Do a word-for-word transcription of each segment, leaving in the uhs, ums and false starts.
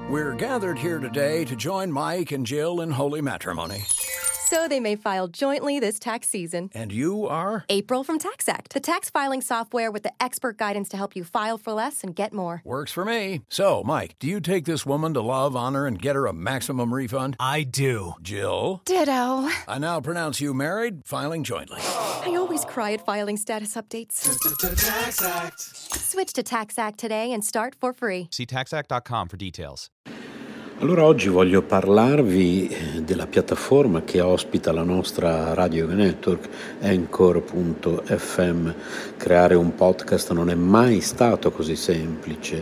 We're gathered here today to join Mike and Jill in holy matrimony. So they may file jointly this tax season. And you are? April from TaxAct, the tax filing software with the expert guidance to help you file for less and get more. Works for me. So, Mike, do you take this woman to love, honor, and get her a maximum refund? I do. Jill? Ditto. I now pronounce you married, filing jointly. I always cry at filing status updates. TaxAct. Switch to TaxAct today and start for free. See taxact dot com for details. Allora oggi voglio parlarvi della piattaforma che ospita la nostra Radio Yoga Network, Anchor punto effe emme. Creare un podcast non è mai stato così semplice.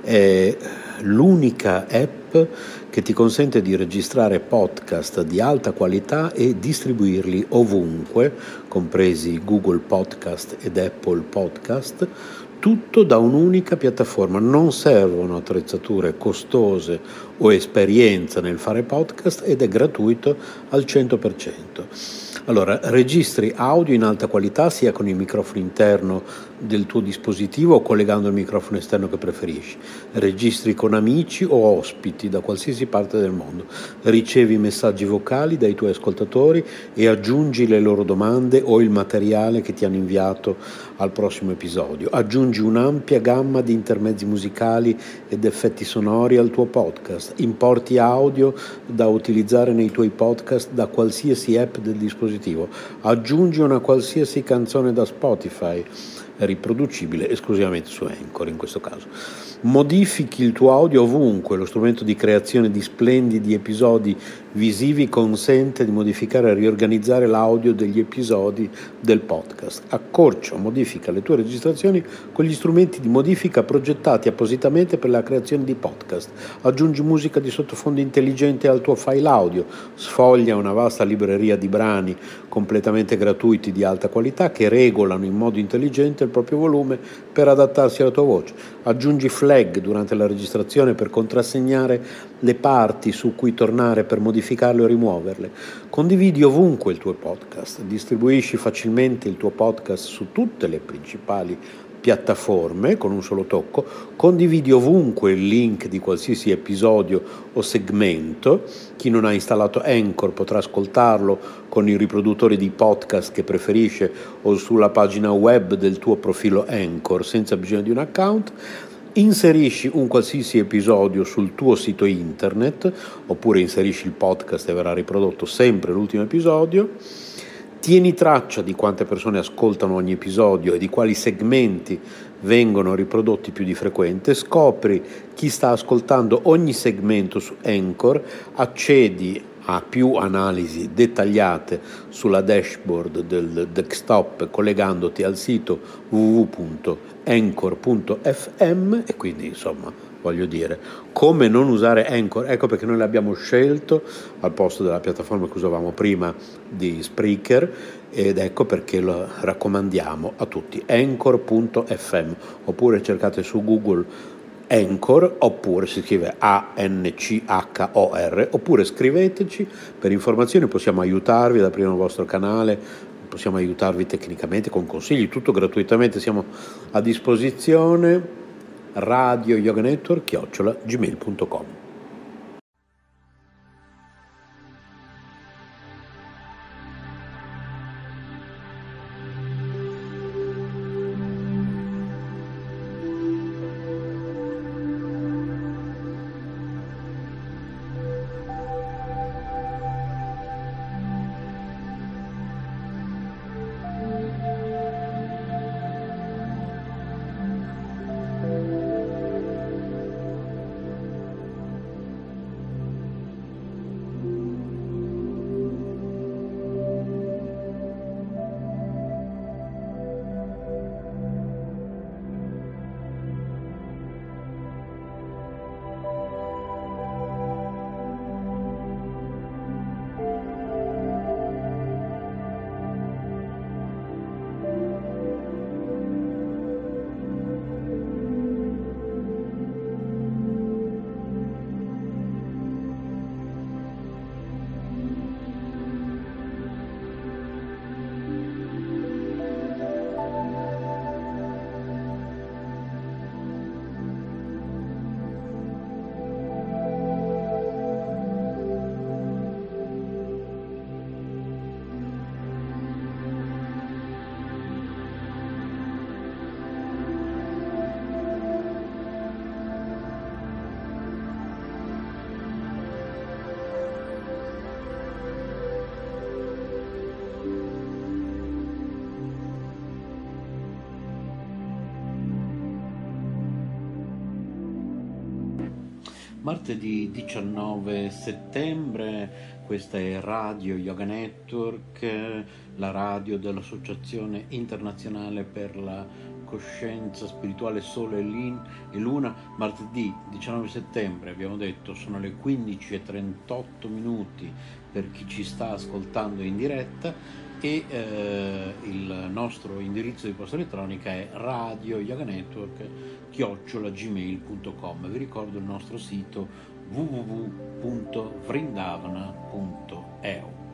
È l'unica app che ti consente di registrare podcast di alta qualità e distribuirli ovunque, compresi Google Podcast ed Apple Podcast, tutto da un'unica piattaforma. Non servono attrezzature costose o esperienza nel fare podcast ed è gratuito al cento per cento. Allora, registri audio in alta qualità sia con il microfono interno del tuo dispositivo o collegando il microfono esterno che preferisci. Registri con amici o ospiti da qualsiasi parte del mondo. Ricevi messaggi vocali dai tuoi ascoltatori e aggiungi le loro domande o il materiale che ti hanno inviato al prossimo episodio. Aggiungi un'ampia gamma di intermezzi musicali ed effetti sonori al tuo podcast. Importi audio da utilizzare nei tuoi podcast da qualsiasi app del dispositivo. Aggiungi una qualsiasi canzone da Spotify, riproducibile esclusivamente su Anchor in questo caso. Modifichi il tuo audio ovunque. Lo strumento di creazione di splendidi episodi visivi consente di modificare e riorganizzare l'audio degli episodi del podcast. Accorcia o modifica le tue registrazioni con gli strumenti di modifica progettati appositamente per la creazione di podcast. Aggiungi musica di sottofondo intelligente al tuo file audio. Sfoglia una vasta libreria di brani completamente gratuiti di alta qualità che regolano in modo intelligente il proprio volume per adattarsi alla tua voce. Aggiungi flag durante la registrazione per contrassegnare le parti su cui tornare per modificarle o rimuoverle. Condividi ovunque il tuo podcast. Distribuisci facilmente il tuo podcast su tutte le principali piattaforme con un solo tocco. Condividi ovunque il link di qualsiasi episodio o segmento. Chi non ha installato Anchor potrà ascoltarlo con i riproduttori di podcast che preferisce o sulla pagina web del tuo profilo Anchor senza bisogno di un account. Inserisci un qualsiasi episodio sul tuo sito internet oppure inserisci il podcast e verrà riprodotto sempre l'ultimo episodio. Tieni traccia di quante persone ascoltano ogni episodio e di quali segmenti vengono riprodotti più di frequente. Scopri chi sta ascoltando ogni segmento su Anchor, accedi a più analisi dettagliate sulla dashboard del desktop collegandoti al sito w w w punto anchor punto effe emme e quindi insomma voglio dire come non usare Anchor. Ecco perché noi l'abbiamo scelto al posto della piattaforma che usavamo prima di Spreaker ed ecco perché lo raccomandiamo a tutti. Anchor punto effe emme oppure cercate su Google Anchor oppure si scrive A N C H O R oppure scriveteci per informazioni, possiamo aiutarvi ad aprire un vostro canale, possiamo aiutarvi tecnicamente con consigli, tutto gratuitamente, siamo a disposizione. Radio Yoga Network chiocciola gmail punto com. Martedì diciannove settembre, questa è Radio Yoga Network, la radio dell'Associazione Internazionale per la Coscienza Spirituale Sole e Luna. Martedì diciannove settembre, abbiamo detto, sono le quindici e trentotto minuti per chi ci sta ascoltando in diretta e eh, il nostro indirizzo di posta elettronica è radio yoga network chiocciola gmail punto com. Vi ricordo il nostro sito w w w punto vrindavana punto e u.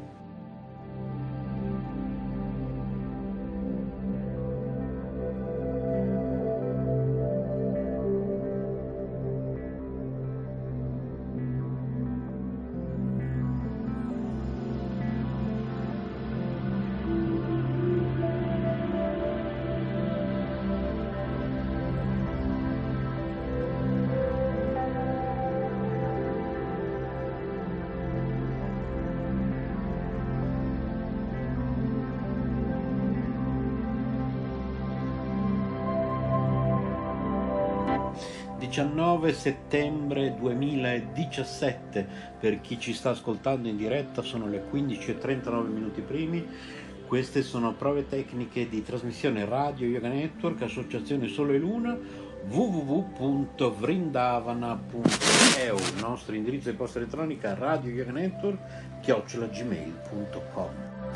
diciannove settembre duemiladiciassette, per chi ci sta ascoltando in diretta sono le quindici e trentanove minuti primi. Queste sono prove tecniche di trasmissione Radio Yoga Network, Associazione Sole e Luna, w w w punto vrindavana punto e u, il nostro indirizzo di posta elettronica radio yoga network chiocciola gmail punto com.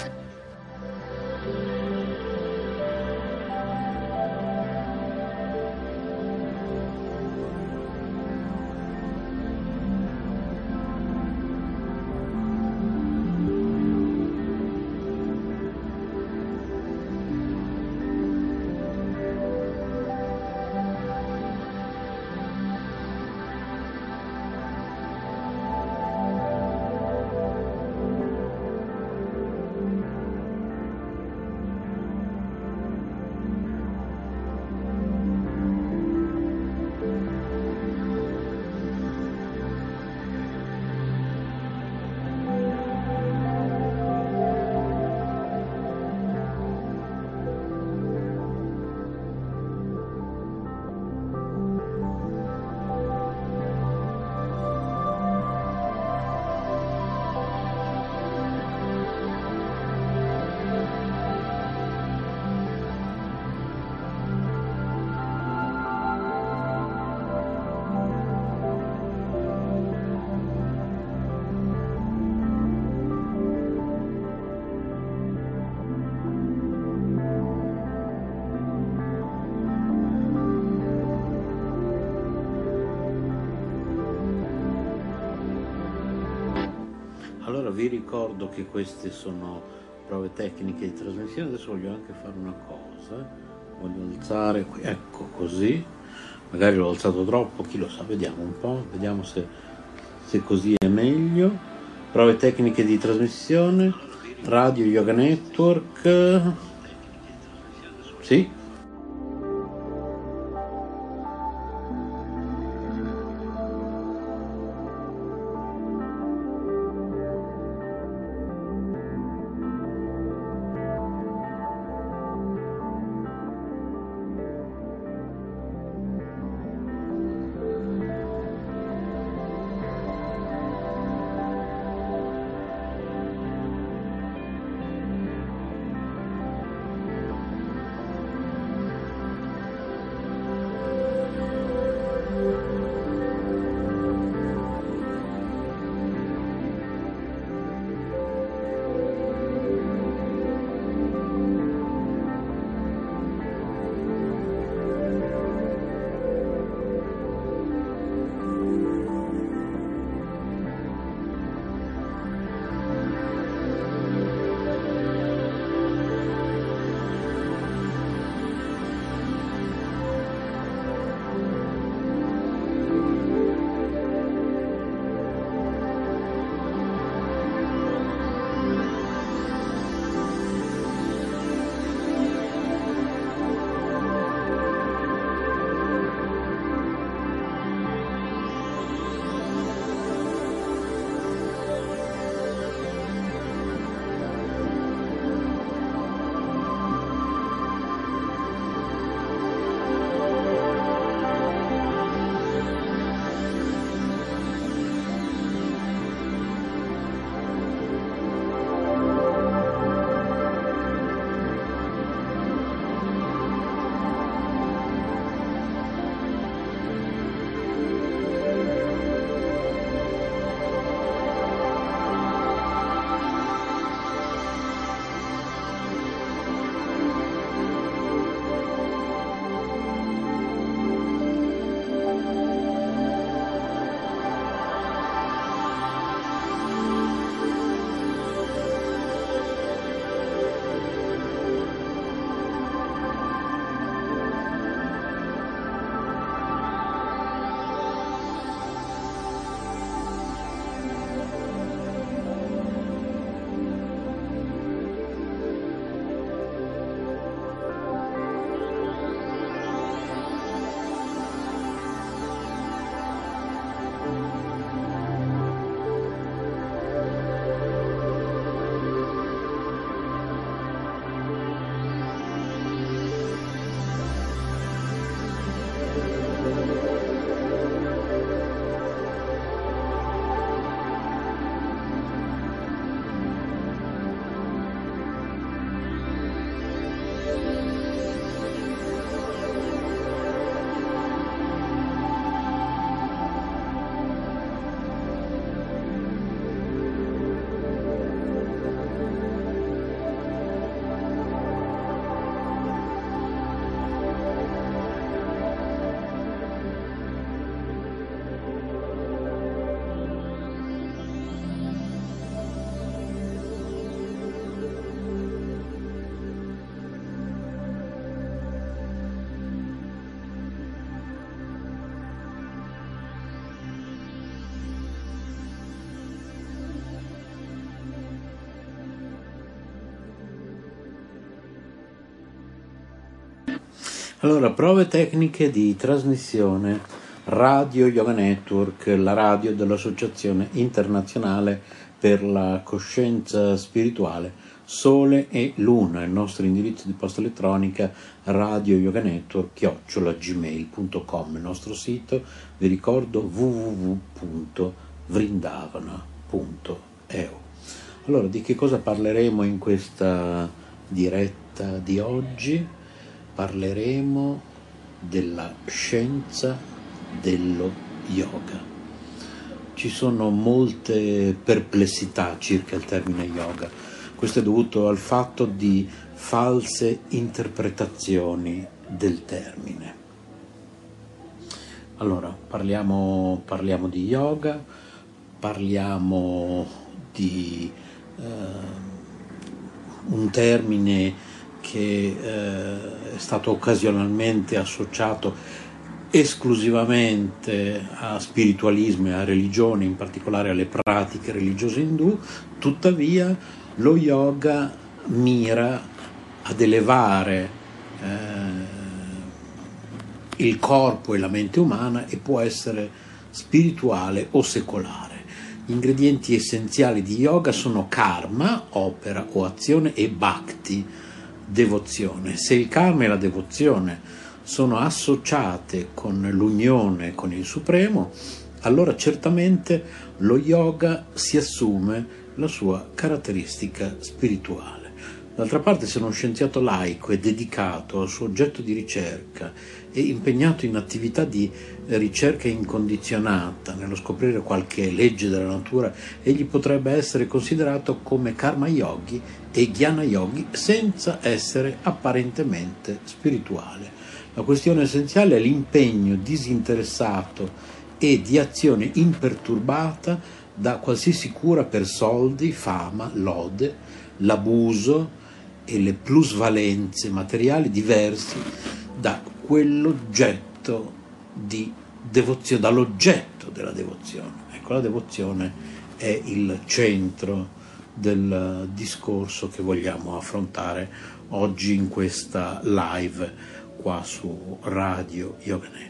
Allora vi ricordo che queste sono prove tecniche di trasmissione. Adesso voglio anche fare una cosa, voglio alzare qui, ecco così, magari l'ho alzato troppo, chi lo sa, vediamo un po', vediamo se, se così è meglio. Prove tecniche di trasmissione Radio Yoga Network, sì. Allora, prove tecniche di trasmissione Radio Yoga Network, la radio dell'Associazione Internazionale per la Coscienza Spirituale, Sole e Luna. Il nostro indirizzo di posta elettronica radio yoga network chiocciola gmail punto com, il nostro sito, vi ricordo, w w w punto vrindavana punto e u. Allora, di che cosa parleremo in questa diretta di oggi? Parleremo della scienza dello yoga. Ci sono molte perplessità circa il termine yoga. Questo è dovuto al fatto di false interpretazioni del termine. Allora, parliamo, parliamo di yoga, parliamo di eh, un termine che eh, è stato occasionalmente associato esclusivamente a spiritualismo e a religione, in particolare alle pratiche religiose indù. Tuttavia lo yoga mira ad elevare eh, il corpo e la mente umana e può essere spirituale o secolare. Gli ingredienti essenziali di yoga sono karma, opera o azione, e bhakti, devozione. Se il karma e la devozione sono associate con l'unione con il Supremo, allora certamente lo yoga si assume la sua caratteristica spirituale. D'altra parte, se uno scienziato laico è dedicato al suo oggetto di ricerca e impegnato in attività di ricerca incondizionata nello scoprire qualche legge della natura, egli potrebbe essere considerato come karma yogi e jnana yogi senza essere apparentemente spirituale. La questione essenziale è l'impegno disinteressato e di azione imperturbata da qualsiasi cura per soldi, fama, lode, l'abuso e le plusvalenze materiali diversi da quell'oggetto di devozione, dall'oggetto della devozione. Ecco, la devozione è il centro del discorso che vogliamo affrontare oggi in questa live qua su Radio Yoga Network.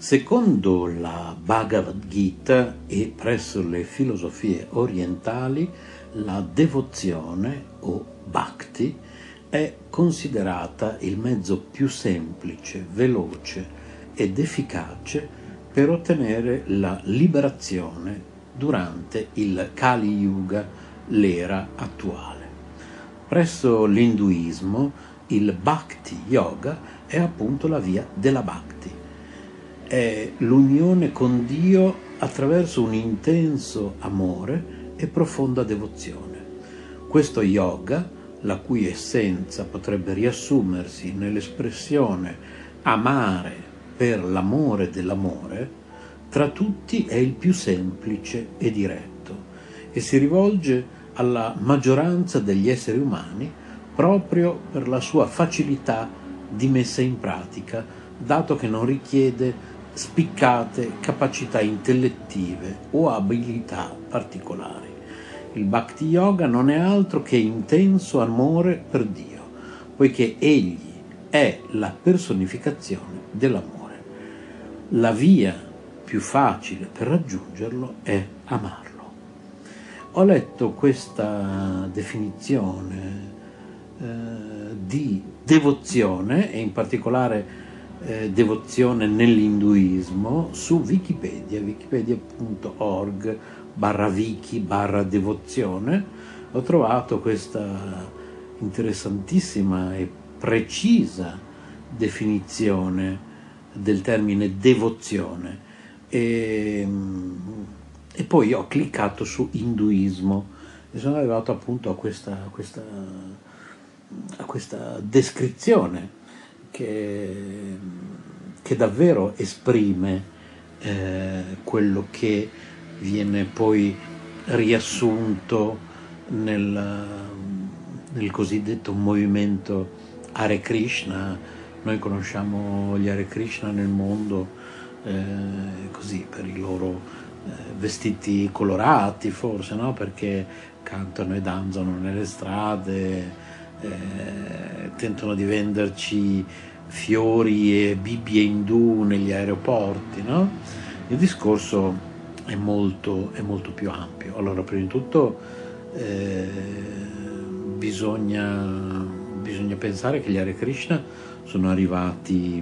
Secondo la Bhagavad Gita e presso le filosofie orientali, la devozione o bhakti è considerata il mezzo più semplice, veloce ed efficace per ottenere la liberazione durante il Kali Yuga, l'era attuale. Presso l'induismo il Bhakti Yoga è appunto la via della Bhakti. È l'unione con Dio attraverso un intenso amore e profonda devozione. Questo yoga, la cui essenza potrebbe riassumersi nell'espressione amare per l'amore dell'amore, tra tutti è il più semplice e diretto e si rivolge alla maggioranza degli esseri umani proprio per la sua facilità di messa in pratica, dato che non richiede spiccate capacità intellettive o abilità particolari. Il Bhakti Yoga non è altro che intenso amore per Dio, poiché Egli è la personificazione dell'amore. La via più facile per raggiungerlo è amarlo. Ho letto questa definizione eh, di devozione, e in particolare Eh, devozione nell'induismo, su Wikipedia, wikipedia punto org barra wiki barra devozione. Ho trovato questa interessantissima e precisa definizione del termine devozione e, e poi ho cliccato su induismo e sono arrivato appunto a questa, a questa, a questa descrizione Che, che davvero esprime eh, quello che viene poi riassunto nel, nel cosiddetto movimento Hare Krishna. Noi conosciamo gli Hare Krishna nel mondo eh, così per i loro eh, vestiti colorati, forse, no? Perché cantano e danzano nelle strade, Eh, tentano di venderci fiori e bibbie indù negli aeroporti, no? Il discorso è molto, è molto più ampio. Allora, prima di tutto eh, bisogna, bisogna pensare che gli Hare Krishna sono arrivati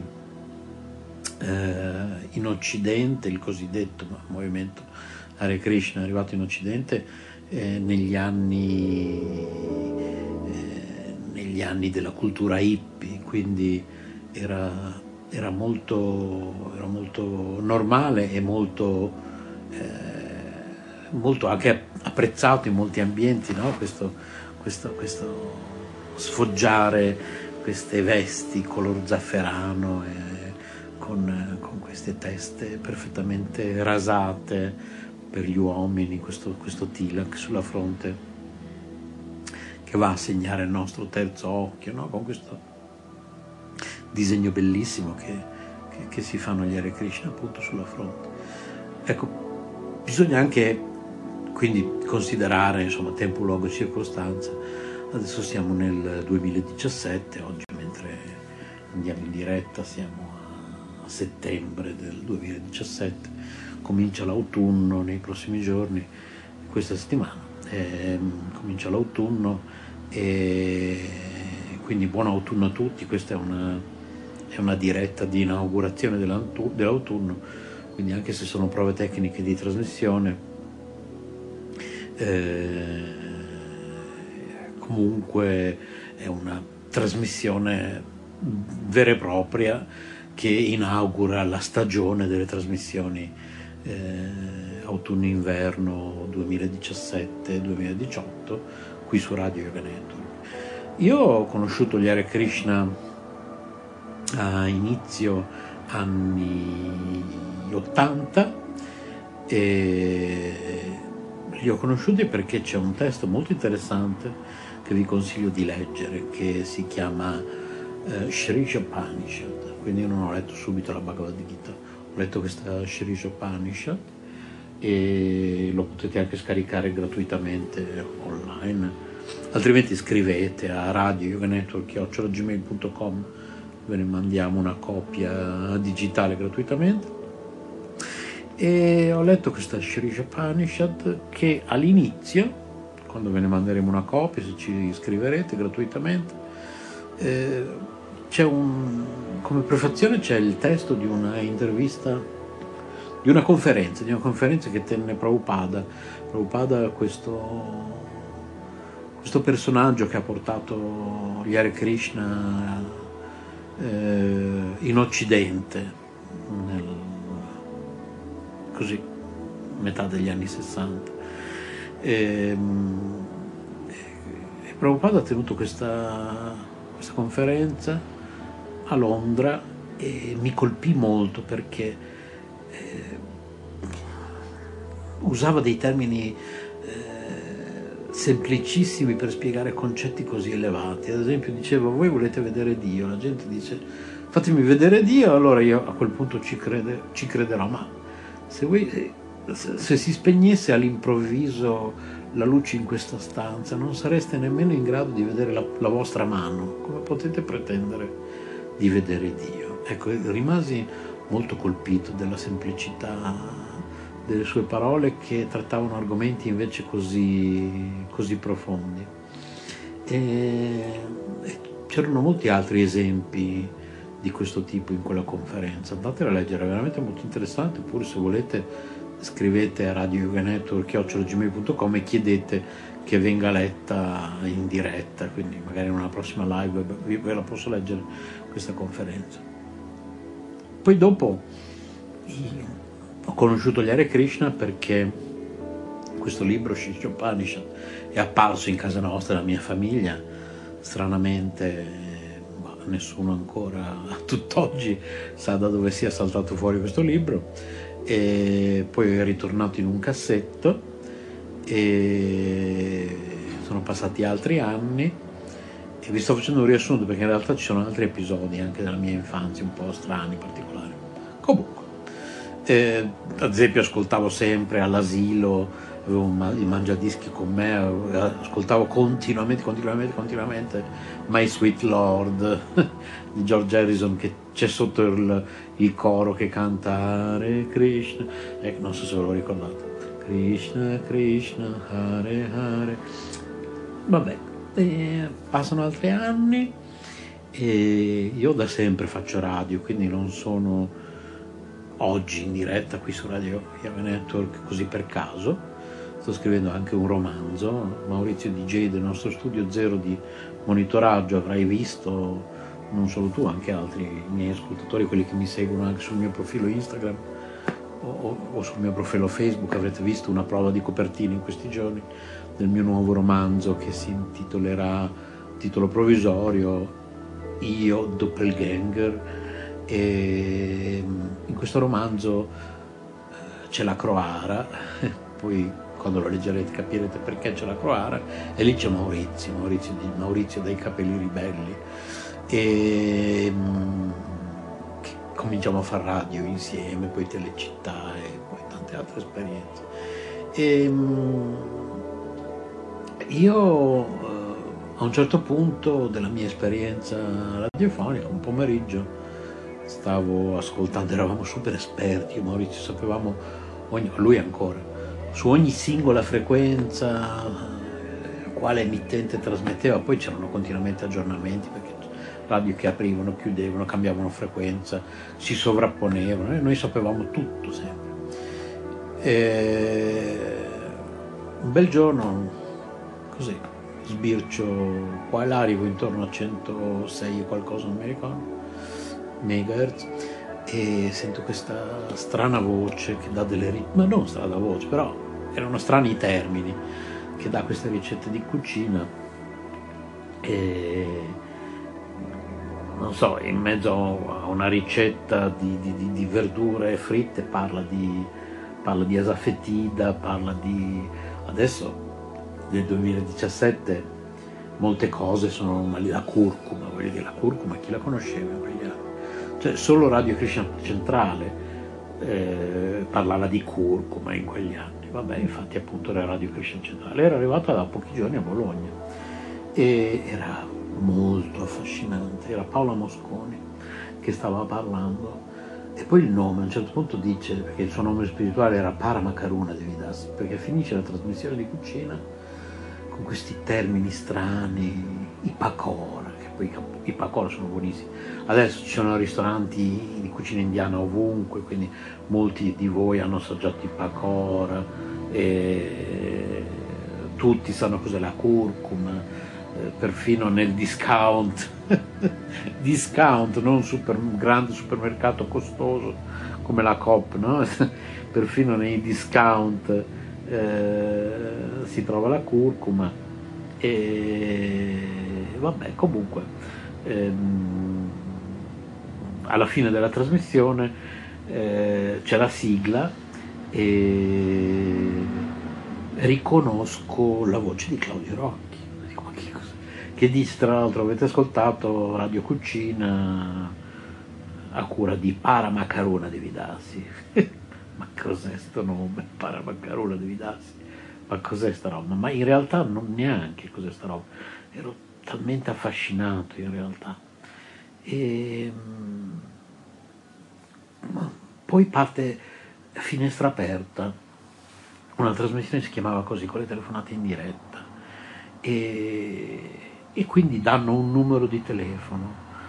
eh, in Occidente, il cosiddetto movimento Hare Krishna è arrivato in Occidente eh, negli anni negli anni della cultura hippie, quindi era, era, molto, era molto normale e molto, eh, molto anche apprezzato in molti ambienti, no? questo, questo, questo sfoggiare queste vesti color zafferano e con, con queste teste perfettamente rasate per gli uomini, questo, questo tilak sulla fronte che va a segnare il nostro terzo occhio, no? Con questo disegno bellissimo che, che, che si fanno gli Hare Krishna appunto sulla fronte. Ecco, bisogna anche quindi considerare, insomma, tempo, luogo e circostanza. Adesso siamo nel duemiladiciassette, oggi mentre andiamo in diretta siamo a settembre del duemiladiciassette, comincia l'autunno nei prossimi giorni, questa settimana. Eh, comincia l'autunno e quindi buon autunno a tutti. Questa è una, è una diretta di inaugurazione dell'autunno, quindi anche se sono prove tecniche di trasmissione eh, comunque è una trasmissione vera e propria che inaugura la stagione delle trasmissioni eh, autunno-inverno duemiladiciassette duemiladiciotto qui su Radio Yoga Network. Io ho conosciuto gli Hare Krishna a inizio anni ottanta e li ho conosciuti perché c'è un testo molto interessante che vi consiglio di leggere, che si chiama eh, Shri Upanishad. Quindi io non ho letto subito la Bhagavad Gita, ho letto questa Shri Upanishad e lo potete anche scaricare gratuitamente online, altrimenti scrivete a radio yoga network chiocciola gmail punto com, ve ne mandiamo una copia digitale gratuitamente. E ho letto questa Sri Upanishad che all'inizio, quando ve ne manderemo una copia, se ci iscriverete gratuitamente, eh, c'è un, come prefazione c'è il testo di una intervista, di una conferenza, di una conferenza che tenne Prabhupada. Prabhupada, questo, questo personaggio che ha portato gli Hare Krishna eh, in Occidente, nel, così, metà degli anni sessanta. E, e Prabhupada ha tenuto questa, questa conferenza a Londra e mi colpì molto perché eh, usava dei termini eh, semplicissimi per spiegare concetti così elevati. Ad esempio diceva: voi volete vedere Dio? La gente dice: fatemi vedere Dio, allora io a quel punto ci, crede, ci crederò. Ma se, voi, se, se si spegnesse all'improvviso la luce in questa stanza, non sareste nemmeno in grado di vedere la, la vostra mano. Come potete pretendere di vedere Dio? Ecco, rimasi molto colpito della semplicità delle sue parole, che trattavano argomenti invece così, così profondi. E, e c'erano molti altri esempi di questo tipo in quella conferenza. Andatela a leggere, è veramente molto interessante. Oppure, se volete, scrivete a radio yoga network chiocciola gmail punto com e chiedete che venga letta in diretta, quindi magari in una prossima live ve la posso leggere questa conferenza. Poi dopo ho conosciuto gli Hare Krishna perché questo libro, Sri Upanishad, è apparso in casa nostra, nella mia famiglia. Stranamente nessuno ancora a tutt'oggi sa da dove sia saltato fuori questo libro, e poi è ritornato in un cassetto e sono passati altri anni e vi sto facendo un riassunto perché in realtà ci sono altri episodi anche della mia infanzia un po' strani, particolari. Comunque, eh, ad esempio ascoltavo sempre all'asilo, avevo il mangiadischi con me, ascoltavo continuamente, continuamente, continuamente My Sweet Lord di George Harrison, che c'è sotto il, il coro che canta Hare Krishna, ecco, non so se ve lo ricordate, Krishna Krishna Hare Hare. Vabbè, e passano altri anni e io da sempre faccio radio, quindi non sono oggi in diretta qui su Radio Yoga Network così per caso. Sto scrivendo anche un romanzo. Maurizio D J del nostro studio zero di monitoraggio, avrai visto, non solo tu, anche altri miei ascoltatori, quelli che mi seguono anche sul mio profilo Instagram o, o sul mio profilo Facebook, avrete visto una prova di copertina in questi giorni del mio nuovo romanzo che si intitolerà, titolo provvisorio, Io Doppelganger. E in questo romanzo c'è la Croara, poi quando lo leggerete capirete perché c'è la Croara, e lì c'è Maurizio, Maurizio, di, Maurizio dei capelli ribelli, e che cominciamo a fare radio insieme, poi Telecittà e poi tante altre esperienze. E io a un certo punto della mia esperienza radiofonica, un pomeriggio, stavo ascoltando, eravamo super esperti, io e Maurizio sapevamo, ogni, lui ancora, su ogni singola frequenza quale emittente trasmetteva. Poi c'erano continuamente aggiornamenti perché radio che aprivano, chiudevano, cambiavano frequenza, si sovrapponevano e noi sapevamo tutto sempre. E un bel giorno così sbircio qua e là, arrivo intorno a centosei e qualcosa, non mi ricordo, megahertz, e sento questa strana voce che dà delle ri- ma non strana voce, però erano strani i termini, che dà queste ricette di cucina e non so, in mezzo a una ricetta di, di, di verdure fritte parla di, parla di asafoetida, parla di, adesso nel duemiladiciassette molte cose sono la curcuma, voglio dire, la curcuma chi la conosceva in quegli anni? Cioè, solo Radio Krishna Centrale eh, parlava di curcuma in quegli anni. Vabbè, infatti appunto era Radio Krishna Centrale. Era arrivata da pochi giorni a Bologna e era molto affascinante. Era Paola Mosconi che stava parlando E poi il nome, a un certo punto dice, perché il suo nome spirituale era Paramakaruna Devidasi, perché finisce la trasmissione di cucina con questi termini strani, i pakora, che poi i pakora sono buonissimi. Adesso ci sono ristoranti di cucina indiana ovunque, quindi molti di voi hanno assaggiato i pakora, e tutti sanno cos'è la curcuma, perfino nel discount, discount, non super, grande supermercato costoso come la Coop, no? Perfino nei discount eh, si trova la curcuma. E vabbè, comunque ehm, alla fine della trasmissione eh, c'è la sigla e riconosco la voce di Claudio Rocchi, che dice, tra l'altro avete ascoltato Radio Cucina a cura di Paramakaruna Devidasi. Ma cos'è sto nome? Paramakaruna Devidasi? Ma cos'è sta roba? Ma in realtà non neanche cos'è sta roba. Ero talmente affascinato in realtà. E poi parte Finestra Aperta, una trasmissione che si chiamava così, con le telefonate in diretta. E e quindi danno un numero di telefono.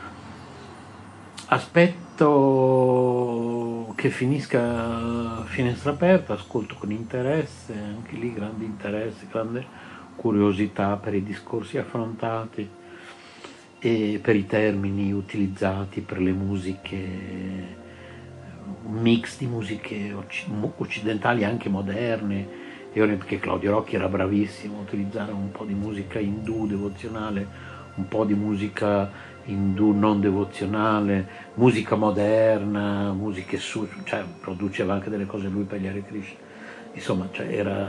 Aspetto che finisca Finestra Aperta, ascolto con interesse, anche lì grande interesse, grande curiosità per i discorsi affrontati e per i termini utilizzati, per le musiche, un mix di musiche occidentali anche moderne. Perché Claudio Rocchi era bravissimo a utilizzare un po' di musica indù devozionale, un po' di musica indù non devozionale, musica moderna, musiche su, cioè produceva anche delle cose lui per gli Hare Krishna. Insomma, cioè era,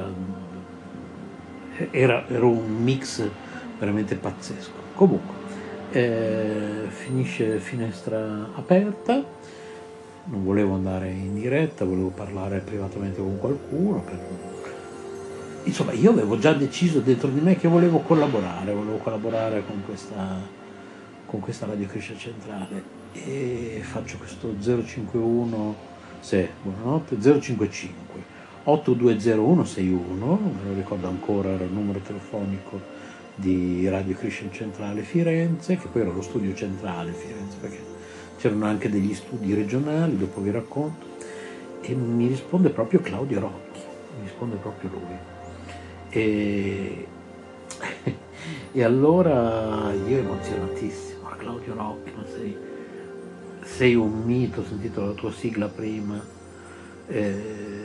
era, era un mix veramente pazzesco. Comunque, eh, finisce Finestra Aperta, non volevo andare in diretta, volevo parlare privatamente con qualcuno. Per... Insomma, io avevo già deciso dentro di me che volevo collaborare, volevo collaborare con questa, con questa Radio Krishna Centrale, e faccio questo zero cinquantuno, sì, buonanotte, zero cinquantacinque otto due zero uno sei uno, me lo ricordo ancora, era il numero telefonico di Radio Krishna Centrale Firenze, che poi era lo studio centrale Firenze, perché c'erano anche degli studi regionali, dopo vi racconto, e mi risponde proprio Claudio Rocchi, mi risponde proprio lui. E, e allora io emozionatissimo, ma Claudio Rocchi, ma sei, sei un mito, ho sentito la tua sigla prima, eh,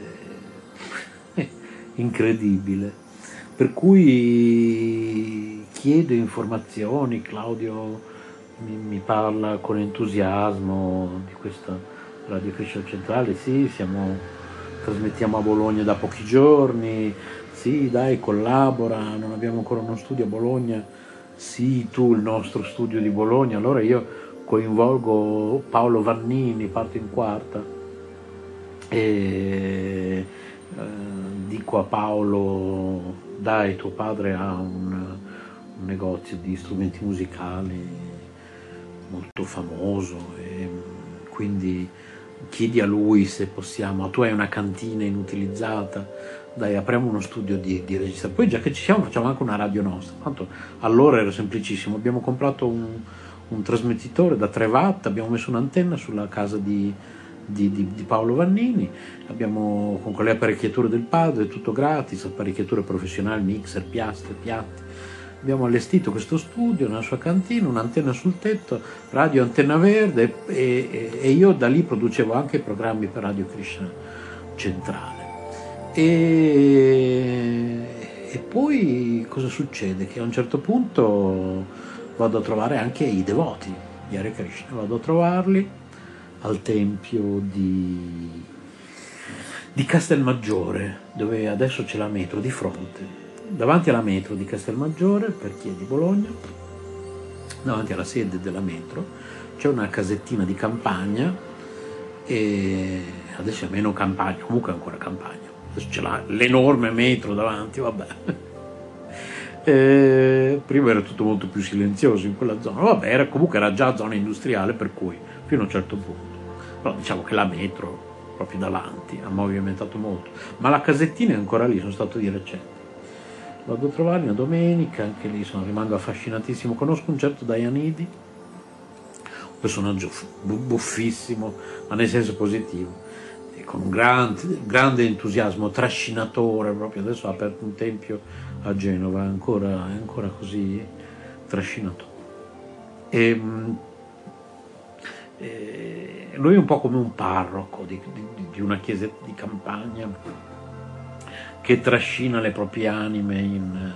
incredibile, per cui chiedo informazioni, Claudio mi, mi parla con entusiasmo di questa Radio Krishna Centrale, sì, siamo, trasmettiamo a Bologna da pochi giorni, sì, dai, collabora, non abbiamo ancora uno studio a Bologna, sì, tu il nostro studio di Bologna, allora io coinvolgo Paolo Vannini, parto in quarta e eh, dico a Paolo, dai, tuo padre ha un, un negozio di strumenti musicali molto famoso, e quindi chiedi a lui se possiamo, tu hai una cantina inutilizzata, dai, apriamo uno studio di, di registrazione, poi già che ci siamo facciamo anche una radio nostra. Tanto allora era semplicissimo, abbiamo comprato un, un trasmettitore da tre watt, abbiamo messo un'antenna sulla casa di, di, di, di Paolo Vannini, abbiamo con quelle apparecchiature del padre, tutto gratis, apparecchiature professionali, mixer, piastre, piatti, abbiamo allestito questo studio nella sua cantina, un'antenna sul tetto, radio antenna verde, e, e, e io da lì producevo anche programmi per Radio Krishna Centrale. E, e poi cosa succede? Che a un certo punto vado a trovare anche i devoti di Hare Krishna, vado a trovarli al tempio di, di Castelmaggiore, dove adesso c'è la metro di fronte, davanti alla metro di Castelmaggiore, per chi è di Bologna, davanti alla sede della metro, c'è una casettina di campagna, e adesso è meno campagna, comunque è ancora campagna. Adesso c'è la, l'enorme metro davanti, vabbè. E prima era tutto molto più silenzioso in quella zona, vabbè, era, comunque era già zona industriale, per cui fino a un certo punto. però diciamo che la metro proprio davanti ha movimentato molto, ma la casettina è ancora lì, sono stato di recente, vado a trovare una domenica, anche lì sono, rimango affascinatissimo. Conosco un certo Daianidi, un personaggio buffissimo, ma nel senso positivo, e con un grande, grande entusiasmo, trascinatore proprio. Adesso ha aperto un tempio a Genova, è ancora, è ancora così trascinatore. E, e lui è un po' come un parroco di, di, di una chiesa di campagna che trascina le proprie anime in,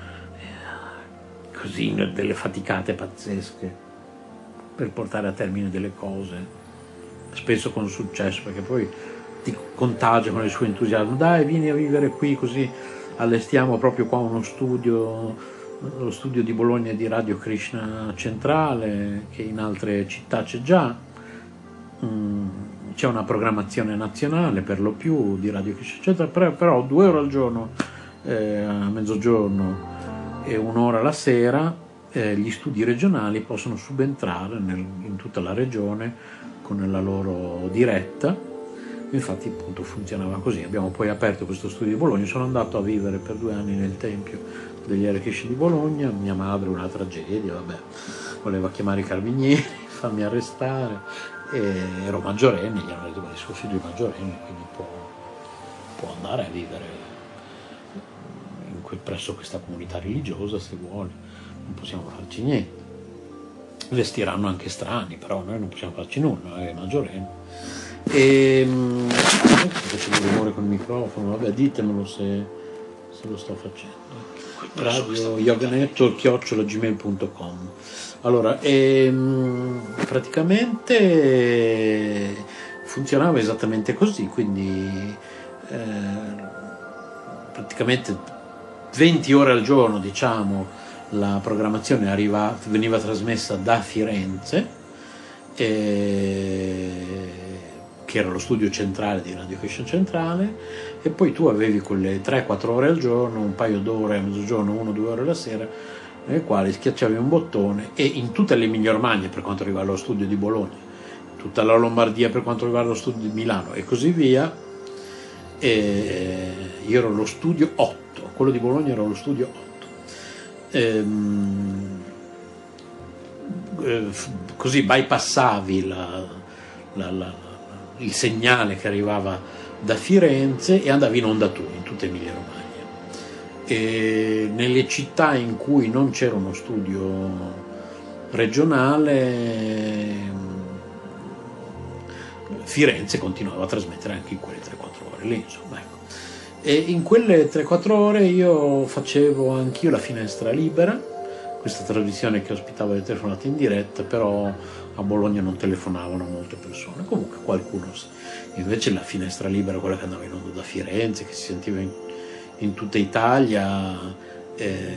così, in delle faticate pazzesche per portare a termine delle cose, spesso con successo, perché poi ti contagia con il suo entusiasmo. Dai, vieni a vivere qui, così allestiamo proprio qua uno studio, lo studio di Bologna di Radio Krishna Centrale, che in altre città c'è già. Mm, c'è una programmazione nazionale per lo più di Radio Krishna Centrale, però due ore al giorno, eh, a mezzogiorno e un'ora la sera, eh, gli studi regionali possono subentrare nel, in tutta la regione con la loro diretta. Infatti appunto funzionava così. Abbiamo poi aperto questo studio di Bologna, sono andato a vivere per due anni nel tempio degli Hare Krishna di Bologna. Mia madre, una tragedia, vabbè, voleva chiamare i carabinieri, farmi arrestare, e ero maggiorenne, gli hanno detto che il suo figlio è maggiorenne, quindi può, può andare a vivere in quel, presso questa comunità religiosa se vuole, non possiamo farci niente. Vestiranno anche strani, però noi non possiamo farci nulla, è maggiorenne. E facevo rumore col microfono, vabbè, ditemelo se, se lo sto facendo. Radio Yoga Network chiocciola gmail punto com. Allora, ehm, praticamente funzionava esattamente così, quindi eh, praticamente venti ore al giorno, diciamo, la programmazione arriva, veniva trasmessa da Firenze, eh, che era lo studio centrale di Radio Krishna Centrale, e poi tu avevi quelle tre quattro ore al giorno, un paio d'ore a mezzogiorno, uno due ore la sera, nelle quali schiacciavi un bottone, e in tutte le emilie Romagna per quanto riguarda lo studio di Bologna, tutta la Lombardia per quanto riguarda lo studio di Milano e così via, e io ero lo studio otto, quello di Bologna era lo studio otto. Ehm, così bypassavi la, la, la, il segnale che arrivava da Firenze e andavi in onda tu in tutta Emilia Romagna. E nelle città in cui non c'era uno studio regionale, Firenze continuava a trasmettere anche in quelle tre quattro ore lì, insomma, ecco. E in quelle tre quattro ore io facevo anch'io la Finestra Libera, questa trasmissione che ospitava le telefonate in diretta, però a Bologna non telefonavano molte persone, comunque qualcuno sì. Invece la Finestra Libera, quella che andava in onda da Firenze, che si sentiva in in tutta Italia, eh,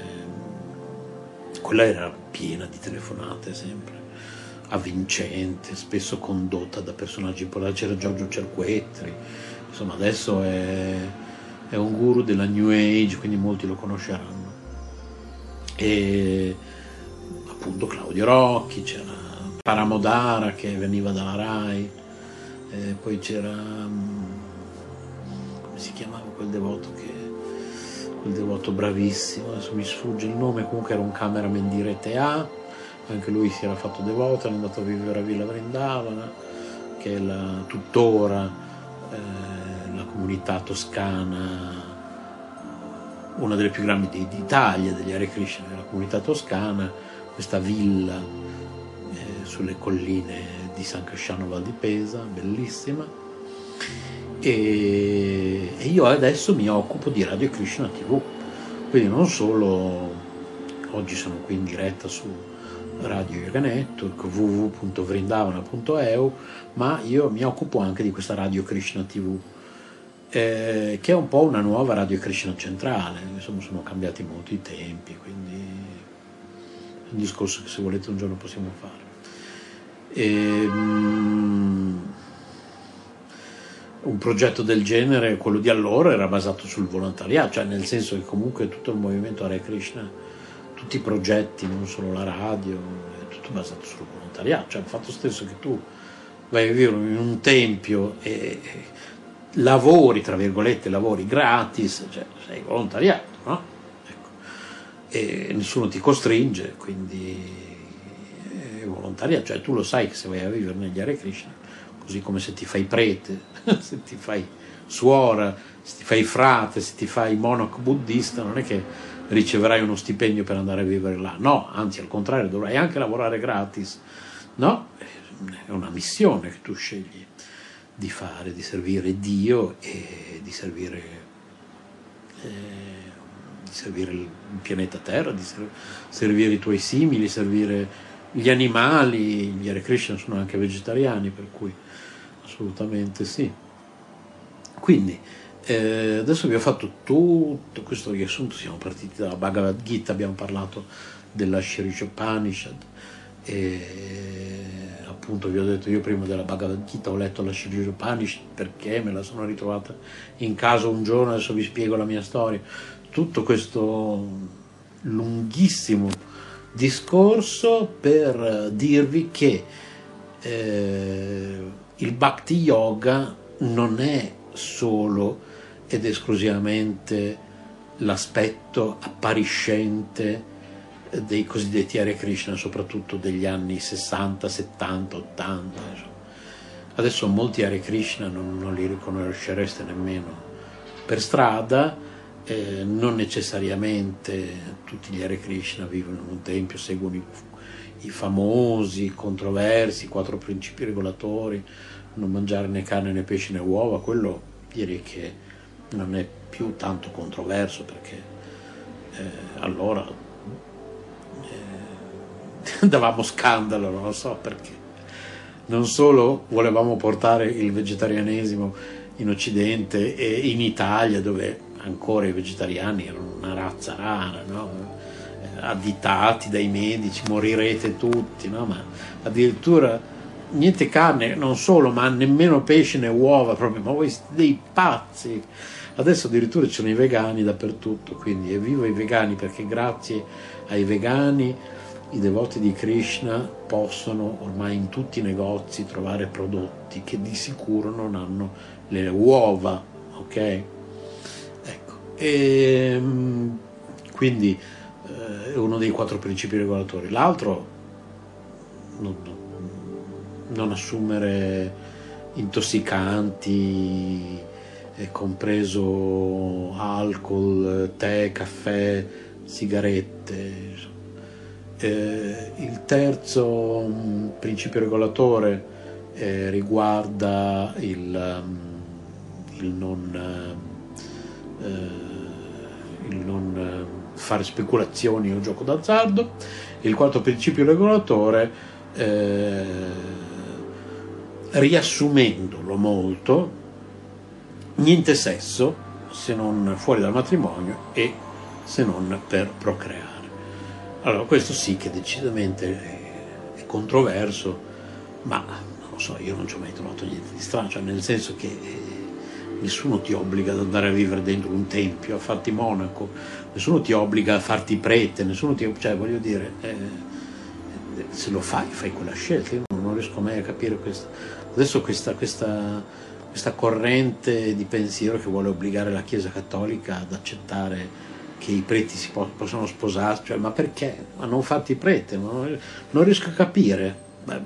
quella era piena di telefonate sempre, avvincente, spesso condotta da personaggi importanti. C'era Giorgio Cerquetri, insomma adesso è, è un guru della New Age, quindi molti lo conosceranno, e appunto Claudio Rocchi, c'era Paramodara che veniva dalla Rai, e poi c'era, come si chiamava quel devoto che quel devoto bravissimo, adesso mi sfugge il nome, comunque era un cameraman di Rete A, anche lui si era fatto devoto, è andato a vivere a Villa Vrindavana, che è la, tuttora eh, la comunità toscana, una delle più grandi d'Italia degli Hare Krishna, la comunità toscana, questa villa eh, sulle colline di San Casciano Val di Pesa, bellissima. E io adesso mi occupo di Radio Krishna tivù, quindi non solo oggi sono qui in diretta su Radio Yoga Network w w w punto vrindavana punto e u, ma io mi occupo anche di questa Radio Krishna tivù, eh, che è un po' una nuova Radio Krishna Centrale. Insomma, sono cambiati molto i tempi, quindi è un discorso che se volete un giorno possiamo fare. E, um, un progetto del genere, quello di allora, era basato sul volontariato, cioè nel senso che comunque tutto il movimento Hare Krishna, tutti i progetti, non solo la radio, è tutto basato sul volontariato, cioè il fatto stesso che tu vai a vivere in un tempio e lavori, tra virgolette, lavori gratis, cioè sei volontariato, no? Ecco. E nessuno ti costringe, quindi è volontariato, cioè tu lo sai che se vai a vivere negli Hare Krishna, così come se ti fai prete, se ti fai suora, se ti fai frate, se ti fai monaco buddista, non è che riceverai uno stipendio per andare a vivere là, no, anzi al contrario, dovrai anche lavorare gratis, no? È una missione che tu scegli di fare, di servire Dio e di servire, eh, di servire il pianeta Terra, di ser- servire i tuoi simili, servire gli animali. Gli Hare Krishna sono anche vegetariani, per cui assolutamente sì. Quindi eh, adesso vi ho fatto tutto questo riassunto, siamo partiti dalla Bhagavad Gita, abbiamo parlato della Shirishopanishad e appunto vi ho detto, io prima della Bhagavad Gita ho letto la Shirishopanishad perché me la sono ritrovata in casa un giorno, adesso vi spiego la mia storia. Tutto questo lunghissimo discorso per dirvi che eh, il Bhakti Yoga non è solo ed esclusivamente l'aspetto appariscente dei cosiddetti Hare Krishna, soprattutto degli anni sessanta, settanta, ottanta. Insomma. Adesso molti Hare Krishna non, non li riconoscereste nemmeno per strada, eh, non necessariamente tutti gli Hare Krishna vivono in un tempio, seguono i, i famosi, controversi, i quattro principi regolatori, non mangiare né carne né pesce né uova. Quello direi che non è più tanto controverso, perché eh, allora davamo scandalo, non lo so perché. Non solo volevamo portare il vegetarianesimo in Occidente e in Italia, dove ancora i vegetariani erano una razza rara, no? Additati dai medici, morirete tutti, no? Ma addirittura niente carne, non solo, ma nemmeno pesce né uova, proprio, ma voi siete dei pazzi. Adesso addirittura ci sono i vegani dappertutto, quindi evviva i vegani, perché grazie ai vegani i devoti di Krishna possono ormai in tutti i negozi trovare prodotti che di sicuro non hanno le uova, ok? Ecco, e quindi eh, è uno dei quattro principi regolatori. L'altro, non, non assumere intossicanti, eh, compreso alcol, tè, caffè, sigarette. Eh, il terzo um, principio regolatore eh, riguarda il, um, il non, uh, uh, il non uh, fare speculazioni o gioco d'azzardo. Il quarto principio regolatore, eh, riassumendolo molto, niente sesso se non fuori dal matrimonio e se non per procreare. Allora, questo sì che decisamente è controverso, ma non lo so, io non ci ho mai trovato niente di strano, cioè nel senso che nessuno ti obbliga ad andare a vivere dentro un tempio, a farti monaco, nessuno ti obbliga a farti prete, nessuno ti, cioè voglio dire, eh, se lo fai, fai quella scelta. Io non riesco mai a capire questo. Adesso questa, questa, questa corrente di pensiero che vuole obbligare la Chiesa Cattolica ad accettare che i preti si po- possono sposare, cioè, ma perché? Ma non farti prete? Non, non riesco a capire.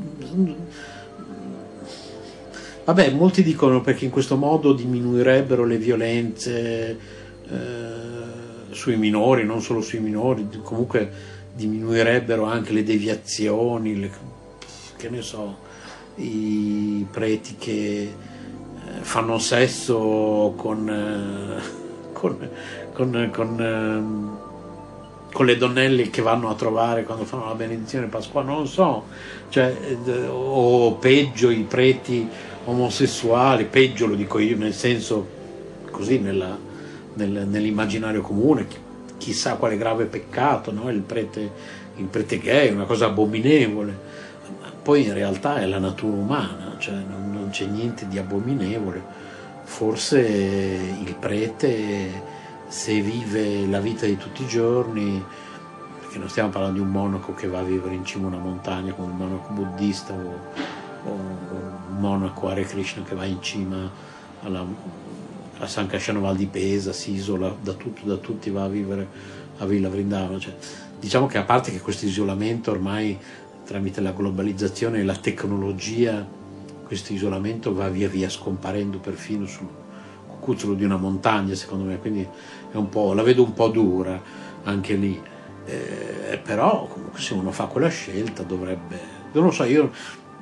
Vabbè, molti dicono perché in questo modo diminuirebbero le violenze eh, sui minori, non solo sui minori, comunque diminuirebbero anche le deviazioni, le, che ne so, i preti che eh, fanno sesso con... Eh, con Con, con, eh, con le donnelle che vanno a trovare quando fanno la benedizione pasquale, non lo so, cioè, eh, o peggio i preti omosessuali, peggio lo dico io nel senso così nella, nel, nell'immaginario comune, chissà quale grave peccato, no? il, prete, il prete gay è una cosa abominevole, poi in realtà è la natura umana, cioè non, non c'è niente di abominevole. Forse il prete, se vive la vita di tutti i giorni, perché non stiamo parlando di un monaco che va a vivere in cima a una montagna come un monaco buddista o, o un monaco Hare Krishna che va in cima alla, a San Casciano di Pesa, si isola da tutto, da tutti, va a vivere a Villa Vrindavana. Cioè, diciamo che a parte che questo isolamento ormai tramite la globalizzazione e la tecnologia, questo isolamento va via via scomparendo perfino sul cucuzzolo di una montagna, secondo me, quindi è un po', la vedo un po' dura anche lì, eh, però comunque se uno fa quella scelta dovrebbe, non lo so, io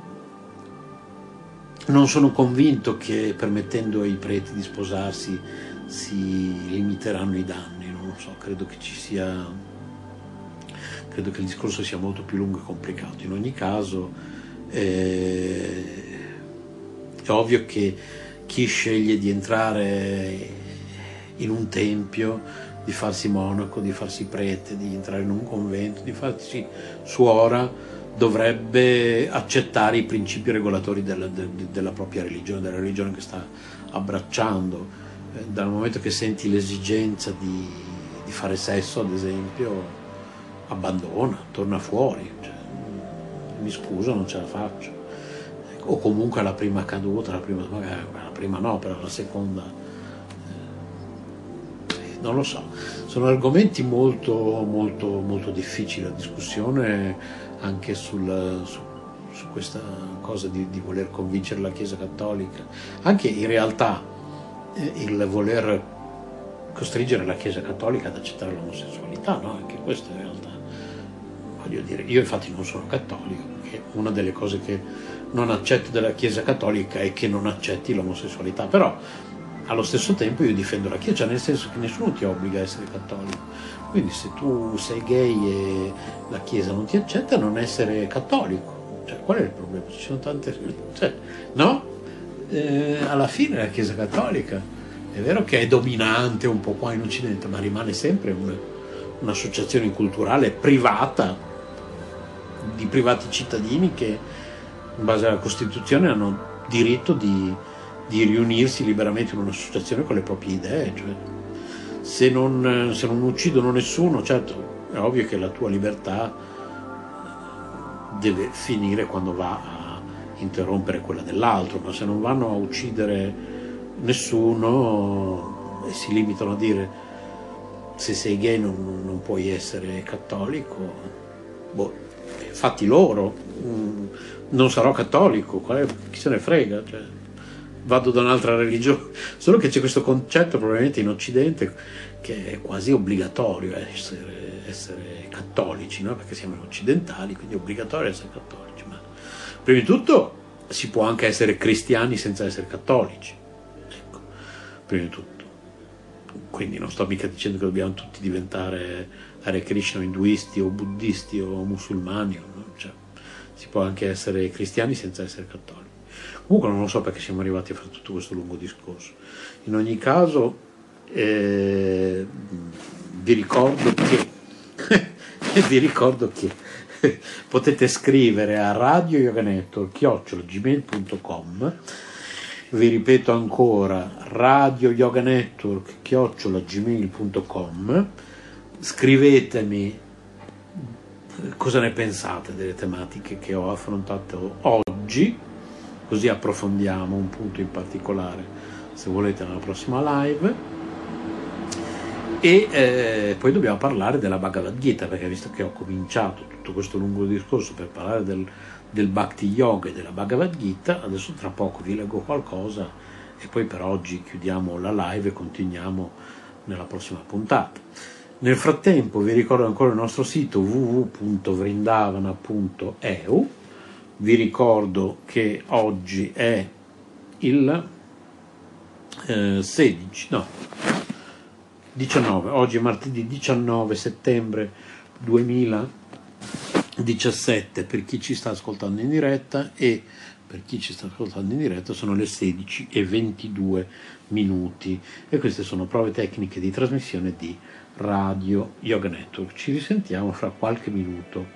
non sono convinto che permettendo ai preti di sposarsi si limiteranno i danni, non lo so, credo che ci sia, credo che il discorso sia molto più lungo e complicato. In ogni caso eh, è ovvio che chi sceglie di entrare in un tempio, di farsi monaco, di farsi prete, di entrare in un convento, di farsi suora, dovrebbe accettare i principi regolatori della, de, della propria religione, della religione che sta abbracciando. Eh, dal momento che senti l'esigenza di, di fare sesso, ad esempio, abbandona, torna fuori, cioè, mi scuso, non ce la faccio. O comunque alla prima caduta, la prima, magari, la prima no, però la seconda eh, non lo so, sono argomenti molto molto molto difficili, la discussione anche sul, su, su questa cosa di, di voler convincere la Chiesa Cattolica, anche in realtà eh, il voler costringere la Chiesa Cattolica ad accettare l'omosessualità, no? Anche questo in realtà, voglio dire, io infatti non sono cattolico, perché una delle cose che non accetto della Chiesa Cattolica è che non accetti l'omosessualità, però allo stesso tempo io difendo la Chiesa, nel senso che nessuno ti obbliga a essere cattolico, quindi se tu sei gay e la Chiesa non ti accetta, non essere cattolico, cioè qual è il problema? Ci sono tante, cioè, no? Eh, alla fine la Chiesa Cattolica è vero che è dominante un po' qua in Occidente, ma rimane sempre una, un'associazione culturale privata, di privati cittadini che in base alla Costituzione hanno diritto di, di riunirsi liberamente in un'associazione con le proprie idee, cioè, se, non, se non uccidono nessuno, certo è ovvio che la tua libertà deve finire quando va a interrompere quella dell'altro, ma se non vanno a uccidere nessuno e si limitano a dire se sei gay non, non puoi essere cattolico, boh, fatti loro, non sarò cattolico, chi se ne frega, cioè, vado da un'altra religione, solo che c'è questo concetto probabilmente in Occidente che è quasi obbligatorio essere, essere cattolici, no? Perché siamo occidentali, quindi è obbligatorio essere cattolici, ma prima di tutto si può anche essere cristiani senza essere cattolici, ecco, prima di tutto, quindi non sto mica dicendo che dobbiamo tutti diventare Hare Krishna, induisti o buddisti o musulmani, no? Cioè, si può anche essere cristiani senza essere cattolici. Comunque non lo so perché siamo arrivati a fare tutto questo lungo discorso. In ogni caso eh, vi ricordo che vi ricordo che potete scrivere a radio yoga network chiocciola gmail punto com, vi ripeto ancora radio yoga network chiocciola gmail punto com, scrivetemi cosa ne pensate delle tematiche che ho affrontato oggi, così approfondiamo un punto in particolare se volete nella prossima live, e eh, poi dobbiamo parlare della Bhagavad Gita, perché visto che ho cominciato tutto questo lungo discorso per parlare del, del Bhakti Yoga e della Bhagavad Gita, adesso tra poco vi leggo qualcosa e poi per oggi chiudiamo la live e continuiamo nella prossima puntata. Nel frattempo vi ricordo ancora il nostro sito w w w punto vrindavana punto e u, vi ricordo che oggi è il eh, sedici, no, diciannove, oggi è martedì diciannove settembre duemiladiciassette per chi ci sta ascoltando in diretta, e per chi ci sta ascoltando in diretta sono le sedici e ventidue minuti, e queste sono prove tecniche di trasmissione di Radio Yoga Network. Ci risentiamo fra qualche minuto.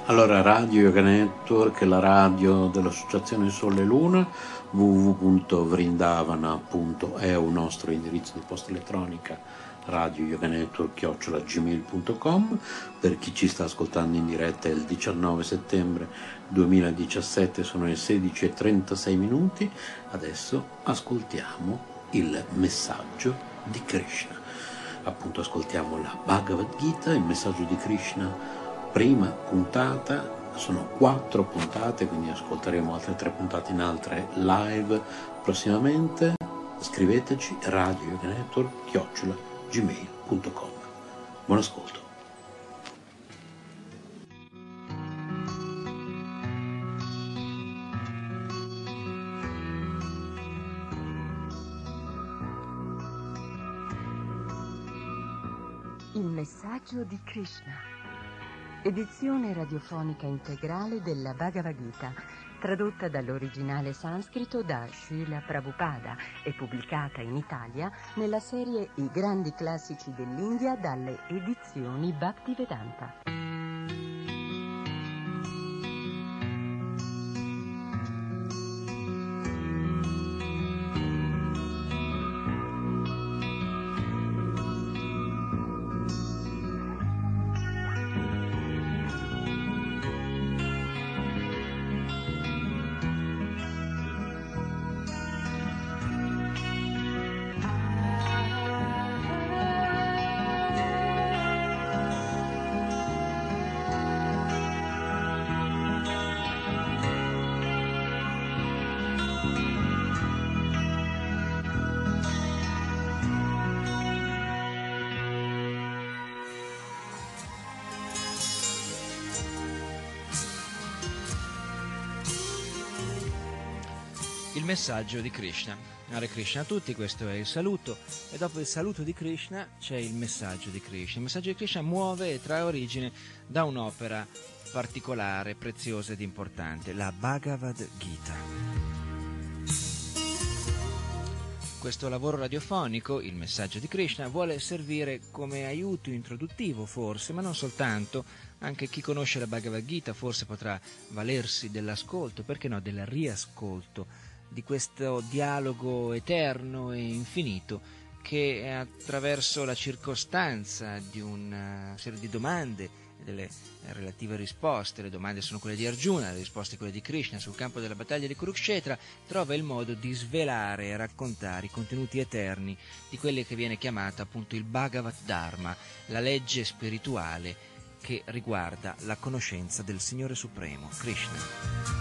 Allora, Radio Yoga Network è la radio dell'Associazione Sole e Luna, w w w punto vrindavana punto e u, nostro indirizzo di posta elettronica, radio yoga network chiocciola gmail punto com. Per chi ci sta ascoltando in diretta è il diciannove settembre duemiladiciassette, sono le sedici e trentasei minuti. Adesso ascoltiamo il messaggio di Krishna. Appunto, ascoltiamo la Bhagavad Gita, il messaggio di Krishna. Prima puntata, sono quattro puntate, quindi ascolteremo altre tre puntate in altre live prossimamente. Scriveteci radio yoga network chiocciola gmail punto com. Buon ascolto. Il messaggio di Krishna. Edizione radiofonica integrale della Bhagavad Gita, tradotta dall'originale sanscrito da Srila Prabhupada e pubblicata in Italia nella serie I grandi classici dell'India dalle edizioni Bhaktivedanta. Il messaggio di Krishna. Hare Krishna a tutti, questo è il saluto e dopo il saluto di Krishna c'è il messaggio di Krishna. Il messaggio di Krishna muove e trae origine da un'opera particolare, preziosa ed importante, la Bhagavad Gita. Questo lavoro radiofonico, il messaggio di Krishna, vuole servire come aiuto introduttivo forse, ma non soltanto. Anche chi conosce la Bhagavad Gita forse potrà valersi dell'ascolto, perché no, del riascolto di questo dialogo eterno e infinito che attraverso la circostanza di una serie di domande e delle relative risposte, le domande sono quelle di Arjuna, le risposte quelle di Krishna sul campo della battaglia di Kurukshetra, trova il modo di svelare e raccontare i contenuti eterni di quelle che viene chiamata appunto il Bhagavad Dharma, la legge spirituale che riguarda la conoscenza del Signore Supremo, Krishna.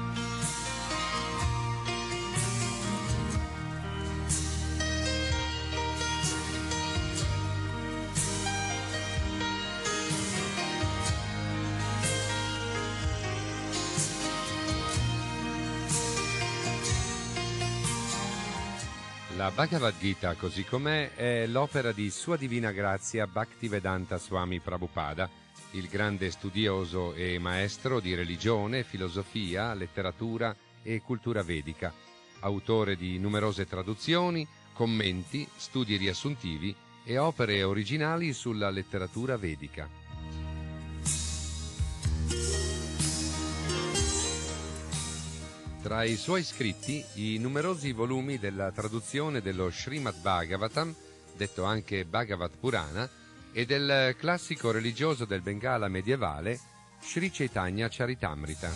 La Bhagavad Gita, così com'è, è l'opera di Sua Divina Grazia Bhaktivedanta Swami Prabhupada, il grande studioso e maestro di religione, filosofia, letteratura e cultura vedica, autore di numerose traduzioni, commenti, studi riassuntivi e opere originali sulla letteratura vedica. Tra i suoi scritti, i numerosi volumi della traduzione dello Srimad Bhagavatam, detto anche Bhagavad Purana, e del classico religioso del Bengala medievale, Sri Chaitanya Charitamrita.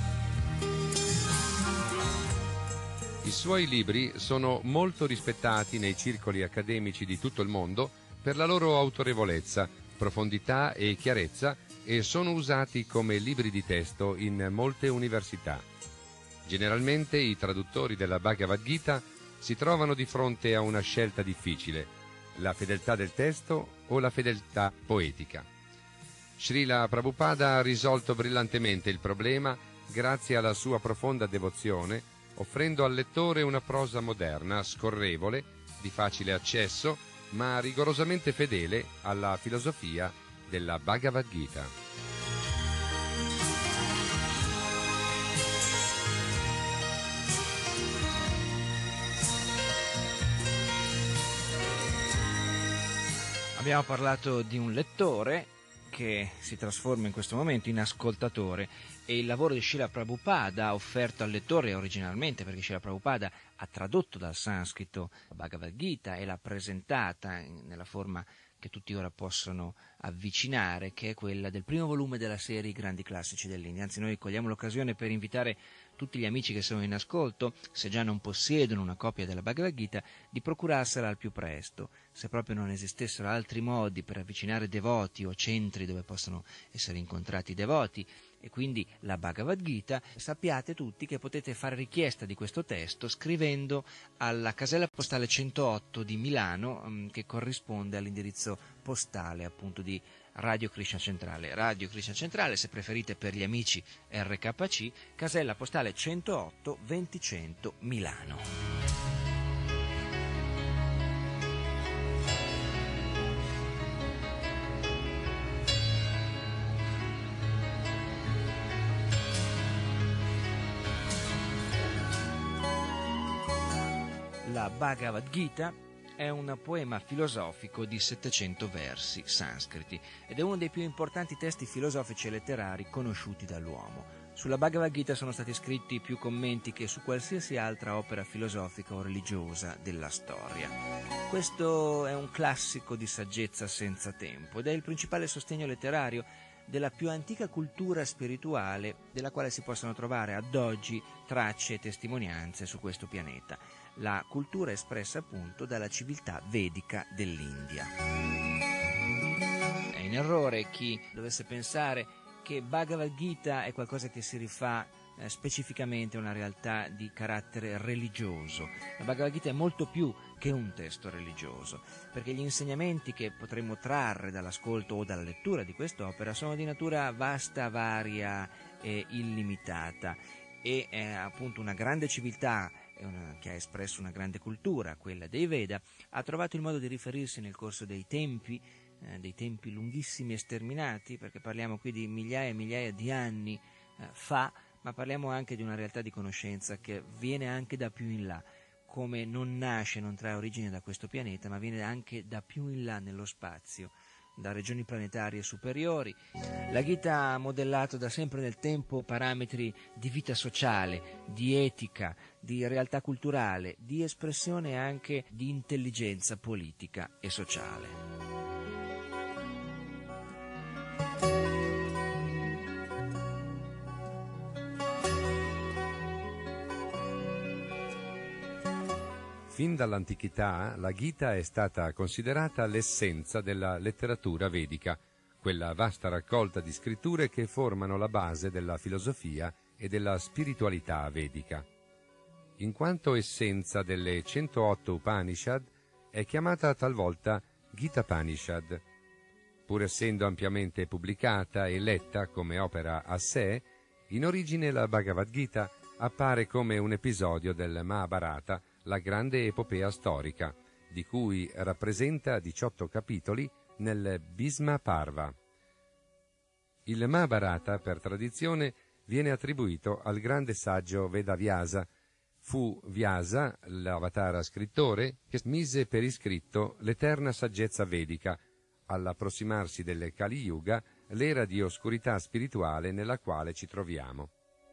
I suoi libri sono molto rispettati nei circoli accademici di tutto il mondo per la loro autorevolezza, profondità e chiarezza e sono usati come libri di testo in molte università. Generalmente i traduttori della Bhagavad Gita si trovano di fronte a una scelta difficile, la fedeltà del testo o la fedeltà poetica. Srila Prabhupada ha risolto brillantemente il problema grazie alla sua profonda devozione, offrendo al lettore una prosa moderna, scorrevole, di facile accesso, ma rigorosamente fedele alla filosofia della Bhagavad Gita. Abbiamo parlato di un lettore che si trasforma in questo momento in ascoltatore, e il lavoro di Srila Prabhupada offerto al lettore originalmente, perché Srila Prabhupada ha tradotto dal sanscrito la Bhagavad Gita e l'ha presentata nella forma che tutti ora possono avvicinare, che è quella del primo volume della serie I grandi classici dell'India. Anzi, noi cogliamo l'occasione per invitare tutti gli amici che sono in ascolto, se già non possiedono una copia della Bhagavad Gita, di procurarsela al più presto. Se proprio non esistessero altri modi per avvicinare devoti o centri dove possono essere incontrati devoti, e quindi la Bhagavad Gita, sappiate tutti che potete fare richiesta di questo testo scrivendo alla casella postale centootto di Milano, che corrisponde all'indirizzo postale appunto di Radio Krishna Centrale. Radio Krishna Centrale, se preferite per gli amici R K C, casella postale centootto duemicento Milano. La Bhagavad Gita è un poema filosofico di settecento versi sanscriti ed è uno dei più importanti testi filosofici e letterari conosciuti dall'uomo. Sulla Bhagavad Gita sono stati scritti più commenti che su qualsiasi altra opera filosofica o religiosa della storia. Questo è un classico di saggezza senza tempo ed è il principale sostegno letterario della più antica cultura spirituale della quale si possono trovare ad oggi tracce e testimonianze su questo pianeta, la cultura espressa appunto dalla civiltà vedica dell'India. È in errore chi dovesse pensare che Bhagavad Gita è qualcosa che si rifà eh, specificamente a una realtà di carattere religioso. La Bhagavad Gita è molto più che un testo religioso, perché gli insegnamenti che potremmo trarre dall'ascolto o dalla lettura di quest'opera sono di natura vasta, varia e illimitata, e eh, appunto una grande civiltà una, che ha espresso una grande cultura, quella dei Veda, ha trovato il modo di riferirsi nel corso dei tempi, eh, dei tempi lunghissimi e sterminati, perché parliamo qui di migliaia e migliaia di anni eh, fa, ma parliamo anche di una realtà di conoscenza che viene anche da più in là, come non nasce, non trae origine da questo pianeta, ma viene anche da più in là nello spazio, da regioni planetarie superiori. La Gita ha modellato da sempre nel tempo parametri di vita sociale, di etica, di realtà culturale, di espressione anche di intelligenza politica e sociale. Fin dall'antichità la Gita è stata considerata l'essenza della letteratura vedica, quella vasta raccolta di scritture che formano la base della filosofia e della spiritualità vedica. In quanto essenza delle centootto Upanishad, è chiamata talvolta Gitapanishad. Pur essendo ampiamente pubblicata e letta come opera a sé, in origine la Bhagavad Gita appare come un episodio del Mahabharata, la grande epopea storica, di cui rappresenta diciotto capitoli nel Bhisma Parva. Il Mahabharata, per tradizione, viene attribuito al grande saggio Vedavyasa. Fu Vyasa, l'avatara scrittore, che mise per iscritto l'eterna saggezza vedica, all'approssimarsi del Kali Yuga, l'era di oscurità spirituale nella quale ci troviamo.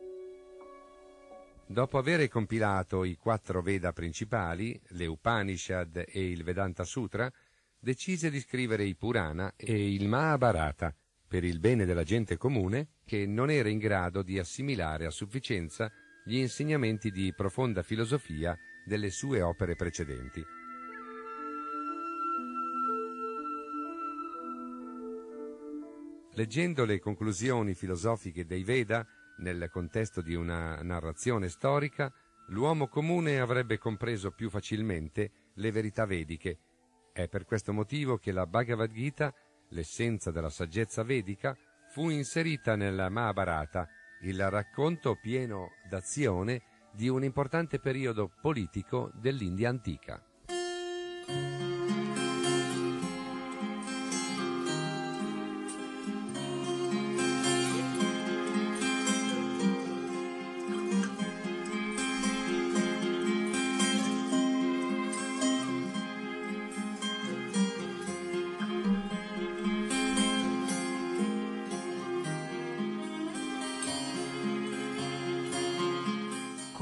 Dopo aver compilato i quattro Veda principali, le Upanishad e il Vedanta Sutra, decise di scrivere i Purana e il Mahabharata per il bene della gente comune che non era in grado di assimilare a sufficienza gli insegnamenti di profonda filosofia delle sue opere precedenti. Leggendo le conclusioni filosofiche dei Veda, nel contesto di una narrazione storica, l'uomo comune avrebbe compreso più facilmente le verità vediche. È per questo motivo che la Bhagavad Gita, l'essenza della saggezza vedica, fu inserita nel Mahabharata, il racconto pieno d'azione di un importante periodo politico dell'India antica.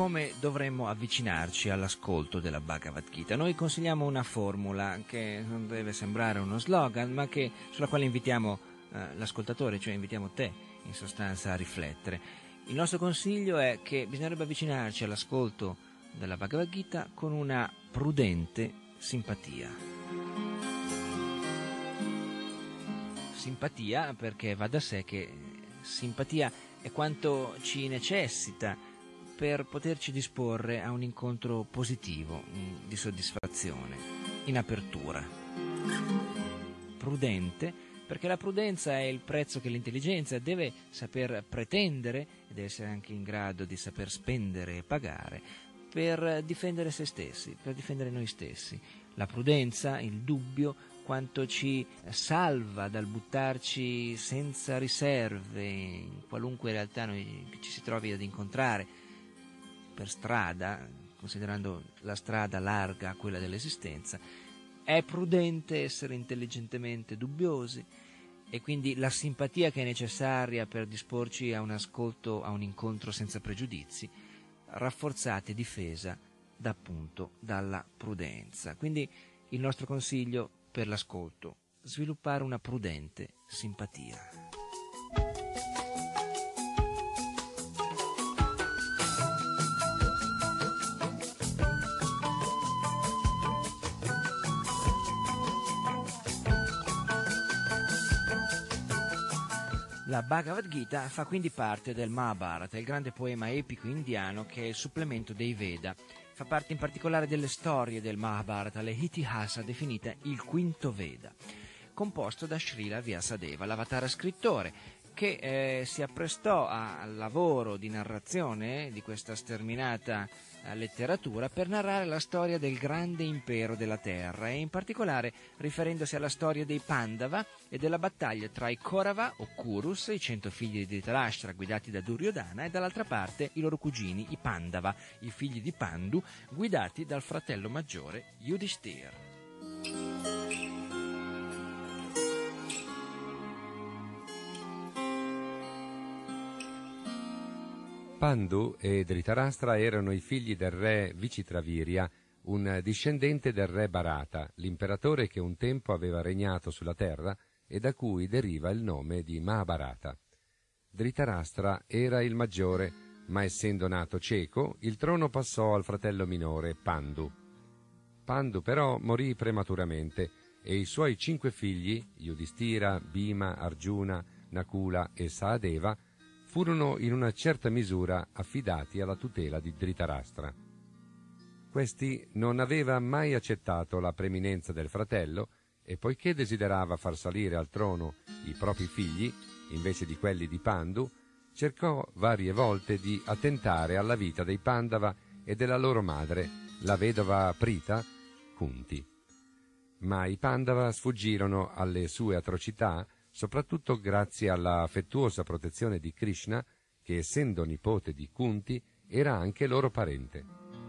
come dovremmo avvicinarci all'ascolto della Bhagavad Gita. Noi consigliamo una formula che non deve sembrare uno slogan, ma che, sulla quale invitiamo eh, l'ascoltatore, cioè invitiamo te in sostanza a riflettere. Il nostro consiglio è che bisognerebbe avvicinarci all'ascolto della Bhagavad Gita con una prudente simpatia. Simpatia perché va da sé che simpatia è quanto ci necessita per poterci disporre a un incontro positivo, di soddisfazione, in apertura. Prudente, perché la prudenza è il prezzo che l'intelligenza deve saper pretendere e deve essere anche in grado di saper spendere e pagare per difendere se stessi, per difendere noi stessi. La prudenza, il dubbio, quanto ci salva dal buttarci senza riserve in qualunque realtà noi ci si trovi ad incontrare per strada, considerando la strada larga quella dell'esistenza. È prudente essere intelligentemente dubbiosi e quindi la simpatia che è necessaria per disporci a un ascolto, a un incontro senza pregiudizi, rafforzata e difesa da, appunto dalla prudenza. Quindi il nostro consiglio per l'ascolto: sviluppare una prudente simpatia. La Bhagavad Gita fa quindi parte del Mahabharata, il grande poema epico indiano che è il supplemento dei Veda. Fa parte in particolare delle storie del Mahabharata, le Itihasa, definita il quinto Veda, composto da Srila Vyasadeva, l'avatara scrittore, che eh, si apprestò a, al lavoro di narrazione di questa sterminata eh, letteratura per narrare la storia del grande impero della terra e in particolare riferendosi alla storia dei Pandava e della battaglia tra i Kaurava o Kurus, i cento figli di Dhritarashtra guidati da Duryodhana, e dall'altra parte i loro cugini, i Pandava, i figli di Pandu, guidati dal fratello maggiore Yudhishthira. Pandu e Dhritarashtra erano i figli del re Vicitravirya, un discendente del re Bharata, l'imperatore che un tempo aveva regnato sulla terra e da cui deriva il nome di Mahabharata. Dhritarashtra era il maggiore, ma essendo nato cieco, il trono passò al fratello minore, Pandu. Pandu però morì prematuramente e i suoi cinque figli, Yudhishthira, Bhima, Arjuna, Nakula e Sahadeva, furono in una certa misura affidati alla tutela di Dhritarashtra. Questi non aveva mai accettato la preminenza del fratello e poiché desiderava far salire al trono i propri figli, invece di quelli di Pandu, cercò varie volte di attentare alla vita dei Pandava e della loro madre, la vedova Prita, Kunti. Ma i Pandava sfuggirono alle sue atrocità soprattutto grazie alla affettuosa protezione di Krishna, che essendo nipote di Kunti era anche loro parente.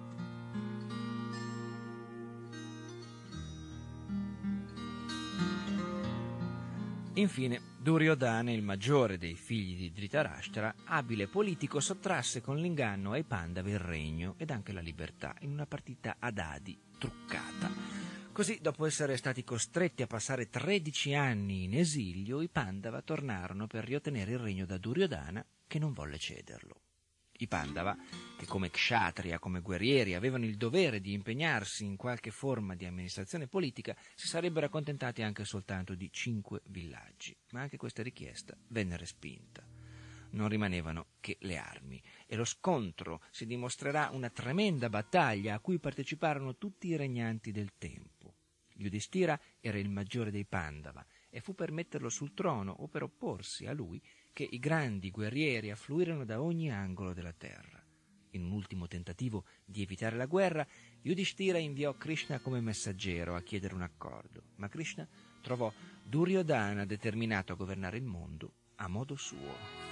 Infine, Duryodhana, il maggiore dei figli di Dhritarashtra, abile politico, sottrasse con l'inganno ai Pandava il regno ed anche la libertà in una partita a dadi truccata. Così, dopo essere stati costretti a passare tredici anni in esilio, i Pandava tornarono per riottenere il regno da Duryodhana, che non volle cederlo. I Pandava, che come kshatriya, come guerrieri, avevano il dovere di impegnarsi in qualche forma di amministrazione politica, si sarebbero accontentati anche soltanto di cinque villaggi, ma anche questa richiesta venne respinta. Non rimanevano che le armi, e lo scontro si dimostrerà una tremenda battaglia a cui parteciparono tutti i regnanti del tempo. Yudhishthira era il maggiore dei Pandava e fu per metterlo sul trono o per opporsi a lui che i grandi guerrieri affluirono da ogni angolo della terra. In un ultimo tentativo di evitare la guerra, Yudhishthira inviò Krishna come messaggero a chiedere un accordo, ma Krishna trovò Duryodhana determinato a governare il mondo a modo suo.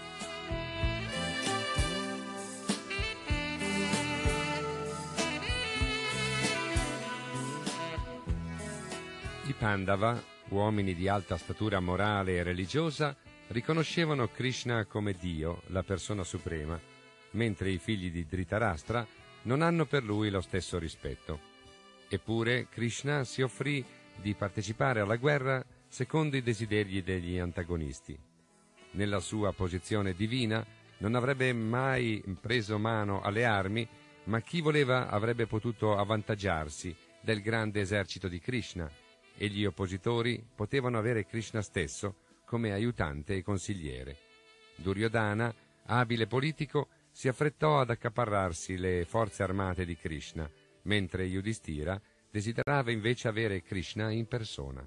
I Pandava, uomini di alta statura morale e religiosa, riconoscevano Krishna come Dio, la persona suprema, mentre i figli di Dhritarashtra non hanno per lui lo stesso rispetto. Eppure Krishna si offrì di partecipare alla guerra secondo i desideri degli antagonisti. Nella sua posizione divina non avrebbe mai preso mano alle armi, ma chi voleva avrebbe potuto avvantaggiarsi del grande esercito di Krishna, e gli oppositori potevano avere Krishna stesso come aiutante e consigliere. Duryodhana, abile politico, si affrettò ad accaparrarsi le forze armate di Krishna, mentre Yudhishthira desiderava invece avere Krishna in persona.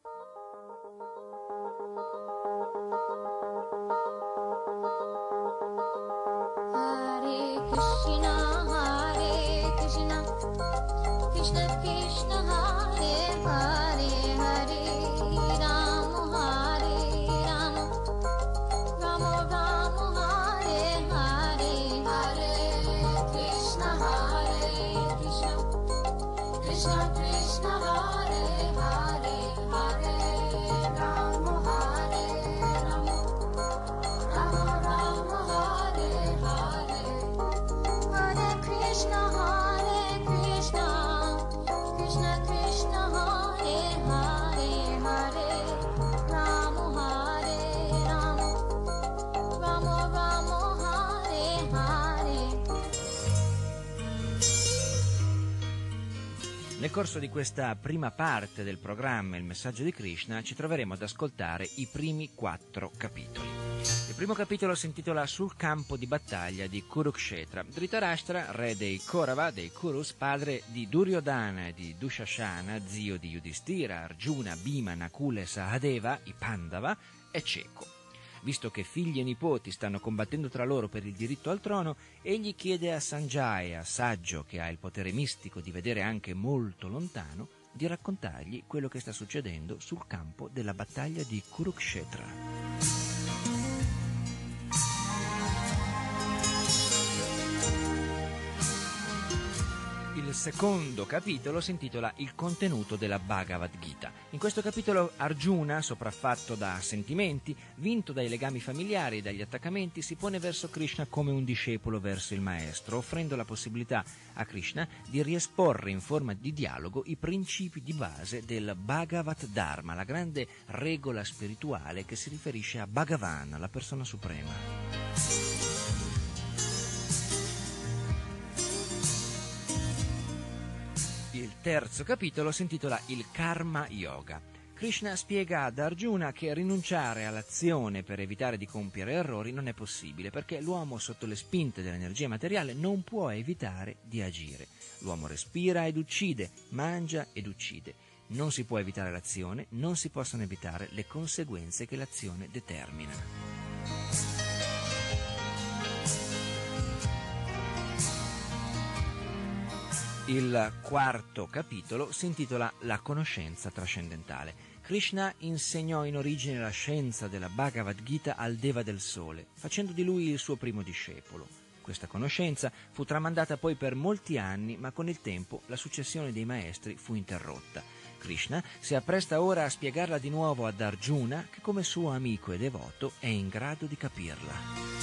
Nel corso di questa prima parte del programma Il messaggio di Krishna ci troveremo ad ascoltare i primi quattro capitoli. Il primo capitolo si intitola Sul campo di battaglia di Kurukshetra. Dhritarashtra, re dei Kaurava, dei Kurus, padre di Duryodhana e di Dushashana, zio di Yudhishthira, Arjuna, Bhima, Nakula e Sahadeva, i Pandava, è cieco. Visto che figli e nipoti stanno combattendo tra loro per il diritto al trono, egli chiede a Sanjaya, saggio che ha il potere mistico di vedere anche molto lontano, di raccontargli quello che sta succedendo sul campo della battaglia di Kurukshetra. Il secondo capitolo si intitola Il contenuto della Bhagavad Gita. In questo capitolo Arjuna, sopraffatto da sentimenti, vinto dai legami familiari e dagli attaccamenti, si pone verso Krishna come un discepolo verso il maestro, offrendo la possibilità a Krishna di riesporre in forma di dialogo i principi di base del Bhagavat Dharma, la grande regola spirituale che si riferisce a Bhagavan, la persona suprema. Il terzo capitolo si intitola Il Karma Yoga. Krishna spiega ad Arjuna che rinunciare all'azione per evitare di compiere errori non è possibile, perché l'uomo sotto le spinte dell'energia materiale non può evitare di agire. L'uomo respira ed uccide, mangia ed uccide. Non si può evitare l'azione, non si possono evitare le conseguenze che l'azione determina. Il quarto capitolo si intitola La conoscenza trascendentale. Krishna insegnò in origine la scienza della Bhagavad Gita al Deva del Sole, facendo di lui il suo primo discepolo. Questa conoscenza fu tramandata poi per molti anni, ma con il tempo la successione dei maestri fu interrotta. Krishna si appresta ora a spiegarla di nuovo ad Arjuna, che come suo amico e devoto è in grado di capirla.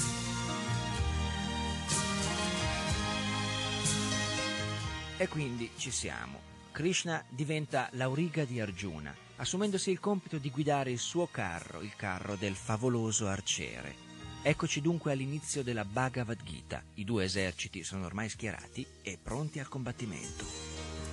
E quindi ci siamo. Krishna diventa l'auriga di Arjuna, assumendosi il compito di guidare il suo carro, il carro del favoloso arciere. Eccoci dunque all'inizio della Bhagavad Gita. I due eserciti sono ormai schierati e pronti al combattimento.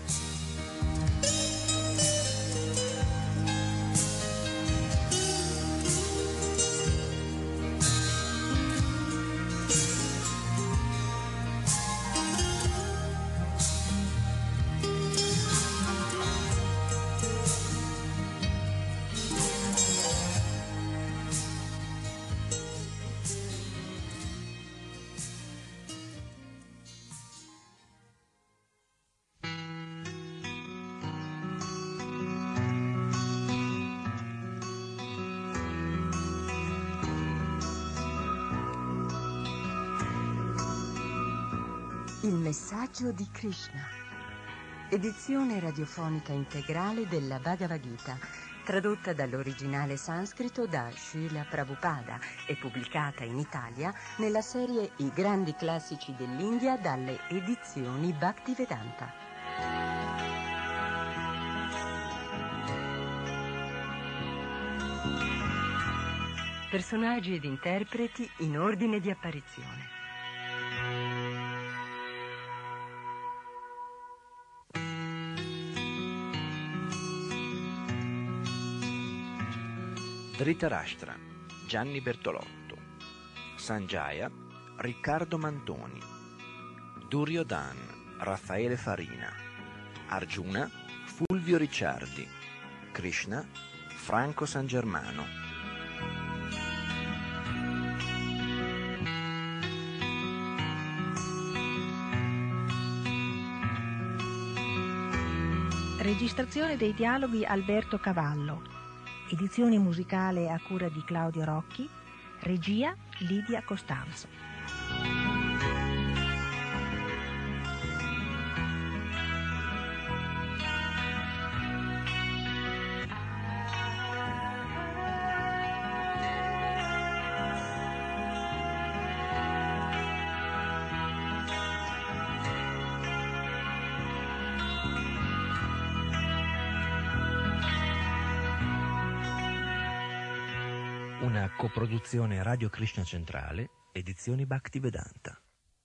Il messaggio di Krishna. Edizione radiofonica integrale della Bhagavad Gita, tradotta dall'originale sanscrito da Srila Prabhupada e pubblicata in Italia nella serie I grandi classici dell'India dalle edizioni Bhaktivedanta. Personaggi ed interpreti in ordine di apparizione. Dhritarashtra, Gianni Bertolotto. Sanjaya, Riccardo Mantoni. Duryodhan, Raffaele Farina. Arjuna, Fulvio Ricciardi. Krishna, Franco San Germano. Registrazione dei dialoghi Alberto Cavallo. Edizione musicale a cura di Claudio Rocchi. Regia Lidia Costanzo. Una coproduzione Radio Krishna Centrale, edizioni Bhaktivedanta.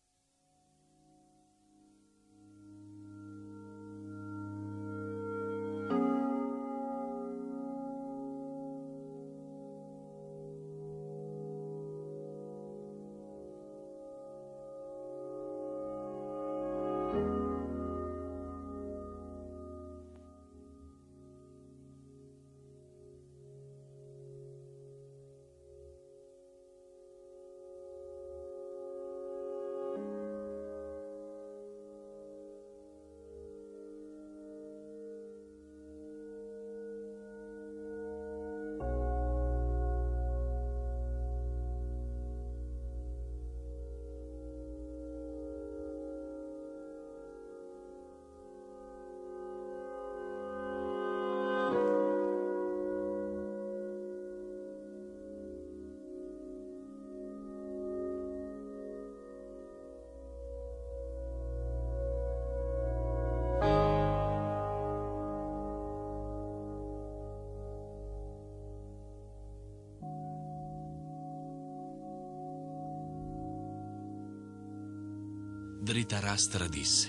Dhritarashtra disse: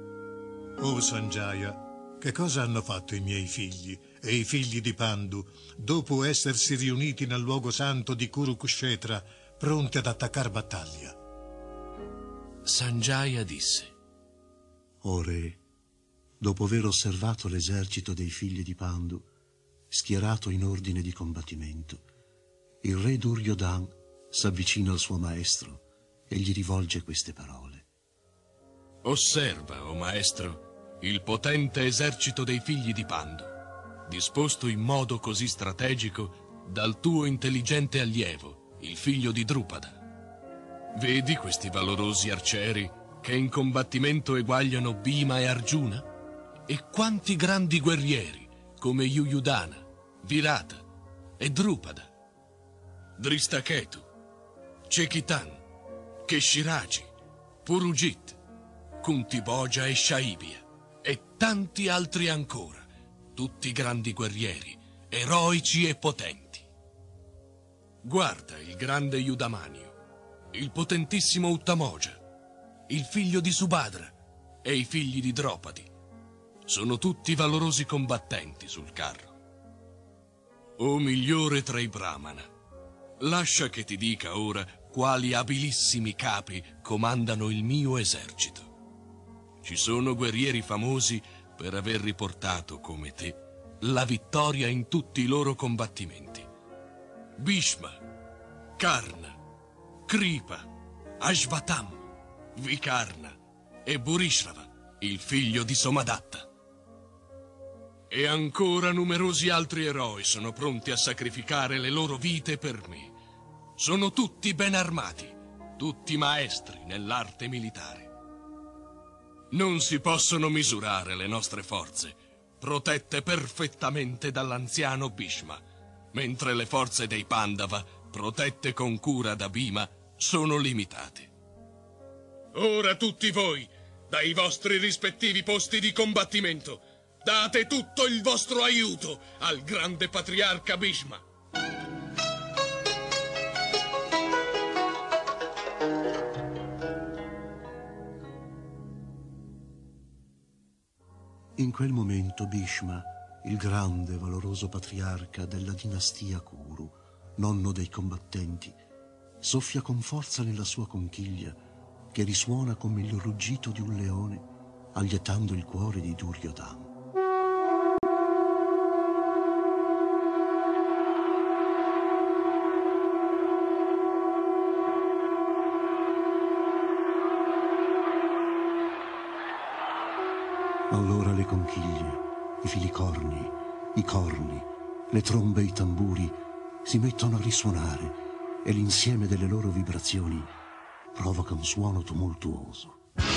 O Sanjaya, che cosa hanno fatto i miei figli e i figli di Pandu dopo essersi riuniti nel luogo santo di Kurukshetra, pronti ad attaccar battaglia? Sanjaya disse: O re, dopo aver osservato l'esercito dei figli di Pandu, schierato in ordine di combattimento, il re Duryodhan s'avvicina al suo maestro e gli rivolge queste parole. Osserva, o maestro, il potente esercito dei figli di Pandu, disposto in modo così strategico dal tuo intelligente allievo, il figlio di Drupada. Vedi questi valorosi arcieri che in combattimento eguagliano Bhima e Arjuna? E quanti grandi guerrieri come Yuyudhana, Virata e Drupada, Dristaketu, Cekitan, Keshiraji, Purujit, Kuntiboja e Shaibia e tanti altri ancora, tutti grandi guerrieri, eroici e potenti. Guarda il grande Yudamanio, il potentissimo Uttamoja, il figlio di Subhadra e i figli di Dropadi. Sono tutti valorosi combattenti sul carro. O migliore tra i Brahmana, lascia che ti dica ora quali abilissimi capi comandano il mio esercito. Ci sono guerrieri famosi per aver riportato, come te, la vittoria in tutti i loro combattimenti. Bhishma, Karna, Kripa, Ashvatham, Vikarna e Burishrava, il figlio di Somadatta. E ancora numerosi altri eroi sono pronti a sacrificare le loro vite per me. Sono tutti ben armati, tutti maestri nell'arte militare. Non si possono misurare le nostre forze protette perfettamente dall'anziano Bhishma, mentre le forze dei Pandava, protette con cura da Bhima, sono limitate. Ora tutti voi, dai vostri rispettivi posti di combattimento, date tutto il vostro aiuto al grande patriarca Bhishma. In quel momento Bhishma, il grande e valoroso patriarca della dinastia Kuru, nonno dei combattenti, soffia con forza nella sua conchiglia, che risuona come il ruggito di un leone, allietando il cuore di Duryodhana. Allora le conchiglie, i filicorni, i corni, le trombe e i tamburi si mettono a risuonare e l'insieme delle loro vibrazioni provoca un suono tumultuoso.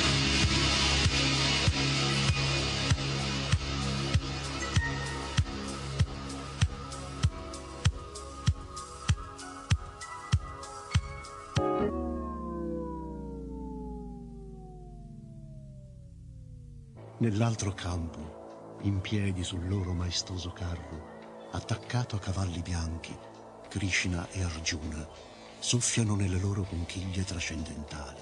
Nell'altro campo, in piedi sul loro maestoso carro, attaccato a cavalli bianchi, Krishna e Arjuna soffiano nelle loro conchiglie trascendentali.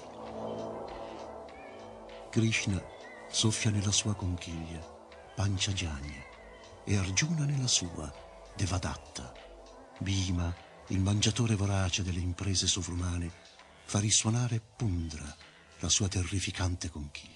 Krishna soffia nella sua conchiglia, Panchajanya, e Arjuna nella sua, Devadatta. Bhima, il mangiatore vorace delle imprese sovrumane, fa risuonare Pundra, la sua terrificante conchiglia.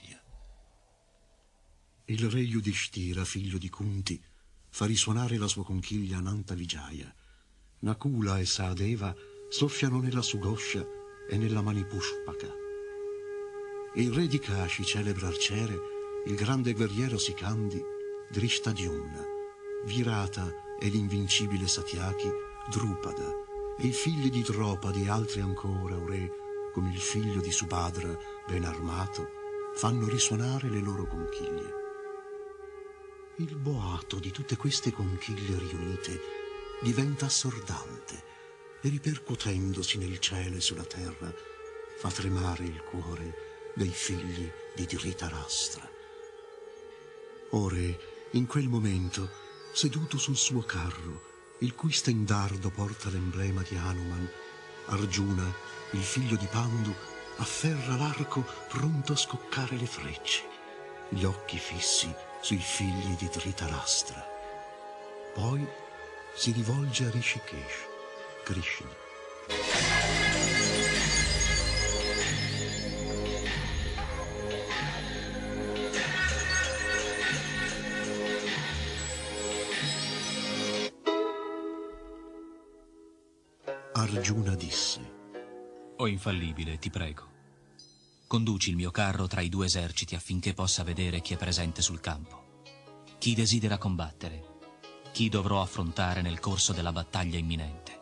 Il re Yudhishthira, figlio di Kunti, fa risuonare la sua conchiglia Ananta Vijaya. Nakula e Sahadeva soffiano nella Sugosha e nella Manipushpaka. Il re di Kashi celebra arciere, il grande guerriero Sikandi, Drishtadyumna, Virata e l'invincibile Satyaki, Drupada, e i figli di Draupadi e altri ancora, o re, come il figlio di Subhadra, ben armato, fanno risuonare le loro conchiglie. Il boato di tutte queste conchiglie riunite diventa assordante e, ripercuotendosi nel cielo e sulla terra, fa tremare il cuore dei figli di Dhritarashtra. O re, in quel momento, seduto sul suo carro, il cui stendardo porta l'emblema di Hanuman, Arjuna, il figlio di Pandu, afferra l'arco pronto a scoccare le frecce, gli occhi fissi sui figli di Dhritarashtra. Poi si rivolge a Rishikesh, Krishna. Arjuna disse: O infallibile, ti prego, conduci il mio carro tra i due eserciti affinché possa vedere chi è presente sul campo, chi desidera combattere, chi dovrò affrontare nel corso della battaglia imminente.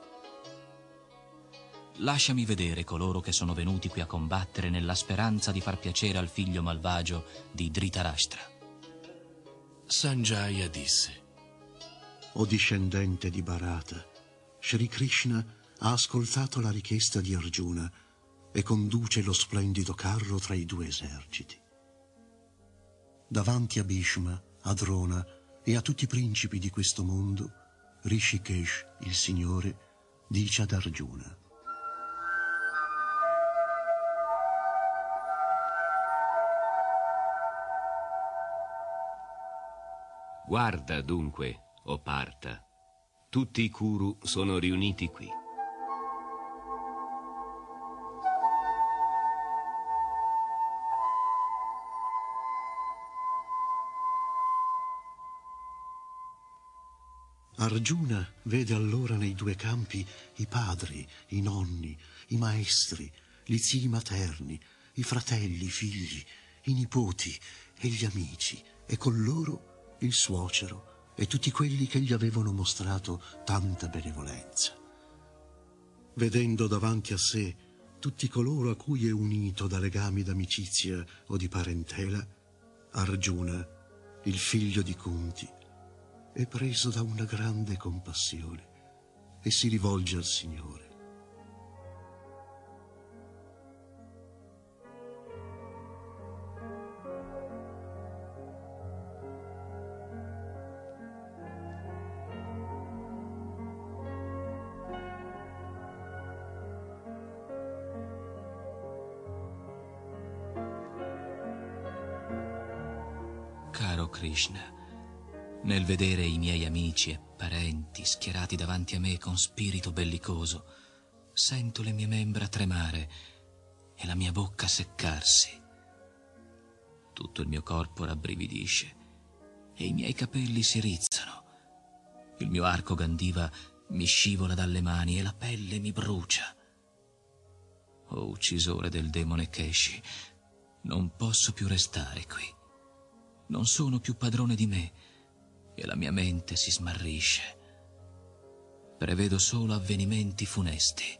Lasciami vedere coloro che sono venuti qui a combattere nella speranza di far piacere al figlio malvagio di Dhritarashtra. Sanjaya disse: O discendente di Bharata, Shri Krishna ha ascoltato la richiesta di Arjuna e conduce lo splendido carro tra i due eserciti. Davanti a Bhishma, a Drona e a tutti i principi di questo mondo, Rishikesh, il Signore, dice ad Arjuna: Guarda dunque, o Partha, tutti i Kuru sono riuniti qui. Arjuna vede allora nei due campi i padri, i nonni, i maestri, gli zii materni, i fratelli, i figli, i nipoti e gli amici, e con loro il suocero e tutti quelli che gli avevano mostrato tanta benevolenza. Vedendo davanti a sé tutti coloro a cui è unito da legami d'amicizia o di parentela, Arjuna il figlio di Kunti, è preso da una grande compassione e si rivolge al Signore. Caro Krishna, nel vedere i miei amici e parenti schierati davanti a me con spirito bellicoso, sento le mie membra tremare e la mia bocca seccarsi. Tutto il mio corpo rabbrividisce e i miei capelli si rizzano. Il mio arco Gandiva mi scivola dalle mani e la pelle mi brucia. O uccisore del demone Keshi, non posso più restare qui. Non sono più padrone di me e la mia mente si smarrisce. Prevedo solo avvenimenti funesti.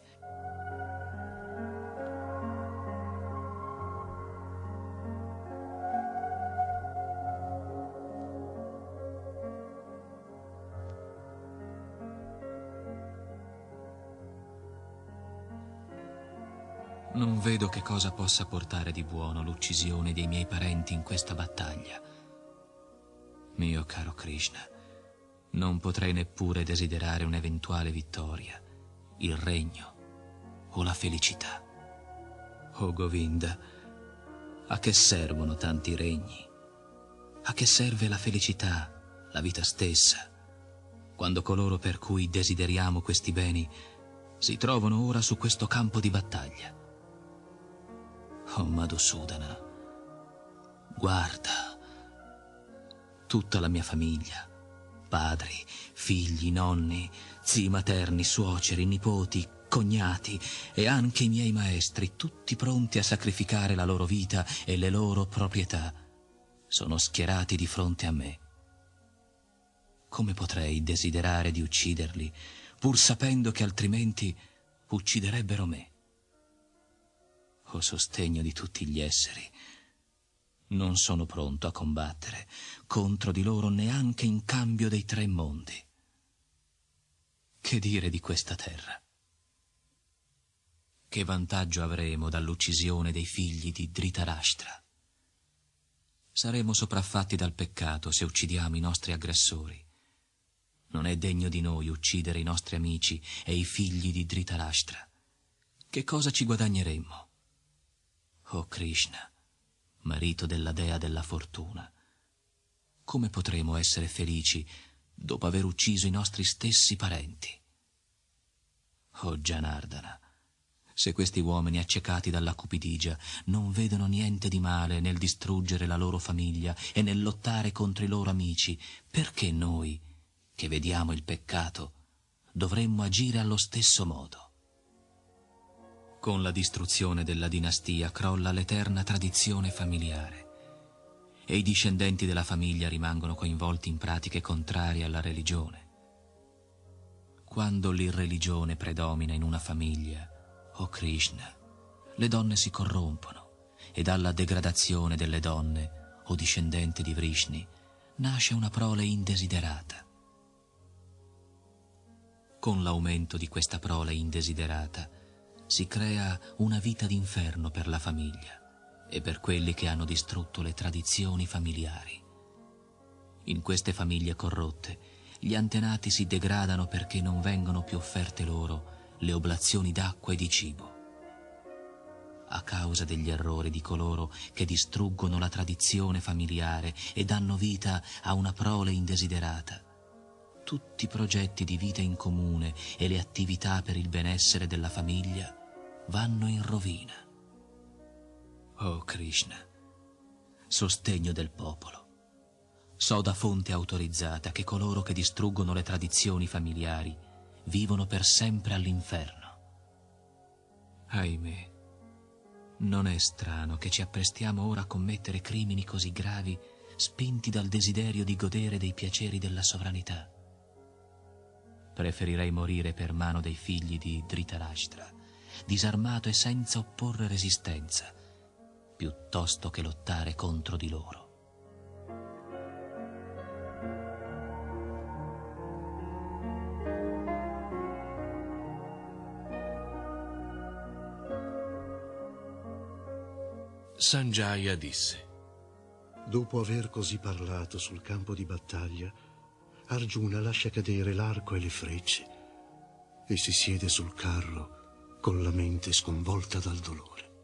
Non vedo che cosa possa portare di buono l'uccisione dei miei parenti in questa battaglia. Mio caro Krishna, non potrei neppure desiderare un'eventuale vittoria, il regno o la felicità. Oh Govinda, a che servono tanti regni? A che serve la felicità, la vita stessa, quando coloro per cui desideriamo questi beni si trovano ora su questo campo di battaglia? Oh Madhusudana, guarda, tutta la mia famiglia, padri, figli, nonni, zii materni, suoceri, nipoti, cognati e anche i miei maestri, tutti pronti a sacrificare la loro vita e le loro proprietà, sono schierati di fronte a me. Come potrei desiderare di ucciderli, pur sapendo che altrimenti ucciderebbero me? O sostegno di tutti gli esseri, non sono pronto a combattere contro di loro neanche in cambio dei tre mondi. Che dire di questa terra? Che vantaggio avremo dall'uccisione dei figli di Dhritarashtra? Saremo sopraffatti dal peccato se uccidiamo i nostri aggressori. Non è degno di noi uccidere i nostri amici e i figli di Dhritarashtra. Che cosa ci guadagneremmo? Oh Krishna, marito della dea della fortuna, come potremo essere felici dopo aver ucciso i nostri stessi parenti? Oh Janardana, se questi uomini accecati dalla cupidigia non vedono niente di male nel distruggere la loro famiglia e nel lottare contro i loro amici, perché noi, che vediamo il peccato, dovremmo agire allo stesso modo? Con la distruzione della dinastia crolla l'eterna tradizione familiare e i discendenti della famiglia rimangono coinvolti in pratiche contrarie alla religione. Quando l'irreligione predomina in una famiglia, oh Krishna, le donne si corrompono e dalla degradazione delle donne, o discendente di Vrishni, nasce una prole indesiderata. Con l'aumento di questa prole indesiderata si crea una vita d'inferno per la famiglia e per quelli che hanno distrutto le tradizioni familiari. In queste famiglie corrotte, gli antenati si degradano perché non vengono più offerte loro le oblazioni d'acqua e di cibo. A causa degli errori di coloro che distruggono la tradizione familiare e danno vita a una prole indesiderata, tutti i progetti di vita in comune e le attività per il benessere della famiglia vanno in rovina. Oh Krishna, sostegno del popolo, so da fonte autorizzata che coloro che distruggono le tradizioni familiari vivono per sempre all'inferno. Ahimè, non è strano che ci apprestiamo ora a commettere crimini così gravi, spinti dal desiderio di godere dei piaceri della sovranità. Preferirei morire per mano dei figli di Dhritarashtra, disarmato e senza opporre resistenza, piuttosto che lottare contro di loro. Sanjaya disse: Dopo aver così parlato sul campo di battaglia, Arjuna lascia cadere l'arco e le frecce e si siede sul carro con la mente sconvolta dal dolore.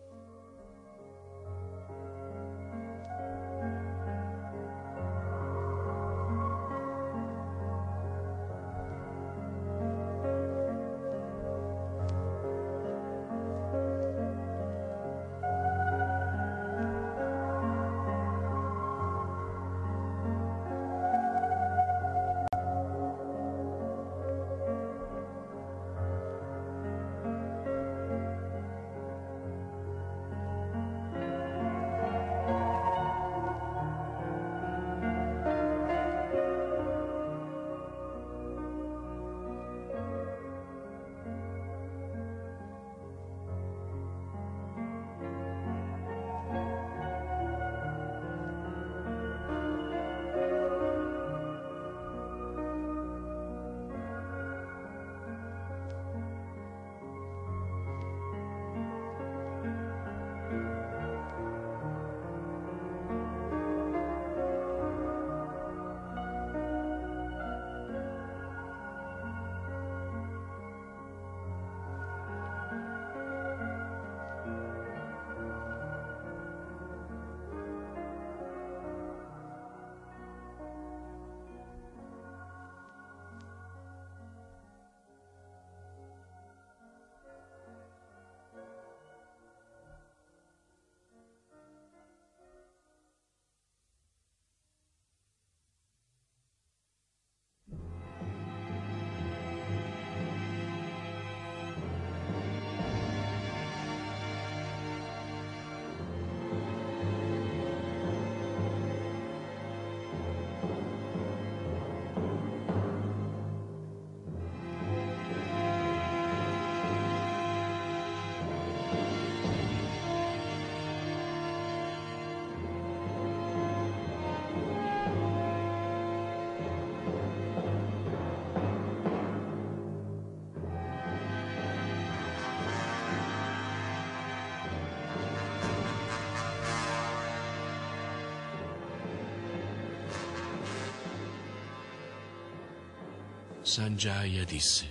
Sanjaya disse: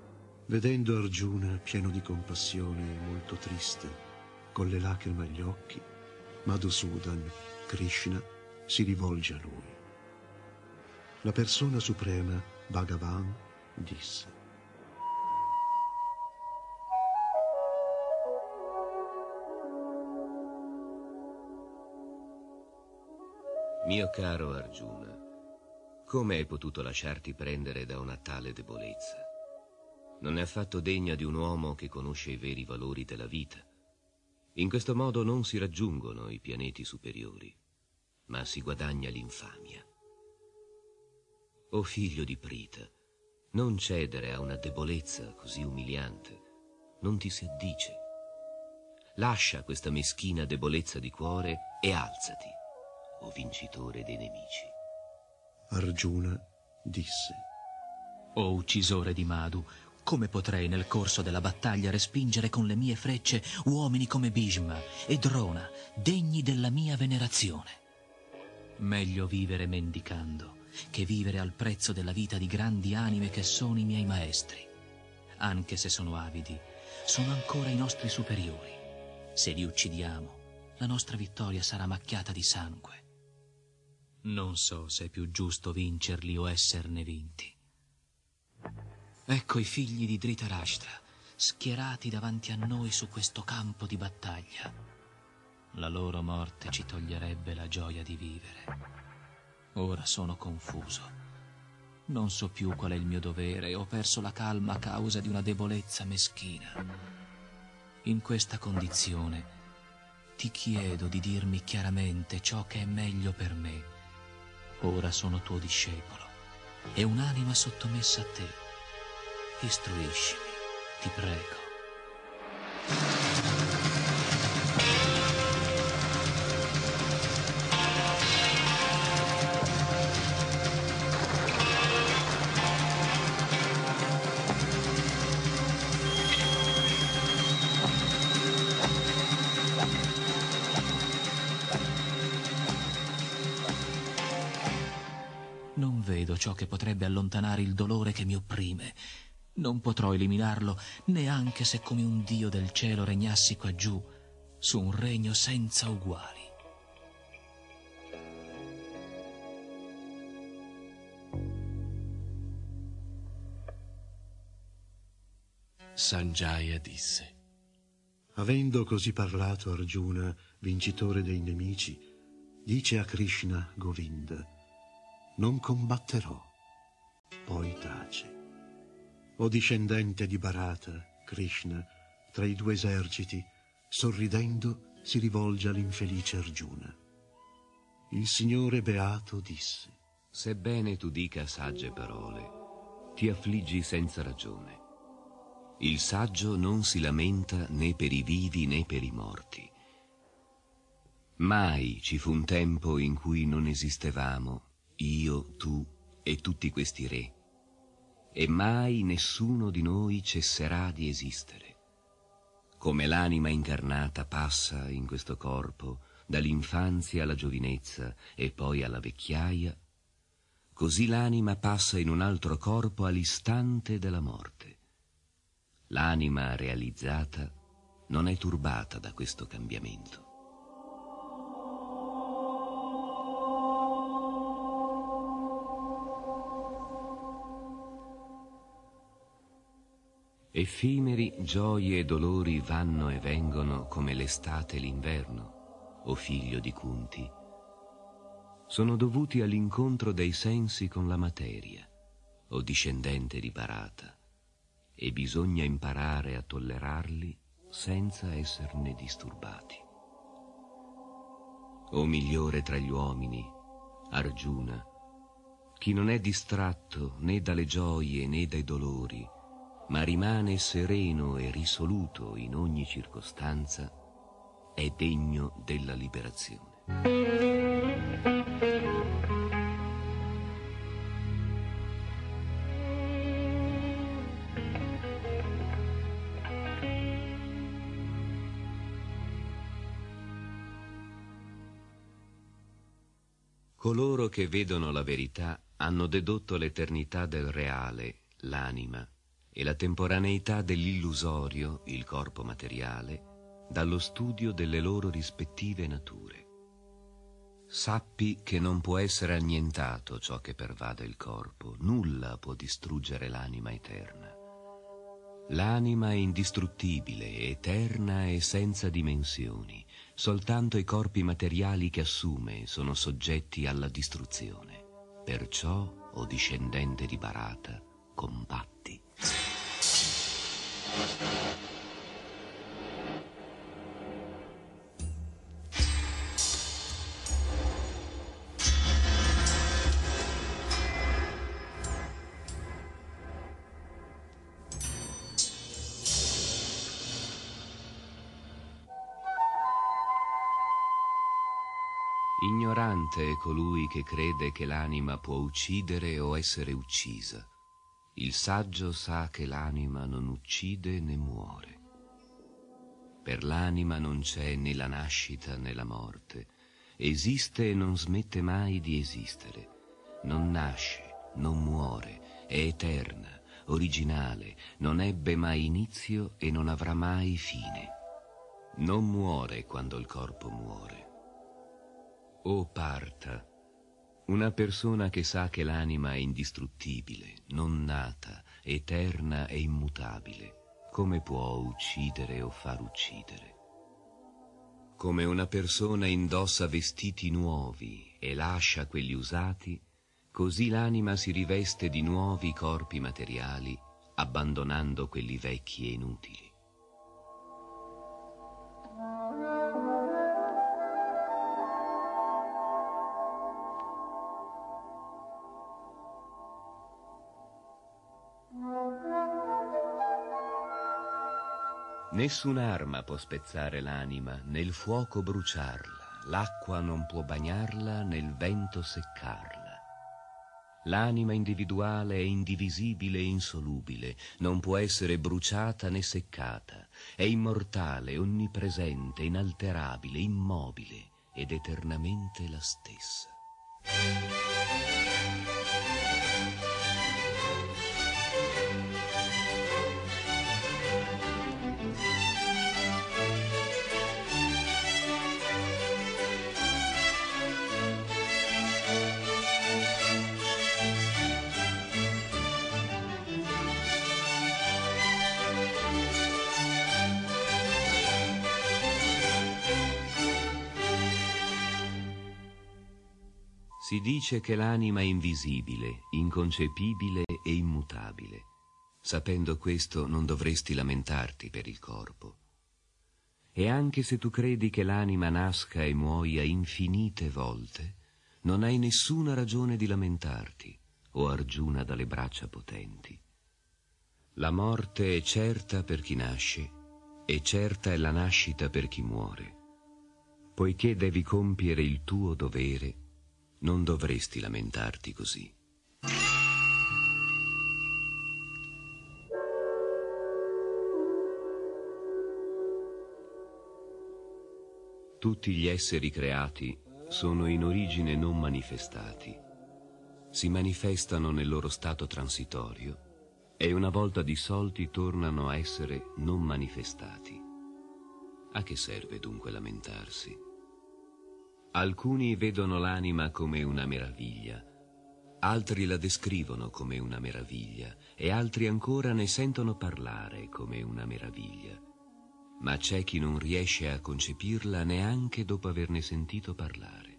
Vedendo Arjuna pieno di compassione e molto triste, con le lacrime agli occhi, Madhusudan, Krishna, si rivolge a lui. La persona suprema, Bhagavan, disse: Mio caro Arjuna, come hai potuto lasciarti prendere da una tale debolezza? Non è affatto degna di un uomo che conosce i veri valori della vita. In questo modo non si raggiungono i pianeti superiori, ma si guadagna l'infamia. O figlio di Prita, non cedere a una debolezza così umiliante, non ti si addice. Lascia questa meschina debolezza di cuore e alzati, o vincitore dei nemici. Arjuna disse: O uccisore di Madhu, come potrei nel corso della battaglia respingere con le mie frecce uomini come Bhishma e Drona, degni della mia venerazione? Meglio vivere mendicando che vivere al prezzo della vita di grandi anime che sono i miei maestri. Anche se sono avidi, sono ancora i nostri superiori. Se li uccidiamo, la nostra vittoria sarà macchiata di sangue. Non so se è più giusto vincerli o esserne vinti. Ecco i figli di Dhritarashtra, schierati davanti a noi su questo campo di battaglia. La loro morte ci toglierebbe la gioia di vivere. Ora sono confuso. Non so più qual è il mio dovere e ho perso la calma a causa di una debolezza meschina. In questa condizione ti chiedo di dirmi chiaramente ciò che è meglio per me. Ora sono tuo discepolo e un'anima sottomessa a te. Istruiscimi, ti prego. Non vedo ciò che potrebbe allontanare il dolore che mi opprime. Non potrò eliminarlo neanche se come un dio del cielo regnassi qua giù, su un regno senza uguali. Sanjaya disse: Avendo così parlato Arjuna, vincitore dei nemici, dice a Krishna Govinda: non combatterò. Poi tace. O discendente di Bharata, Krishna, tra i due eserciti, sorridendo, si rivolge all'infelice Arjuna. Il Signore Beato disse: sebbene tu dica sagge parole, ti affliggi senza ragione. Il saggio non si lamenta né per i vivi né per i morti. Mai ci fu un tempo in cui non esistevamo, io, tu e tutti questi re, e mai nessuno di noi cesserà di esistere. Come l'anima incarnata passa in questo corpo dall'infanzia alla giovinezza e poi alla vecchiaia, così l'anima passa in un altro corpo all'istante della morte. L'anima realizzata non è turbata da questo cambiamento. Effimeri gioie e dolori vanno e vengono come l'estate e l'inverno, o figlio di Kunti. Sono dovuti all'incontro dei sensi con la materia, o discendente di Bharata, e bisogna imparare a tollerarli senza esserne disturbati. O migliore tra gli uomini, Arjuna, chi non è distratto né dalle gioie né dai dolori, ma rimane sereno e risoluto in ogni circostanza, è degno della liberazione. Coloro che vedono la verità hanno dedotto l'eternità del reale, l'anima, e la temporaneità dell'illusorio, il corpo materiale, dallo studio delle loro rispettive nature. Sappi che non può essere annientato ciò che pervade il corpo, nulla può distruggere l'anima eterna. L'anima è indistruttibile, eterna e senza dimensioni. Soltanto i corpi materiali che assume sono soggetti alla distruzione. Perciò, o discendente di Bharata, combatti. Ignorante è colui che crede che l'anima può uccidere o essere uccisa. Il saggio sa che l'anima non uccide né muore. Per l'anima non c'è né la nascita né la morte. Esiste e non smette mai di esistere. Non nasce, non muore, è eterna, originale, non ebbe mai inizio e non avrà mai fine. Non muore quando il corpo muore. O Partha, una persona che sa che l'anima è indistruttibile, non nata, eterna e immutabile, come può uccidere o far uccidere? Come una persona indossa vestiti nuovi e lascia quelli usati, così l'anima si riveste di nuovi corpi materiali, abbandonando quelli vecchi e inutili. Nessun'arma può spezzare l'anima, nel fuoco bruciarla, l'acqua non può bagnarla, nel vento seccarla. L'anima individuale è indivisibile e insolubile, non può essere bruciata né seccata, è immortale, onnipresente, inalterabile, immobile ed eternamente la stessa. Si dice che l'anima è invisibile, inconcepibile e immutabile. Sapendo questo non dovresti lamentarti per il corpo. E anche se tu credi che l'anima nasca e muoia infinite volte, non hai nessuna ragione di lamentarti, o Arjuna dalle braccia potenti. La morte è certa per chi nasce, e certa è la nascita per chi muore. Poiché devi compiere il tuo dovere, non dovresti lamentarti così. Tutti gli esseri creati sono in origine non manifestati. Si manifestano nel loro stato transitorio e una volta dissolti tornano a essere non manifestati. A che serve dunque lamentarsi? Alcuni vedono l'anima come una meraviglia, altri la descrivono come una meraviglia e altri ancora ne sentono parlare come una meraviglia. Ma c'è chi non riesce a concepirla neanche dopo averne sentito parlare.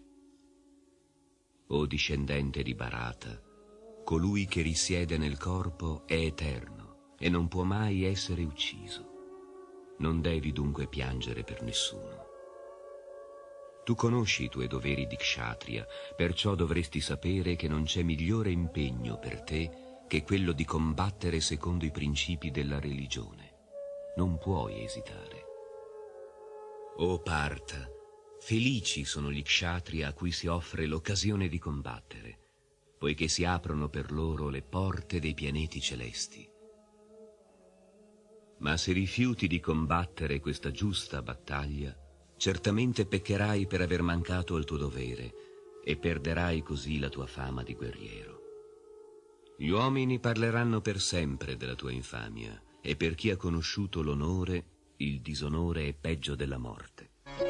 O discendente di Bharata, colui che risiede nel corpo è eterno e non può mai essere ucciso. Non devi dunque piangere per nessuno. Tu conosci i tuoi doveri di kshatriya, perciò dovresti sapere che non c'è migliore impegno per te che quello di combattere secondo i principi della religione. Non puoi esitare. O Partha, felici sono gli kshatriya a cui si offre l'occasione di combattere, poiché si aprono per loro le porte dei pianeti celesti. Ma se rifiuti di combattere questa giusta battaglia, certamente peccherai per aver mancato al tuo dovere e perderai così la tua fama di guerriero. Gli uomini parleranno per sempre della tua infamia, e per chi ha conosciuto l'onore, il disonore è peggio della morte.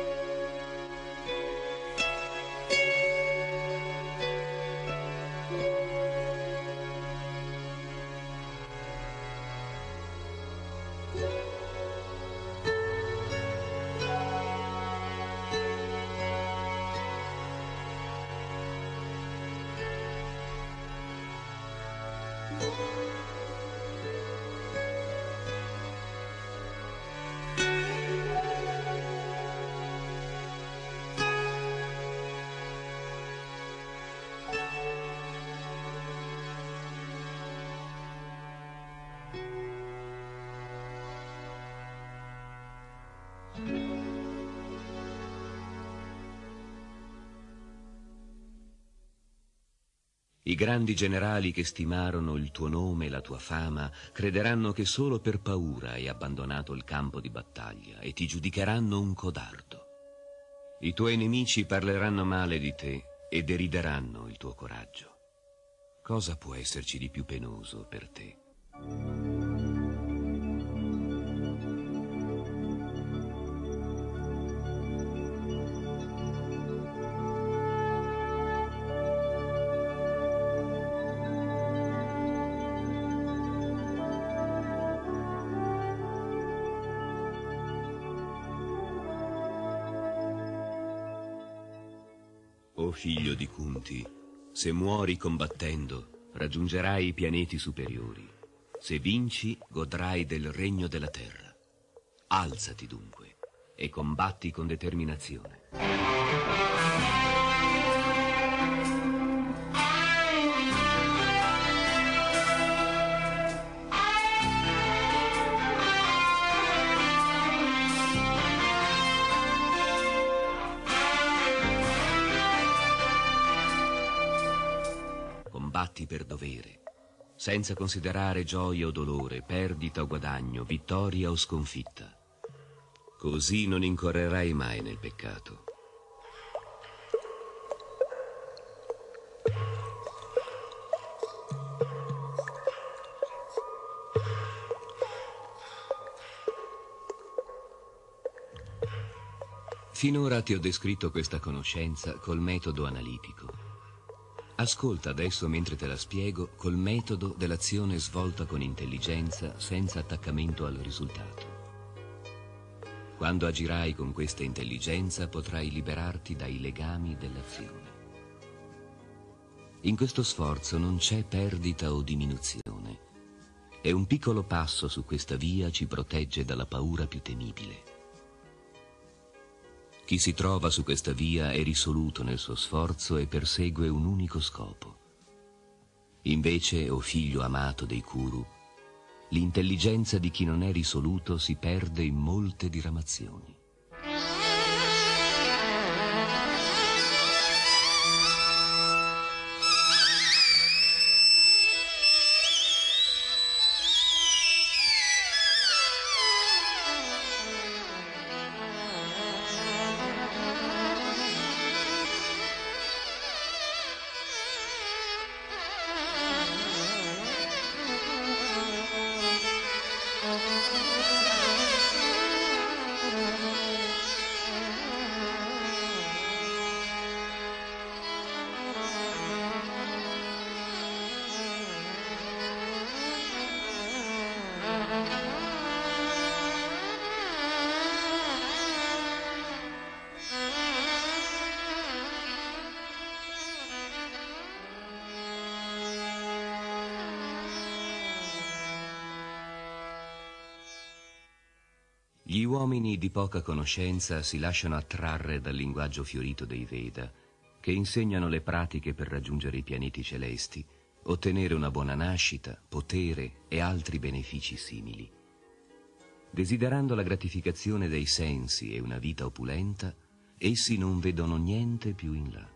I grandi generali che stimarono il tuo nome e la tua fama crederanno che solo per paura hai abbandonato il campo di battaglia e ti giudicheranno un codardo. I tuoi nemici parleranno male di te e derideranno il tuo coraggio. Cosa può esserci di più penoso per te? O figlio di Kunti, se muori combattendo, raggiungerai i pianeti superiori. Se vinci, godrai del regno della terra. Alzati dunque e combatti con determinazione. Combatti per dovere, senza considerare gioia o dolore, perdita o guadagno, vittoria o sconfitta. Così non incorrerai mai nel peccato. Finora ti ho descritto questa conoscenza col metodo analitico. Ascolta adesso mentre te la spiego col metodo dell'azione svolta con intelligenza senza attaccamento al risultato. Quando agirai con questa intelligenza potrai liberarti dai legami dell'azione. In questo sforzo non c'è perdita o diminuzione. E un piccolo passo su questa via ci protegge dalla paura più temibile. Chi si trova su questa via è risoluto nel suo sforzo e persegue un unico scopo. Invece, o figlio amato dei Kuru, l'intelligenza di chi non è risoluto si perde in molte diramazioni. Gli uomini di poca conoscenza si lasciano attrarre dal linguaggio fiorito dei Veda, che insegnano le pratiche per raggiungere i pianeti celesti, ottenere una buona nascita, potere e altri benefici simili. Desiderando la gratificazione dei sensi e una vita opulenta, essi non vedono niente più in là.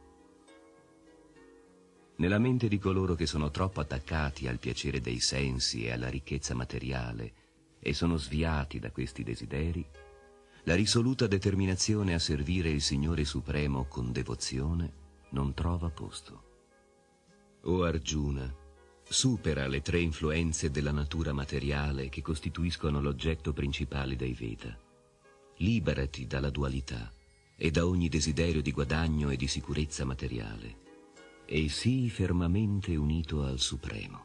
Nella mente di coloro che sono troppo attaccati al piacere dei sensi e alla ricchezza materiale e sono sviati da questi desideri, la risoluta determinazione a servire il Signore Supremo con devozione non trova posto. O Arjuna, supera le tre influenze della natura materiale che costituiscono l'oggetto principale dei Veda. Liberati dalla dualità e da ogni desiderio di guadagno e di sicurezza materiale, e sii fermamente unito al Supremo.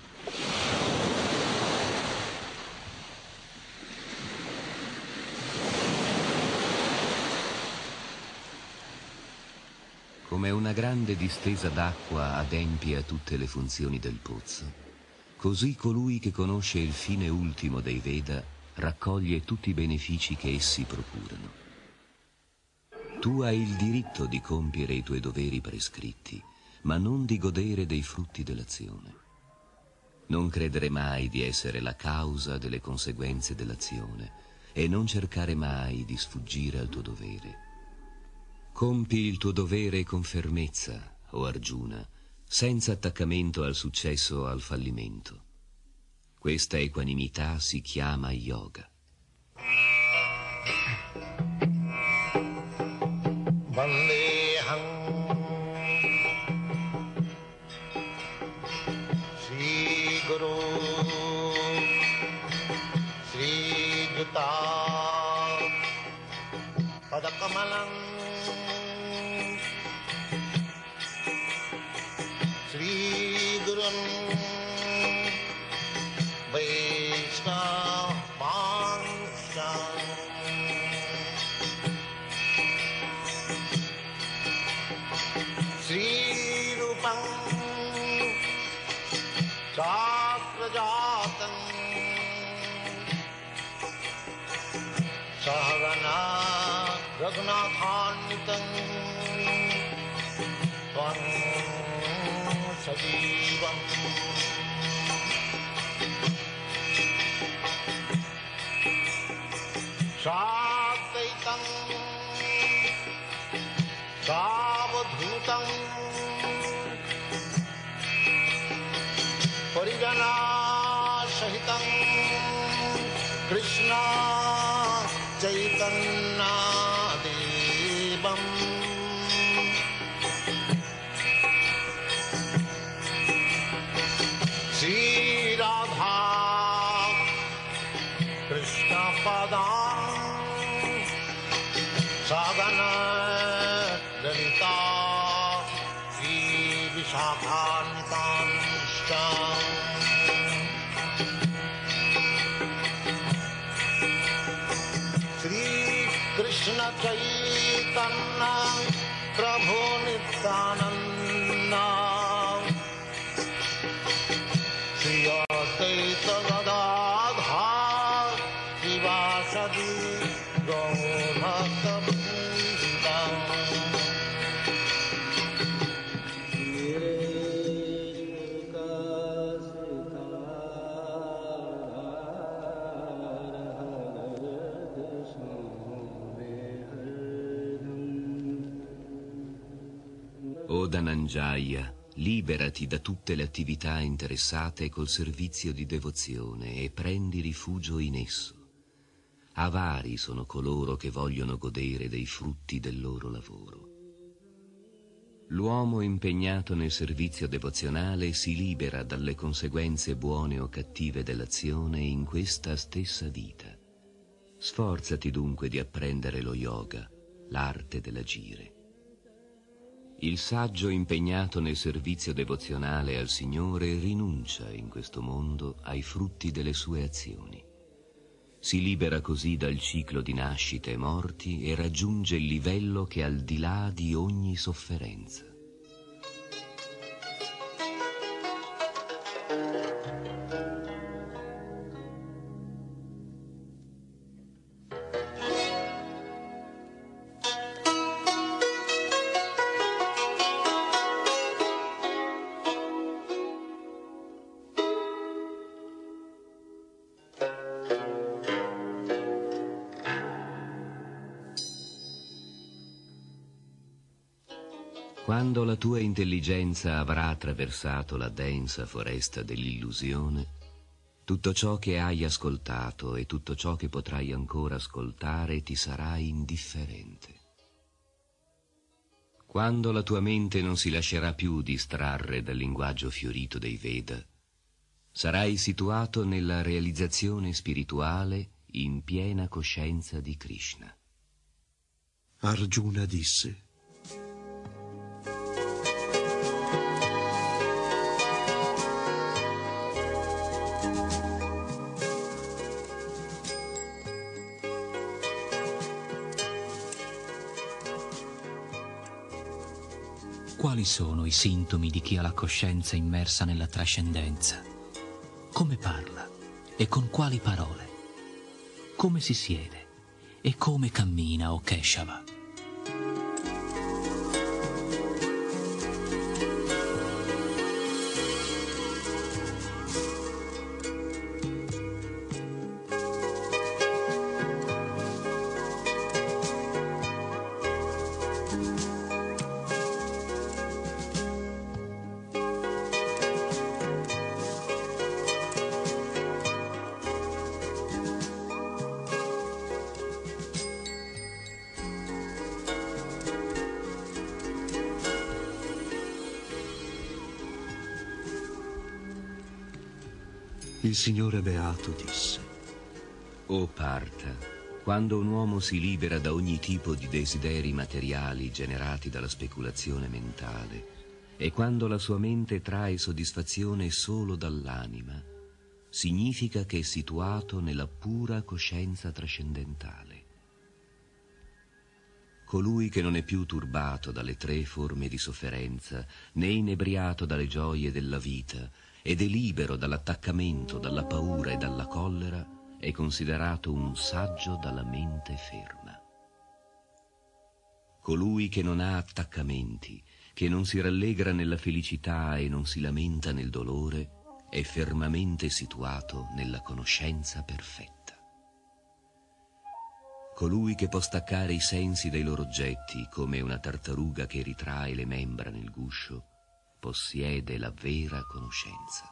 Come una grande distesa d'acqua adempie a tutte le funzioni del pozzo, così colui che conosce il fine ultimo dei Veda raccoglie tutti i benefici che essi procurano. Tu hai il diritto di compiere i tuoi doveri prescritti, ma non di godere dei frutti dell'azione. Non credere mai di essere la causa delle conseguenze dell'azione e non cercare mai di sfuggire al tuo dovere. Compi il tuo dovere con fermezza, o Arjuna, senza attaccamento al successo o al fallimento. Questa equanimità si chiama yoga. Vandeham Sri Guru Sri Juta Padakamalam Sri Gurun Vaishnava Vanshan Sri Rupam Sakrajatan Sahagana Raghunathanvitam Tvam Sajivam Sadvaitam Savadhutam Parijana Sahitam Krishna Chaitanya Devam Sri Radha Krishna Padam Sagana Lalita Sri Vishakhanitanscha Sri Krishna Chaitanya Prabhu Nityananda O Dhananjaya, liberati da tutte le attività interessate col servizio di devozione e prendi rifugio in esso. Avari sono coloro che vogliono godere dei frutti del loro lavoro. L'uomo impegnato nel servizio devozionale si libera dalle conseguenze buone o cattive dell'azione in questa stessa vita. Sforzati dunque di apprendere lo yoga, l'arte dell'agire. Il saggio impegnato nel servizio devozionale al Signore rinuncia in questo mondo ai frutti delle sue azioni. Si libera così dal ciclo di nascite e morti e raggiunge il livello che è al di là di ogni sofferenza. Quando la tua intelligenza avrà attraversato la densa foresta dell'illusione, tutto ciò che hai ascoltato e tutto ciò che potrai ancora ascoltare ti sarà indifferente. Quando la tua mente non si lascerà più distrarre dal linguaggio fiorito dei Veda, sarai situato nella realizzazione spirituale in piena coscienza di Krishna. Arjuna disse: Quali sono i sintomi di chi ha la coscienza immersa nella trascendenza? Come parla e con quali parole? Come si siede e come cammina, o Keshava? Il Signore Beato disse: O Partha, quando un uomo si libera da ogni tipo di desideri materiali generati dalla speculazione mentale e quando la sua mente trae soddisfazione solo dall'anima, significa che è situato nella pura coscienza trascendentale. Colui che non è più turbato dalle tre forme di sofferenza, né inebriato dalle gioie della vita, ed è libero dall'attaccamento, dalla paura e dalla collera, è considerato un saggio dalla mente ferma. Colui che non ha attaccamenti, che non si rallegra nella felicità e non si lamenta nel dolore, è fermamente situato nella conoscenza perfetta. Colui che può staccare i sensi dai loro oggetti, come una tartaruga che ritrae le membra nel guscio, possiede la vera conoscenza.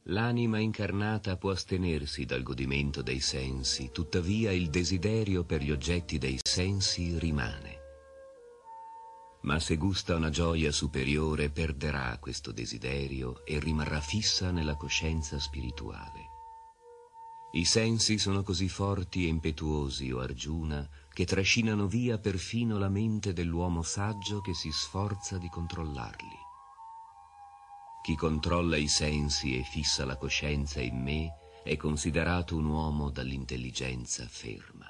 L'anima incarnata può astenersi dal godimento dei sensi, tuttavia il desiderio per gli oggetti dei sensi rimane. Ma se gusta una gioia superiore, perderà questo desiderio e rimarrà fissa nella coscienza spirituale. I sensi sono così forti e impetuosi, o Arjuna, che trascinano via perfino la mente dell'uomo saggio che si sforza di controllarli. Chi controlla i sensi e fissa la coscienza in me è considerato un uomo dall'intelligenza ferma.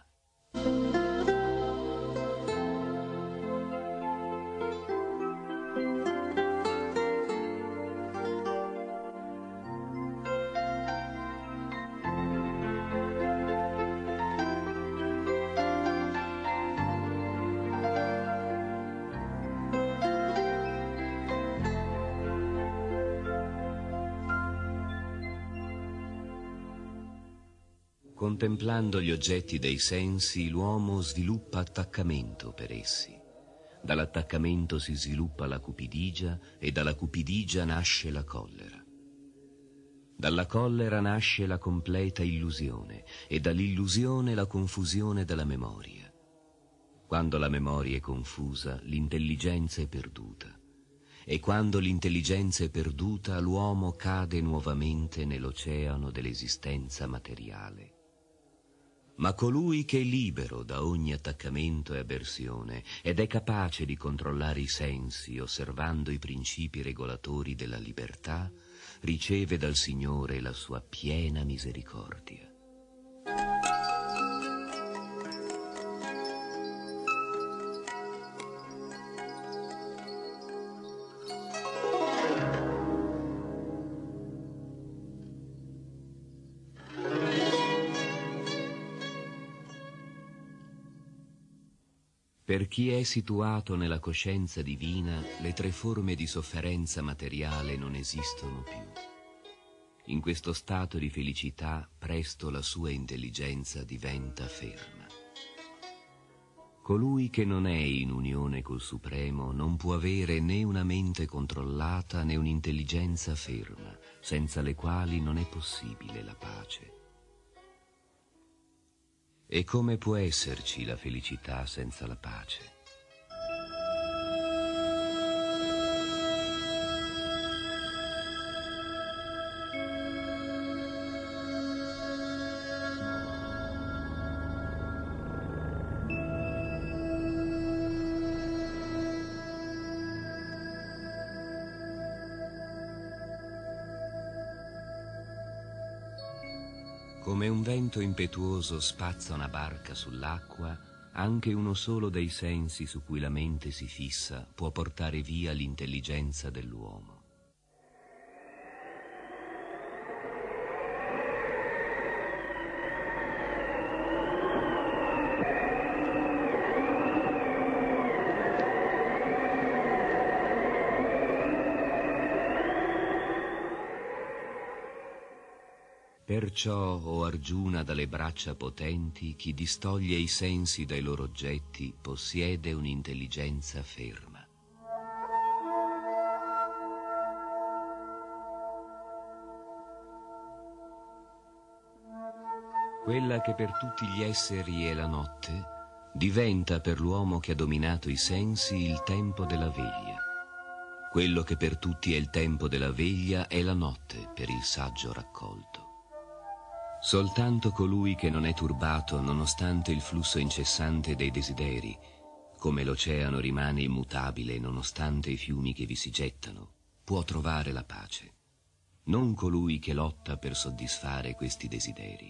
Contemplando gli oggetti dei sensi, l'uomo sviluppa attaccamento per essi. Dall'attaccamento si sviluppa la cupidigia e dalla cupidigia nasce la collera. Dalla collera nasce la completa illusione e dall'illusione la confusione della memoria. Quando la memoria è confusa, l'intelligenza è perduta. E quando l'intelligenza è perduta, l'uomo cade nuovamente nell'oceano dell'esistenza materiale. Ma colui che è libero da ogni attaccamento e avversione ed è capace di controllare i sensi osservando i principi regolatori della libertà, riceve dal Signore la sua piena misericordia. Per chi è situato nella coscienza divina, le tre forme di sofferenza materiale non esistono più. In questo stato di felicità, presto la sua intelligenza diventa ferma. Colui che non è in unione col Supremo non può avere né una mente controllata né un'intelligenza ferma, senza le quali non è possibile la pace. E come può esserci la felicità senza la pace? Come un vento impetuoso spazza una barca sull'acqua, anche uno solo dei sensi su cui la mente si fissa può portare via l'intelligenza dell'uomo. Perciò, o Arjuna, dalle braccia potenti, chi distoglie i sensi dai loro oggetti possiede un'intelligenza ferma. Quella che per tutti gli esseri è la notte, diventa per l'uomo che ha dominato i sensi il tempo della veglia. Quello che per tutti è il tempo della veglia è la notte per il saggio raccolto. Soltanto colui che non è turbato nonostante il flusso incessante dei desideri, come l'oceano rimane immutabile nonostante i fiumi che vi si gettano, può trovare la pace, non colui che lotta per soddisfare questi desideri.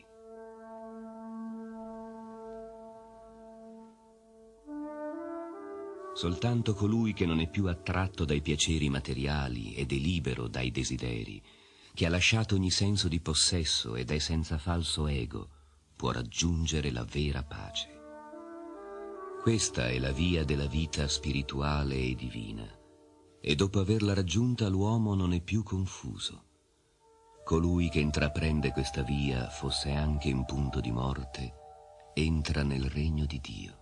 Soltanto colui che non è più attratto dai piaceri materiali ed è libero dai desideri, che ha lasciato ogni senso di possesso ed è senza falso ego, può raggiungere la vera pace. Questa è la via della vita spirituale e divina, e dopo averla raggiunta l'uomo non è più confuso. Colui che intraprende questa via, fosse anche in punto di morte, entra nel regno di Dio.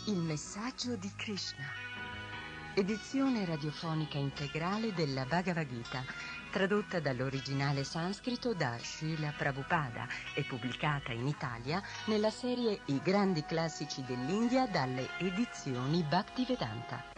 Il messaggio di Krishna. Edizione radiofonica integrale della Bhagavad Gita, tradotta dall'originale sanscrito da Srila Prabhupada e pubblicata in Italia nella serie I grandi classici dell'India dalle edizioni Bhaktivedanta.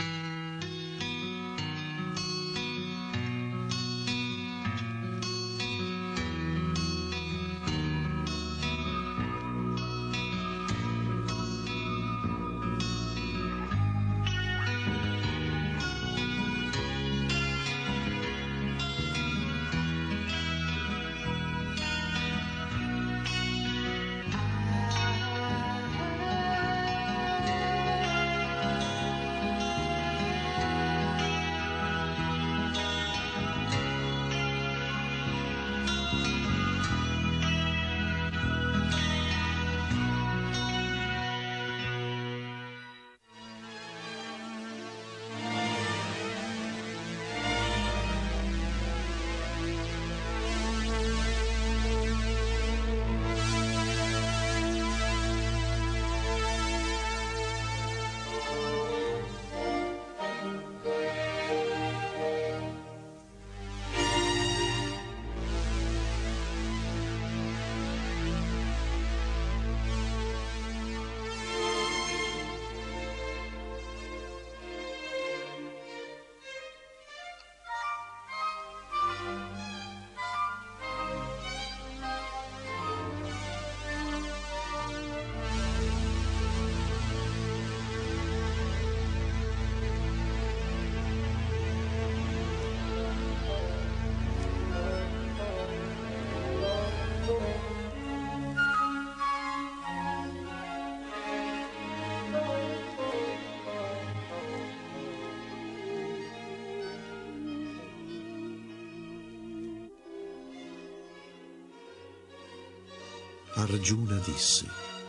Arjuna disse: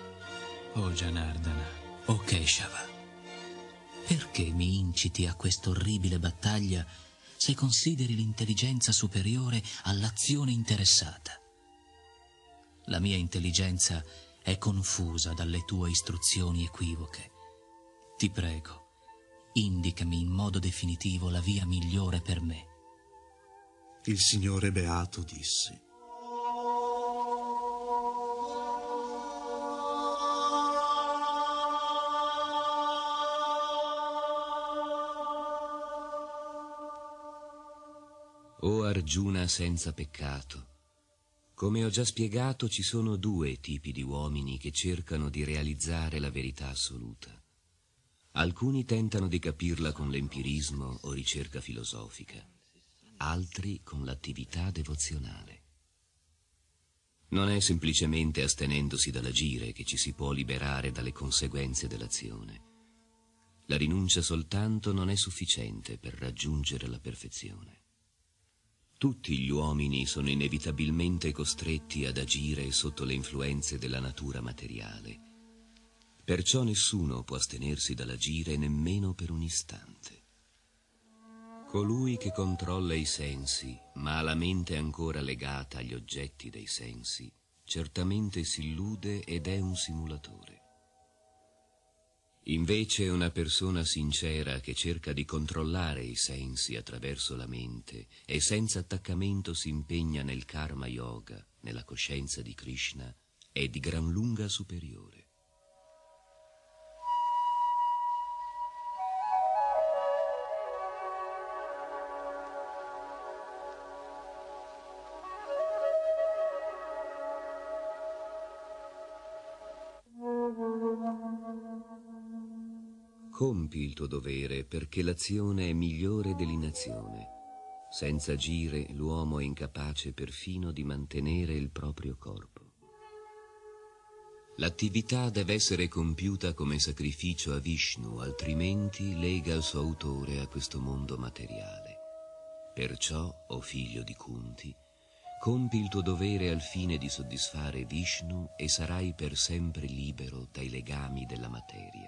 O Janardana, o Keshava, perché mi inciti a questa orribile battaglia se consideri l'intelligenza superiore all'azione interessata? La mia intelligenza è confusa dalle tue istruzioni equivoche. Ti prego, indicami in modo definitivo la via migliore per me. Il Signore Beato disse: O Arjuna senza peccato, come ho già spiegato, ci sono due tipi di uomini che cercano di realizzare la verità assoluta. Alcuni tentano di capirla con l'empirismo o ricerca filosofica, altri con l'attività devozionale. Non è semplicemente astenendosi dall'agire che ci si può liberare dalle conseguenze dell'azione. La rinuncia soltanto non è sufficiente per raggiungere la perfezione. Tutti gli uomini sono inevitabilmente costretti ad agire sotto le influenze della natura materiale. Perciò nessuno può astenersi dall'agire nemmeno per un istante. Colui che controlla i sensi, ma ha la mente ancora legata agli oggetti dei sensi, certamente si illude ed è un simulatore. Invece una persona sincera che cerca di controllare i sensi attraverso la mente e senza attaccamento si impegna nel karma yoga, nella coscienza di Krishna, è di gran lunga superiore. Compi il tuo dovere, perché l'azione è migliore dell'inazione. Senza agire l'uomo è incapace perfino di mantenere il proprio corpo. L'attività deve essere compiuta come sacrificio a Vishnu, altrimenti lega il suo autore a questo mondo materiale. Perciò, o figlio di Kunti, compi il tuo dovere al fine di soddisfare Vishnu e sarai per sempre libero dai legami della materia.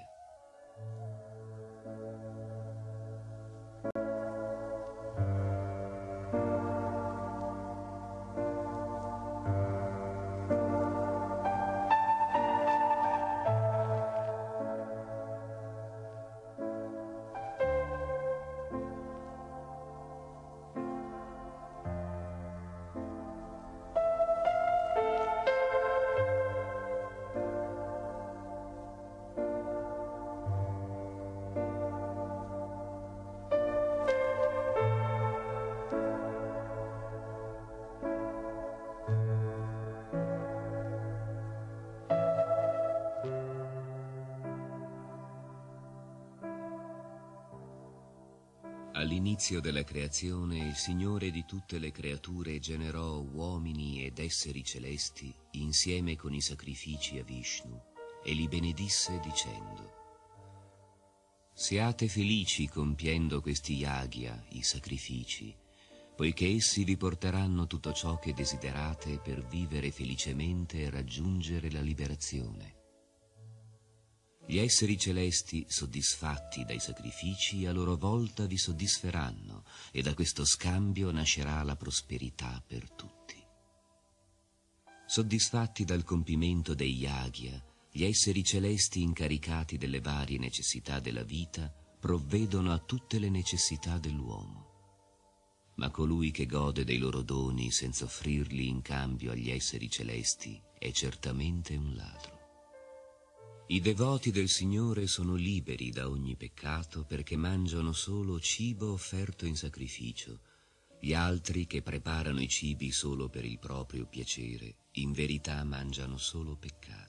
All'inizio della creazione il Signore di tutte le creature generò uomini ed esseri celesti insieme con i sacrifici a Vishnu e li benedisse dicendo: siate felici compiendo questi yagya, i sacrifici, poiché essi vi porteranno tutto ciò che desiderate per vivere felicemente e raggiungere la liberazione. Gli esseri celesti, soddisfatti dai sacrifici, a loro volta vi soddisferanno, e da questo scambio nascerà la prosperità per tutti. Soddisfatti dal compimento dei yagya, gli esseri celesti incaricati delle varie necessità della vita provvedono a tutte le necessità dell'uomo. Ma colui che gode dei loro doni senza offrirli in cambio agli esseri celesti è certamente un ladro. I devoti del Signore sono liberi da ogni peccato perché mangiano solo cibo offerto in sacrificio. Gli altri, che preparano i cibi solo per il proprio piacere, in verità mangiano solo peccati.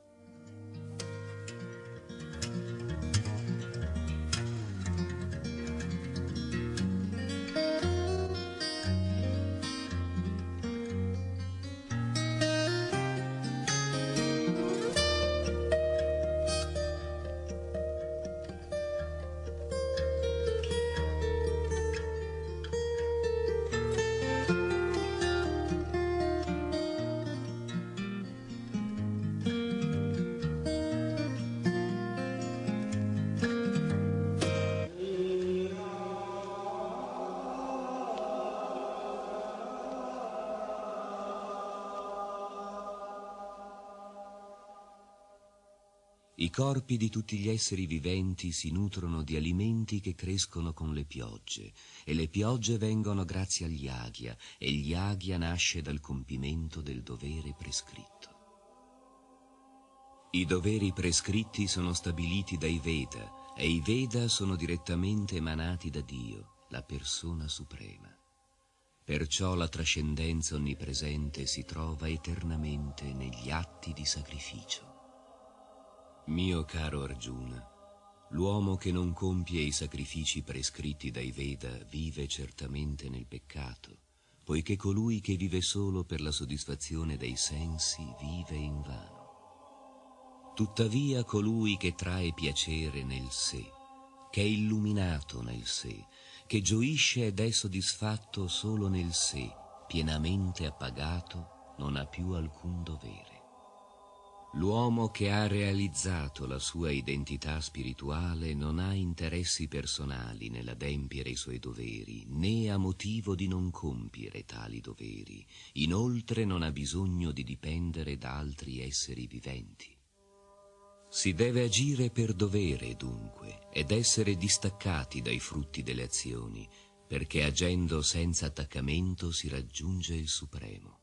I corpi di tutti gli esseri viventi si nutrono di alimenti che crescono con le piogge, e le piogge vengono grazie agli yagya, e il yagya nasce dal compimento del dovere prescritto. I doveri prescritti sono stabiliti dai Veda, e i Veda sono direttamente emanati da Dio, la persona suprema. Perciò la trascendenza onnipresente si trova eternamente negli atti di sacrificio. Mio caro Arjuna, l'uomo che non compie i sacrifici prescritti dai Veda vive certamente nel peccato, poiché colui che vive solo per la soddisfazione dei sensi vive invano. Tuttavia colui che trae piacere nel sé, che è illuminato nel sé, che gioisce ed è soddisfatto solo nel sé, pienamente appagato, non ha più alcun dovere. L'uomo che ha realizzato la sua identità spirituale non ha interessi personali nell'adempiere i suoi doveri, né ha motivo di non compiere tali doveri. Inoltre non ha bisogno di dipendere da altri esseri viventi. Si deve agire per dovere, dunque, ed essere distaccati dai frutti delle azioni, perché agendo senza attaccamento si raggiunge il Supremo.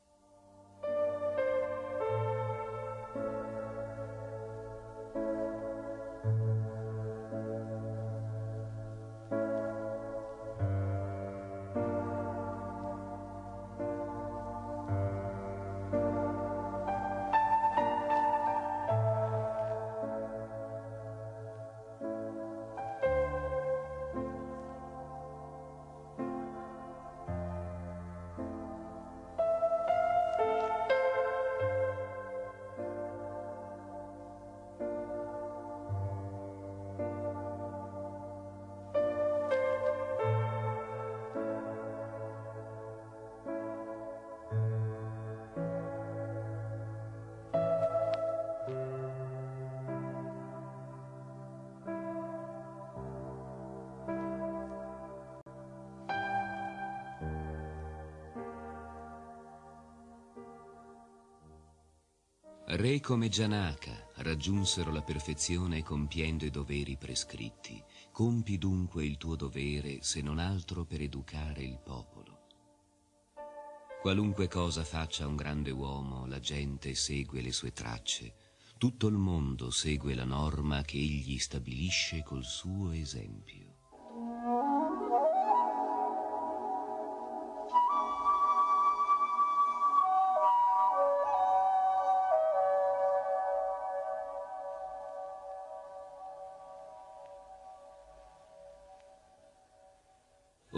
Re come Janaka raggiunsero la perfezione compiendo i doveri prescritti. Compi dunque il tuo dovere, se non altro per educare il popolo. Qualunque cosa faccia un grande uomo, la gente segue le sue tracce. Tutto il mondo segue la norma che egli stabilisce col suo esempio.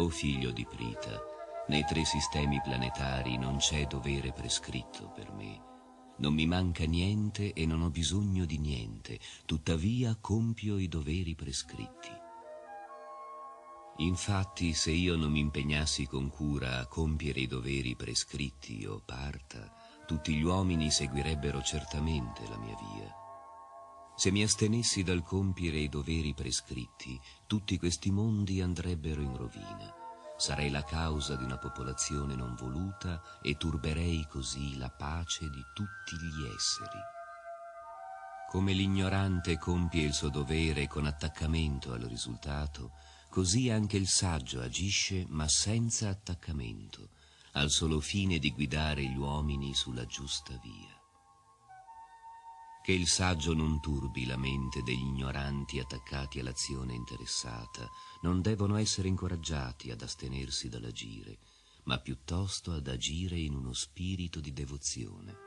O figlio di Prita, nei tre sistemi planetari non c'è dovere prescritto per me. Non mi manca niente e non ho bisogno di niente, tuttavia compio i doveri prescritti. Infatti, se io non mi impegnassi con cura a compiere i doveri prescritti o parta, tutti gli uomini seguirebbero certamente la mia via. Se mi astenessi dal compiere i doveri prescritti, tutti questi mondi andrebbero in rovina. Sarei la causa di una popolazione non voluta e turberei così la pace di tutti gli esseri. Come l'ignorante compie il suo dovere con attaccamento al risultato, così anche il saggio agisce ma senza attaccamento, al solo fine di guidare gli uomini sulla giusta via. Che il saggio non turbi la mente degli ignoranti attaccati all'azione interessata, non devono essere incoraggiati ad astenersi dall'agire, ma piuttosto ad agire in uno spirito di devozione.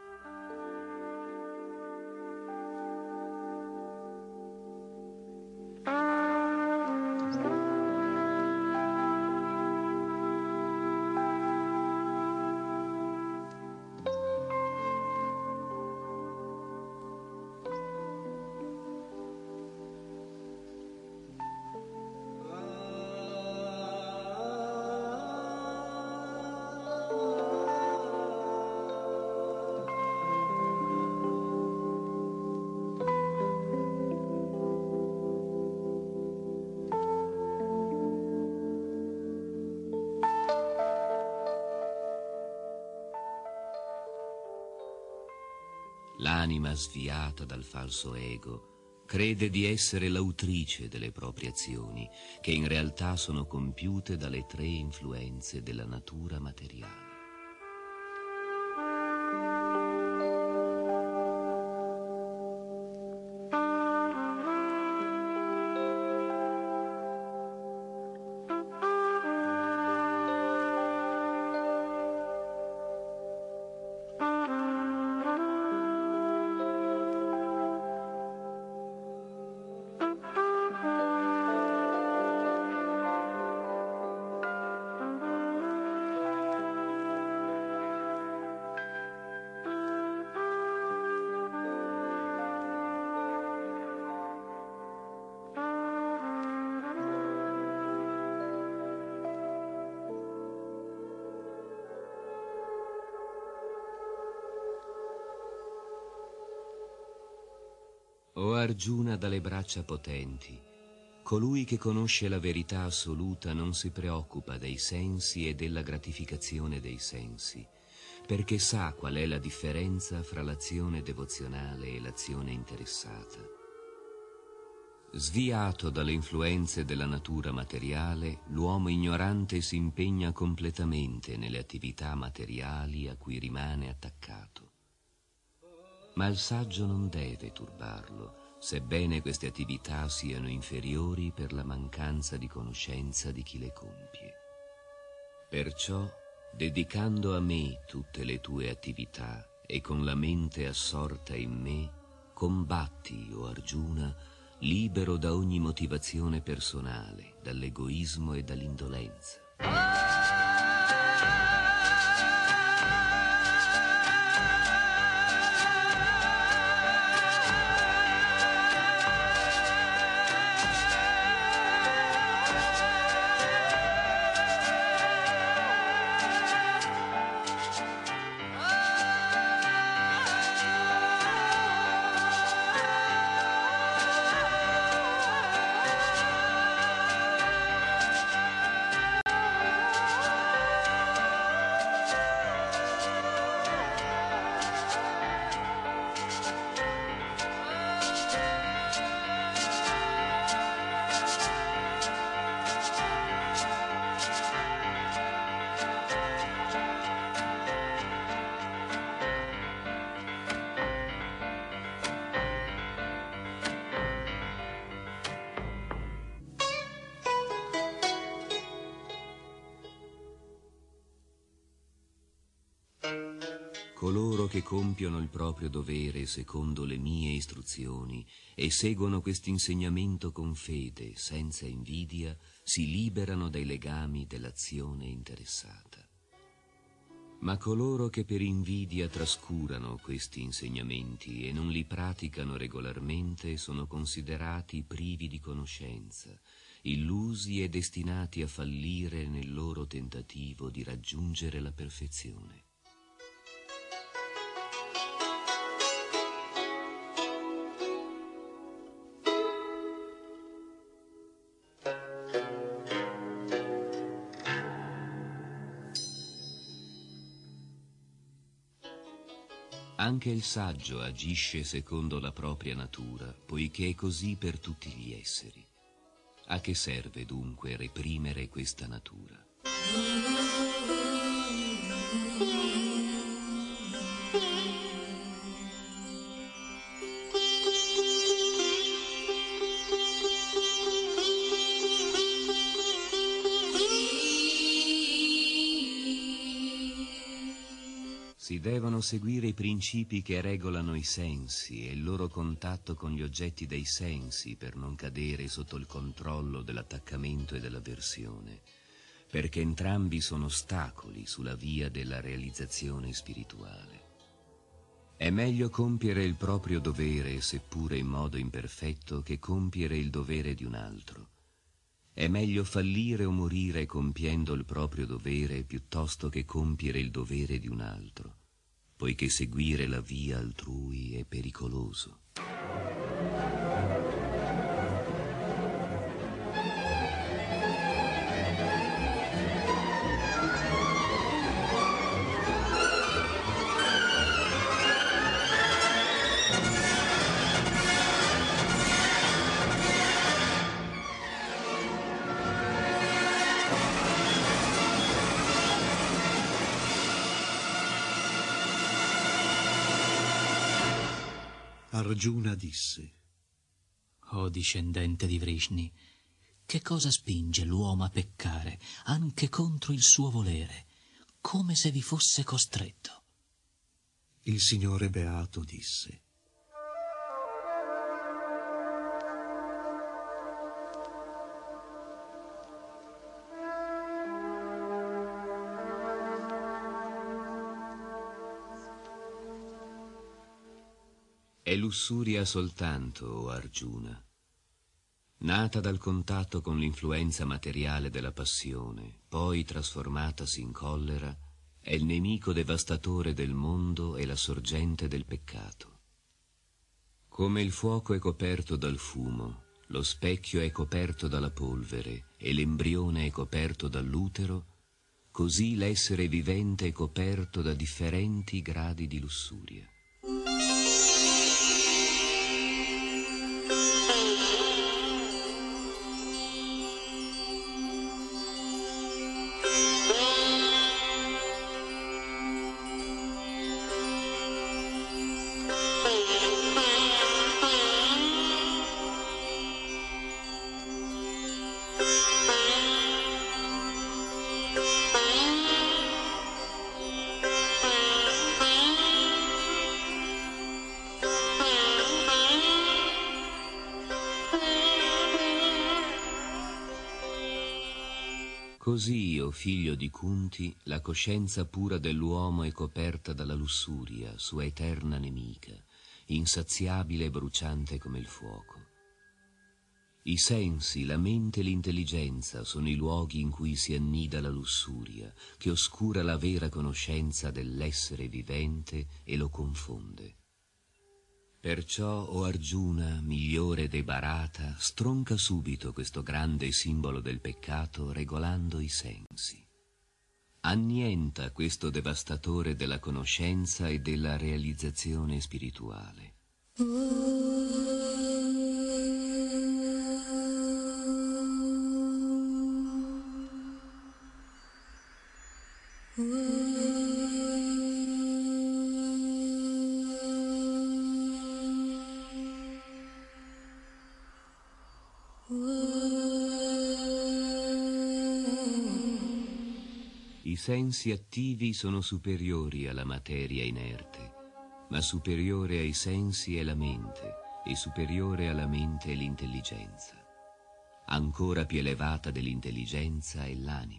L'anima sviata dal falso ego crede di essere l'autrice delle proprie azioni, che in realtà sono compiute dalle tre influenze della natura materiale. O Arjuna dalle braccia potenti, colui che conosce la verità assoluta non si preoccupa dei sensi e della gratificazione dei sensi, perché sa qual è la differenza fra l'azione devozionale e l'azione interessata. Sviato dalle influenze della natura materiale, l'uomo ignorante si impegna completamente nelle attività materiali a cui rimane attaccato. Ma il saggio non deve turbarlo, sebbene queste attività siano inferiori per la mancanza di conoscenza di chi le compie. Perciò, dedicando a me tutte le tue attività e con la mente assorta in me, combatti, o Arjuna, libero da ogni motivazione personale, dall'egoismo e dall'indolenza. coloro che compiono il proprio dovere secondo le mie istruzioni e seguono quest'insegnamento con fede, senza invidia, si liberano dai legami dell'azione interessata. Ma coloro che per invidia trascurano questi insegnamenti e non li praticano regolarmente sono considerati privi di conoscenza, illusi e destinati a fallire nel loro tentativo di raggiungere la perfezione. Anche il saggio agisce secondo la propria natura, poiché è così per tutti gli esseri. A che serve dunque reprimere questa natura? Si devono seguire i principi che regolano i sensi e il loro contatto con gli oggetti dei sensi per non cadere sotto il controllo dell'attaccamento e dell'avversione, perché entrambi sono ostacoli sulla via della realizzazione spirituale. È meglio compiere il proprio dovere, seppure in modo imperfetto, che compiere il dovere di un altro. È meglio fallire o morire compiendo il proprio dovere piuttosto che compiere il dovere di un altro, poiché seguire la via altrui è pericoloso. Arjuna disse: O discendente di Vrishni, che cosa spinge l'uomo a peccare anche contro il suo volere, come se vi fosse costretto? Il Signore Beato disse: È lussuria soltanto, o Arjuna, nata dal contatto con l'influenza materiale della passione, poi trasformatasi in collera, è il nemico devastatore del mondo e la sorgente del peccato. Come il fuoco è coperto dal fumo, lo specchio è coperto dalla polvere e l'embrione è coperto dall'utero, così l'essere vivente è coperto da differenti gradi di lussuria. Così, o figlio di Kunti, la coscienza pura dell'uomo è coperta dalla lussuria, sua eterna nemica, insaziabile e bruciante come il fuoco. I sensi, la mente e l'intelligenza sono i luoghi in cui si annida la lussuria, che oscura la vera conoscenza dell'essere vivente e lo confonde. Perciò, o Arjuna, migliore dei Bharata, stronca subito questo grande simbolo del peccato regolando i sensi. Annienta questo devastatore della conoscenza e della realizzazione spirituale. I I sensi attivi sono superiori alla materia inerte, ma superiore ai sensi è la mente, e superiore alla mente è l'intelligenza. Ancora più elevata dell'intelligenza è l'anima.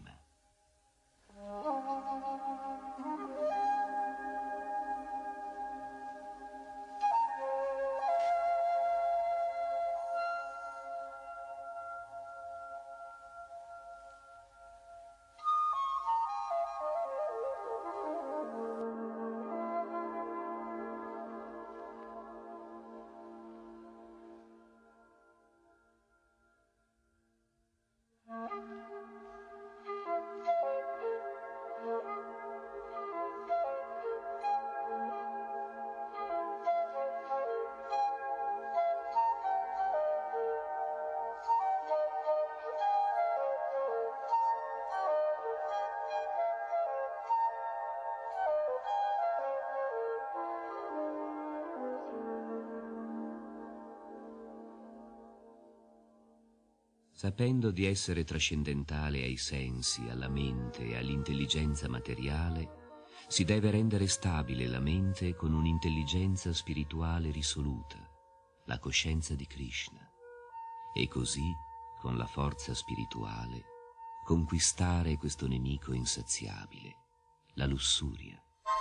Sapendo di essere trascendentale ai sensi, alla mente e all'intelligenza materiale, si deve rendere stabile la mente con un'intelligenza spirituale risoluta, la coscienza di Krishna, e così, con la forza spirituale, conquistare questo nemico insaziabile, la lussuria.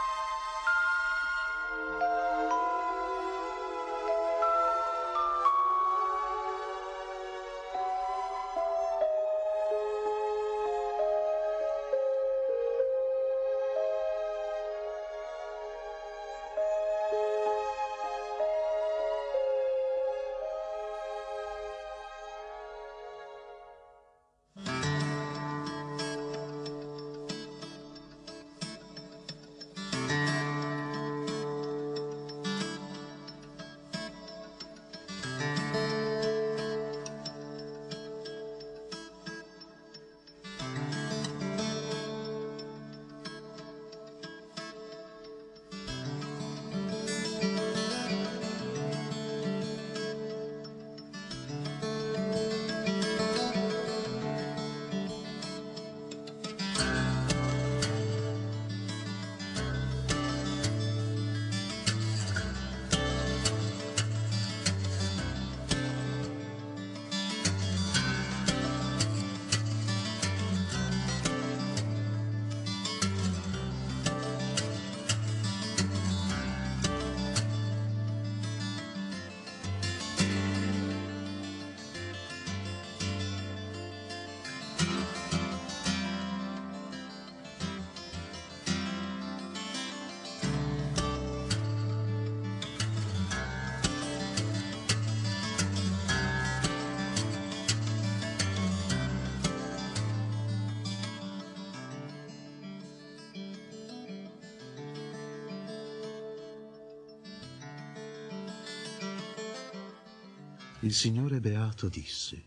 Il Signore Beato disse: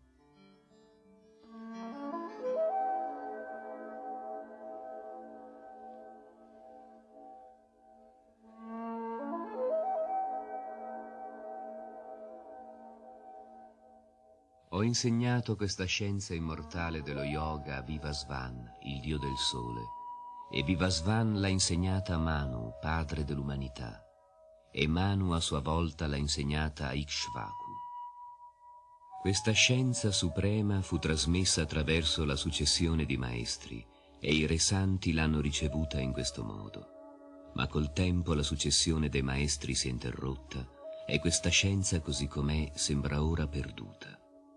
Ho insegnato questa scienza immortale dello yoga a Vivasvan, il dio del sole, e Vivasvan l'ha insegnata a Manu, padre dell'umanità, e Manu a sua volta l'ha insegnata a Ikshvaku. Questa scienza suprema fu trasmessa attraverso la successione di maestri, e i re santi l'hanno ricevuta in questo modo. Ma col tempo la successione dei maestri si è interrotta, e questa scienza così com'è sembra ora perduta.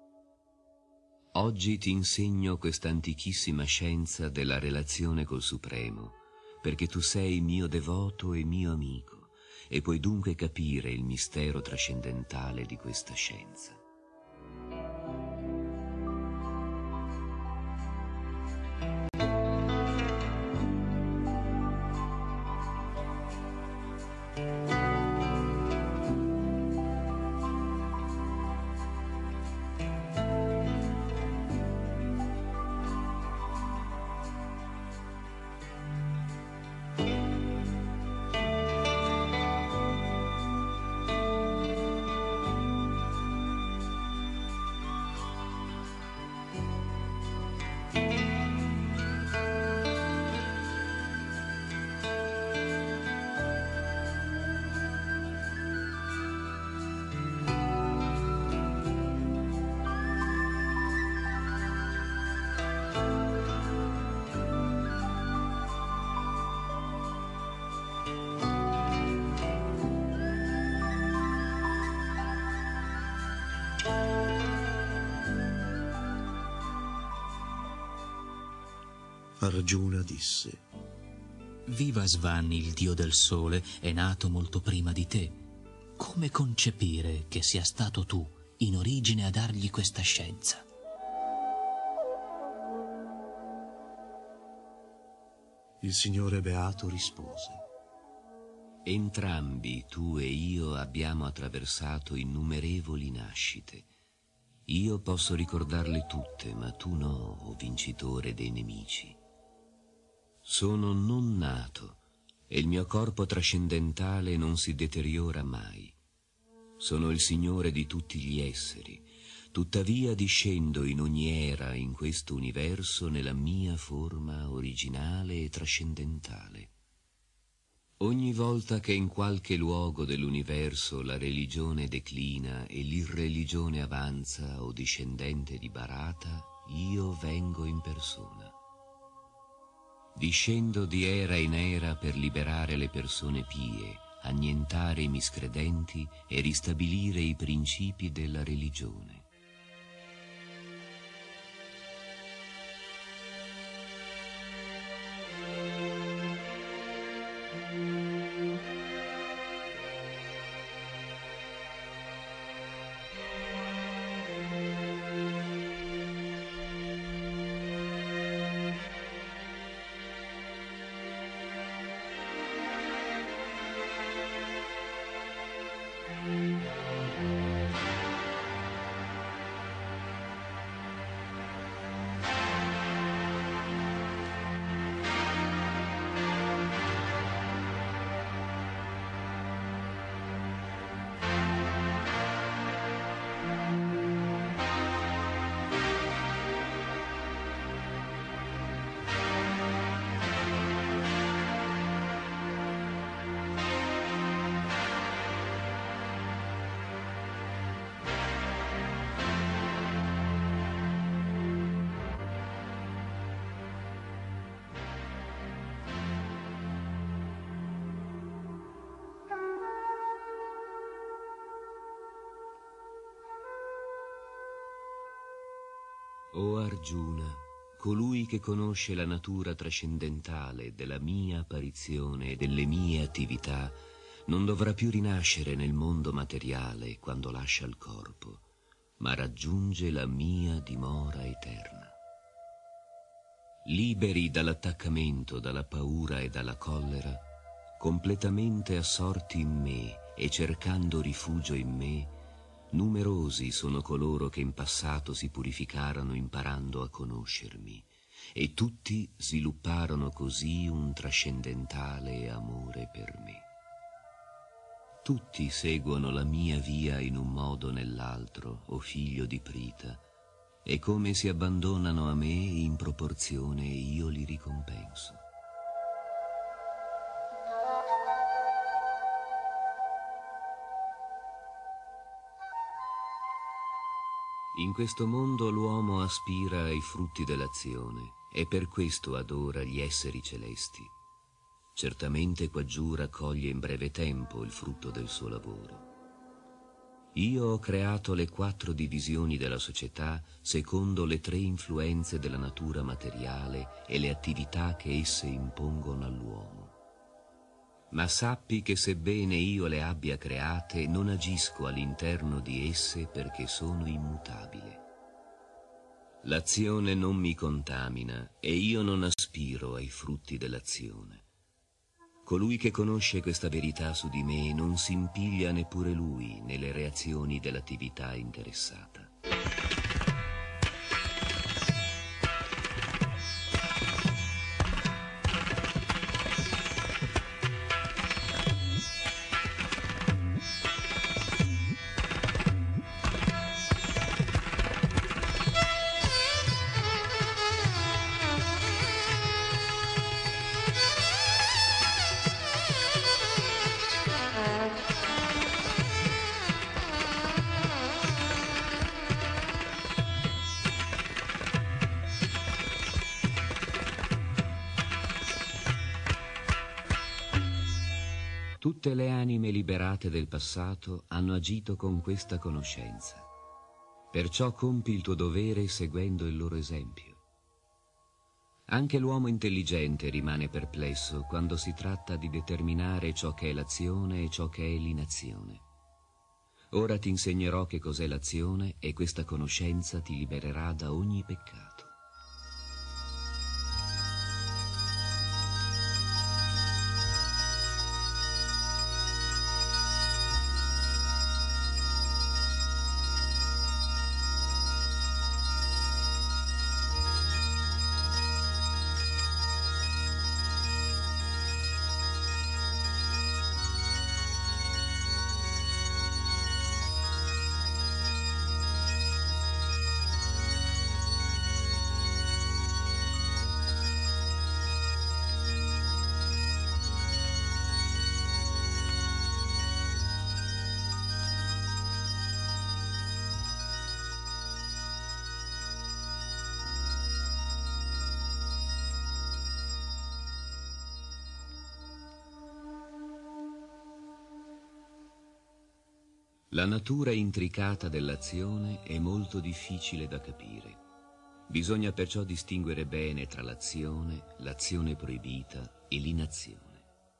Oggi ti insegno questa antichissima scienza della relazione col Supremo, perché tu sei mio devoto e mio amico, e puoi dunque capire il mistero trascendentale di questa scienza. Arjuna disse: Viva Svan, il dio del sole, è nato molto prima di te. Come concepire che sia stato tu, in origine, a dargli questa scienza? Il Signore Beato rispose: Entrambi, tu e io, abbiamo attraversato innumerevoli nascite. Io posso ricordarle tutte, ma tu no, o vincitore dei nemici. Sono non nato, e il mio corpo trascendentale non si deteriora mai. Sono il Signore di tutti gli esseri, tuttavia discendo in ogni era in questo universo nella mia forma originale e trascendentale. Ogni volta che in qualche luogo dell'universo la religione declina e l'irreligione avanza o discendente di Bharata, io vengo in persona. Discendo di era in era per liberare le persone pie, annientare i miscredenti e ristabilire i principi della religione. O Arjuna, colui che conosce la natura trascendentale della mia apparizione e delle mie attività, non dovrà più rinascere nel mondo materiale quando lascia il corpo, ma raggiunge la mia dimora eterna. Liberi dall'attaccamento, dalla paura e dalla collera, completamente assorti in me e cercando rifugio in me, numerosi sono coloro che in passato si purificarono imparando a conoscermi, e tutti svilupparono così un trascendentale amore per me. Tutti seguono la mia via in un modo o nell'altro, o figlio di Prita, e come si abbandonano a me in proporzione io li ricompenso. In questo mondo l'uomo aspira ai frutti dell'azione e per questo adora gli esseri celesti. Certamente quaggiù raccoglie in breve tempo il frutto del suo lavoro. Io ho creato le quattro divisioni della società secondo le tre influenze della natura materiale e le attività che esse impongono all'uomo. Ma sappi che sebbene io le abbia create, non agisco all'interno di esse perché sono immutabile. L'azione non mi contamina e io non aspiro ai frutti dell'azione. Colui che conosce questa verità su di me non si impiglia neppure lui nelle reazioni dell'attività interessata. Tutte le anime liberate del passato hanno agito con questa conoscenza. Perciò compi il tuo dovere seguendo il loro esempio. Anche l'uomo intelligente rimane perplesso quando si tratta di determinare ciò che è l'azione e ciò che è l'inazione. Ora ti insegnerò che cos'è l'azione e questa conoscenza ti libererà da ogni peccato. La natura intricata dell'azione è molto difficile da capire. Bisogna perciò distinguere bene tra l'azione, l'azione proibita e l'inazione.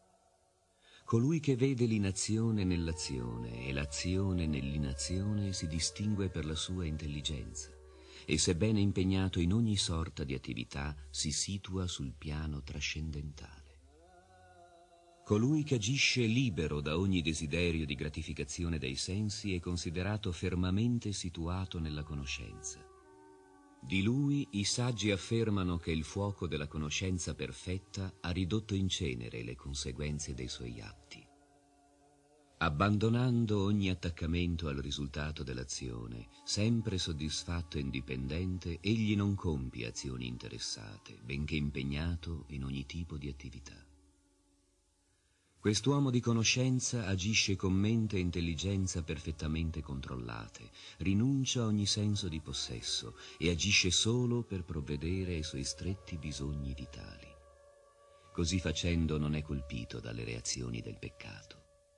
Colui che vede l'inazione nell'azione e l'azione nell'inazione si distingue per la sua intelligenza e, sebbene impegnato in ogni sorta di attività, si situa sul piano trascendentale. Colui che agisce libero da ogni desiderio di gratificazione dei sensi è considerato fermamente situato nella conoscenza. Di lui i saggi affermano che il fuoco della conoscenza perfetta ha ridotto in cenere le conseguenze dei suoi atti. Abbandonando ogni attaccamento al risultato dell'azione, sempre soddisfatto e indipendente, egli non compie azioni interessate, benché impegnato in ogni tipo di attività. Quest'uomo di conoscenza agisce con mente e intelligenza perfettamente controllate, rinuncia a ogni senso di possesso e agisce solo per provvedere ai suoi stretti bisogni vitali. Così facendo non è colpito dalle reazioni del peccato.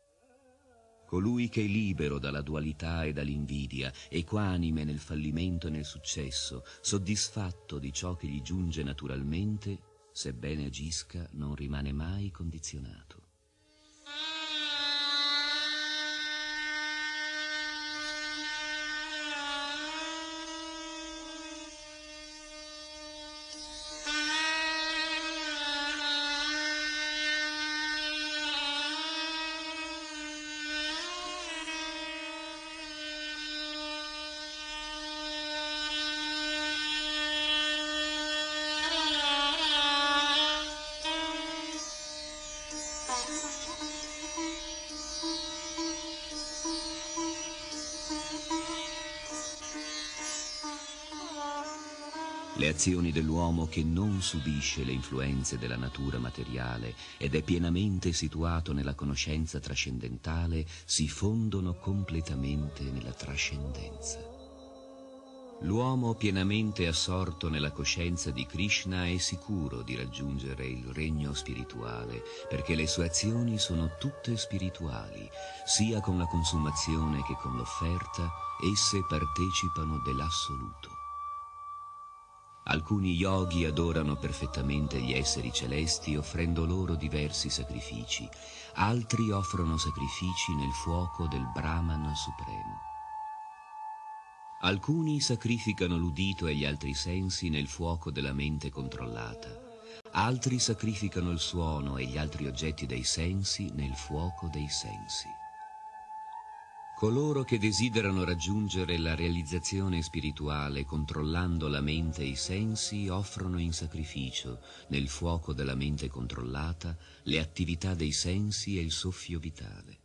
Colui che è libero dalla dualità e dall'invidia, equanime nel fallimento e nel successo, soddisfatto di ciò che gli giunge naturalmente, sebbene agisca, non rimane mai condizionato. Le azioni dell'uomo che non subisce le influenze della natura materiale ed è pienamente situato nella conoscenza trascendentale si fondono completamente nella trascendenza. L'uomo pienamente assorto nella coscienza di Krishna è sicuro di raggiungere il regno spirituale, perché le sue azioni sono tutte spirituali, sia con la consumazione che con l'offerta, esse partecipano dell'assoluto. Alcuni yogi adorano perfettamente gli esseri celesti offrendo loro diversi sacrifici, altri offrono sacrifici nel fuoco del Brahman supremo. Alcuni sacrificano l'udito e gli altri sensi nel fuoco della mente controllata, altri sacrificano il suono e gli altri oggetti dei sensi nel fuoco dei sensi. Coloro che desiderano raggiungere la realizzazione spirituale controllando la mente e i sensi offrono in sacrificio, nel fuoco della mente controllata, le attività dei sensi e il soffio vitale.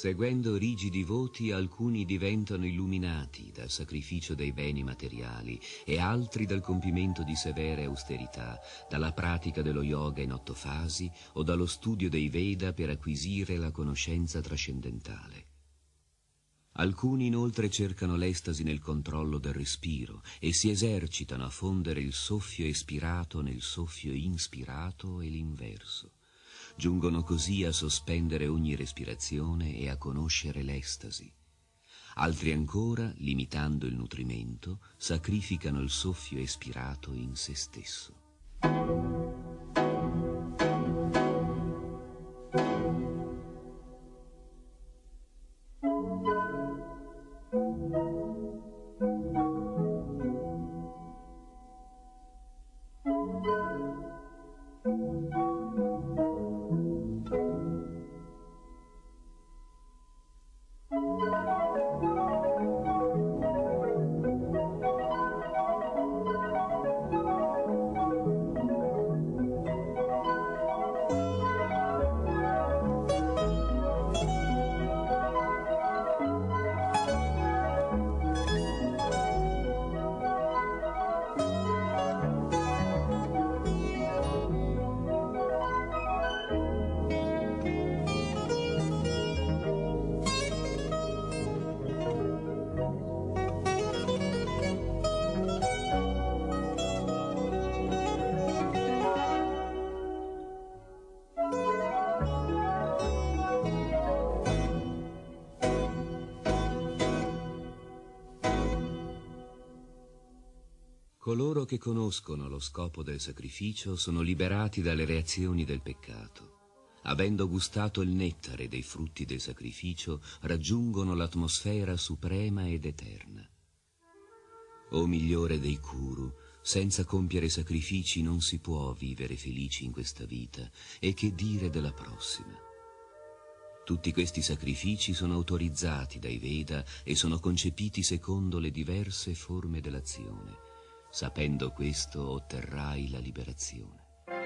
Seguendo rigidi voti, alcuni diventano illuminati dal sacrificio dei beni materiali e altri dal compimento di severe austerità, dalla pratica dello yoga in otto fasi o dallo studio dei Veda per acquisire la conoscenza trascendentale. Alcuni inoltre cercano l'estasi nel controllo del respiro e si esercitano a fondere il soffio espirato nel soffio inspirato e l'inverso. Giungono così a sospendere ogni respirazione e a conoscere l'estasi. Altri ancora, limitando il nutrimento, sacrificano il soffio espirato in se stesso. Coloro che conoscono lo scopo del sacrificio sono liberati dalle reazioni del peccato. Avendo gustato il nettare dei frutti del sacrificio, raggiungono l'atmosfera suprema ed eterna. O migliore dei Kuru, senza compiere sacrifici non si può vivere felici in questa vita, e che dire della prossima. Tutti questi sacrifici sono autorizzati dai Veda e sono concepiti secondo le diverse forme dell'azione. Sapendo questo otterrai la liberazione.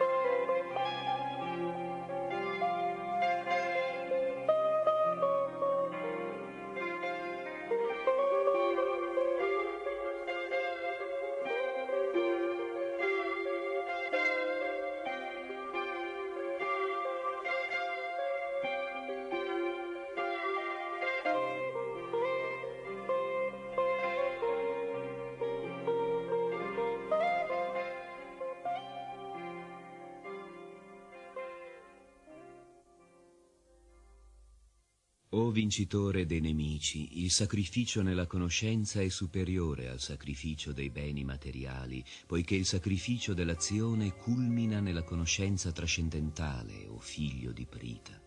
O vincitore dei nemici, il sacrificio nella conoscenza è superiore al sacrificio dei beni materiali, poiché il sacrificio dell'azione culmina nella conoscenza trascendentale, o figlio di Prita.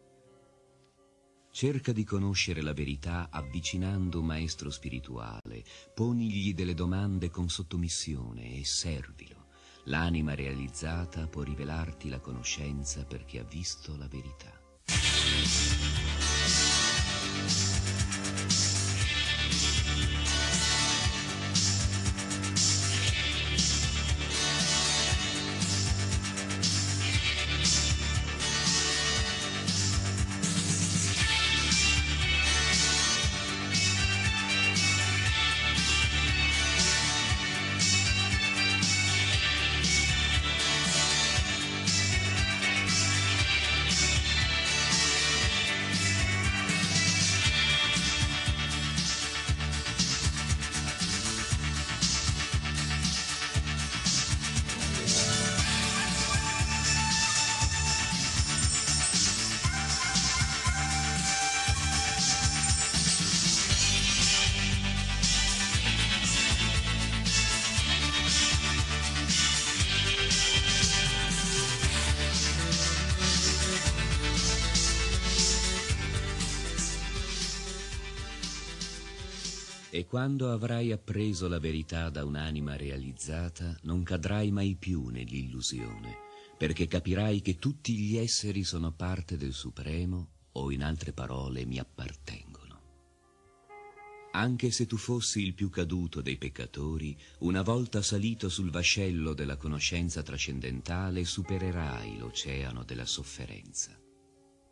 Cerca di conoscere la verità avvicinando un maestro spirituale, ponigli delle domande con sottomissione e servilo. L'anima realizzata può rivelarti la conoscenza perché ha visto la verità. E quando avrai appreso la verità da un'anima realizzata, non cadrai mai più nell'illusione, perché capirai che tutti gli esseri sono parte del Supremo, o in altre parole mi appartengono. Anche se tu fossi il più caduto dei peccatori, una volta salito sul vascello della conoscenza trascendentale, supererai l'oceano della sofferenza.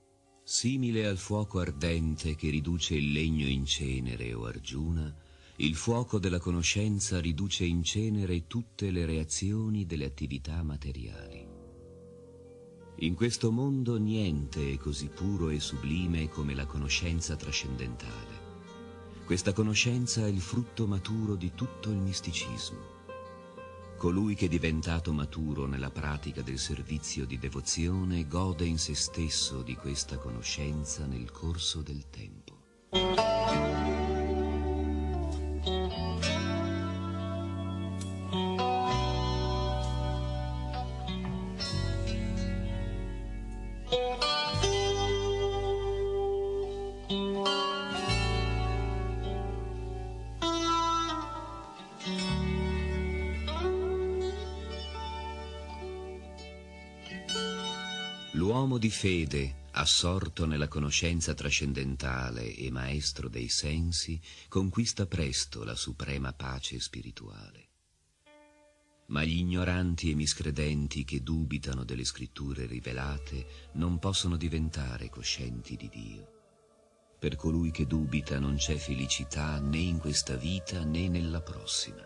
Simile al fuoco ardente che riduce il legno in cenere, o Arjuna, il fuoco della conoscenza riduce in cenere tutte le reazioni delle attività materiali. In questo mondo niente è così puro e sublime come la conoscenza trascendentale. Questa conoscenza è il frutto maturo di tutto il misticismo. Colui che è diventato maturo nella pratica del servizio di devozione gode in se stesso di questa conoscenza nel corso del tempo. L'uomo di fede, assorto nella conoscenza trascendentale e maestro dei sensi, conquista presto la suprema pace spirituale. Ma gli ignoranti e miscredenti che dubitano delle scritture rivelate non possono diventare coscienti di Dio. Per colui che dubita non c'è felicità né in questa vita né nella prossima.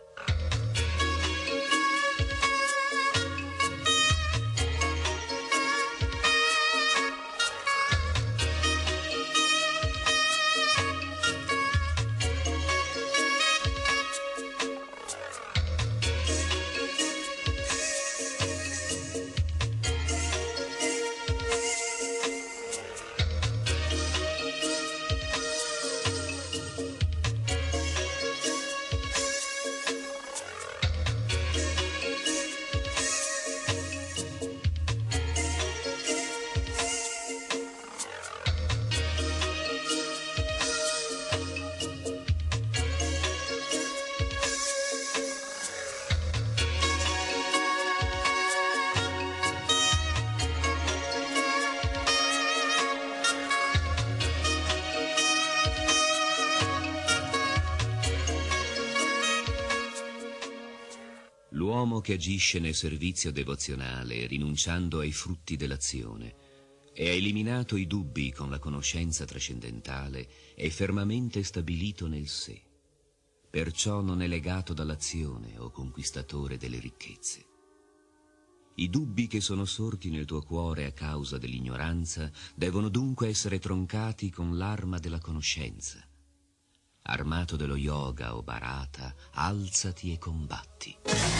L'uomo che agisce nel servizio devozionale, rinunciando ai frutti dell'azione, e ha eliminato i dubbi con la conoscenza trascendentale, è fermamente stabilito nel sé. Perciò non è legato dall'azione o conquistatore delle ricchezze. I dubbi che sono sorti nel tuo cuore a causa dell'ignoranza devono dunque essere troncati con l'arma della conoscenza. Armato dello yoga o bharata, alzati e combatti.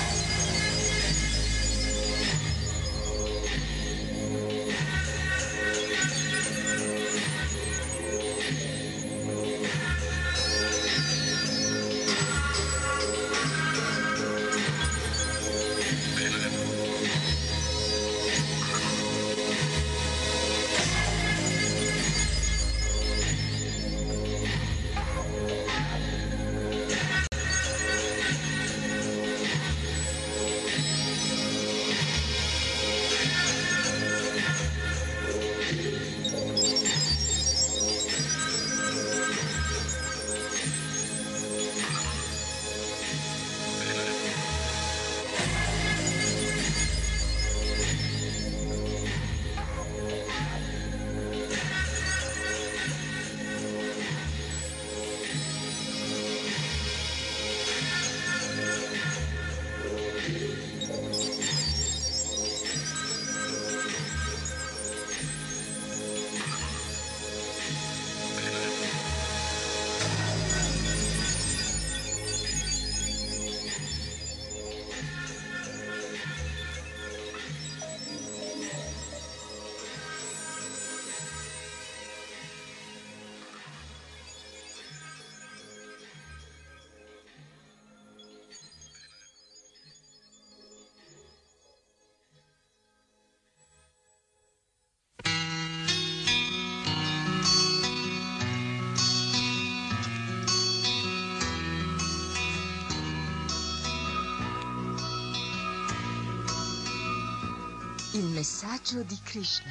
Il messaggio di Krishna.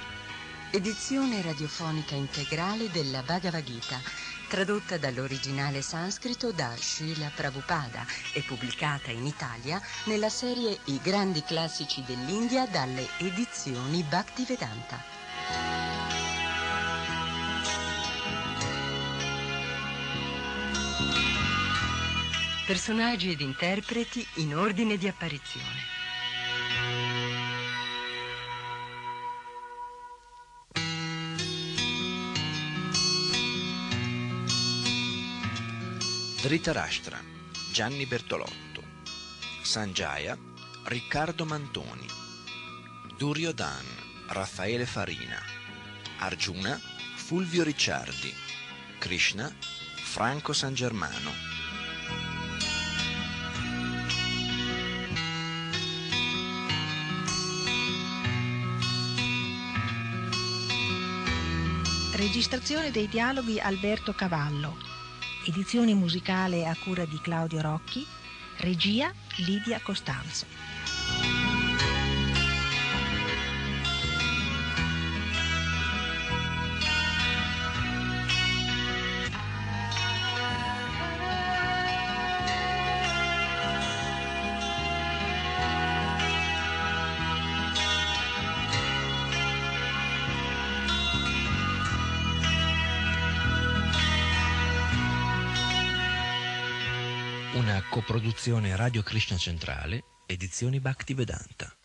Edizione radiofonica integrale della Bhagavad Gita, tradotta dall'originale sanscrito da Srila Prabhupada e pubblicata in Italia nella serie I grandi classici dell'India dalle edizioni Bhaktivedanta. personaggi ed interpreti in ordine di apparizione. Dhritarashtra, Gianni Bertolotto. Sanjaya, Riccardo Mantoni. Duryodhan, Raffaele Farina. Arjuna, Fulvio Ricciardi. Krishna, Franco San Germano. Registrazione dei dialoghi Alberto Cavallo. Edizione musicale a cura di Claudio Rocchi. Regia Lidia Costanzo. Una coproduzione Radio Krishna Centrale, edizioni Bhaktivedanta.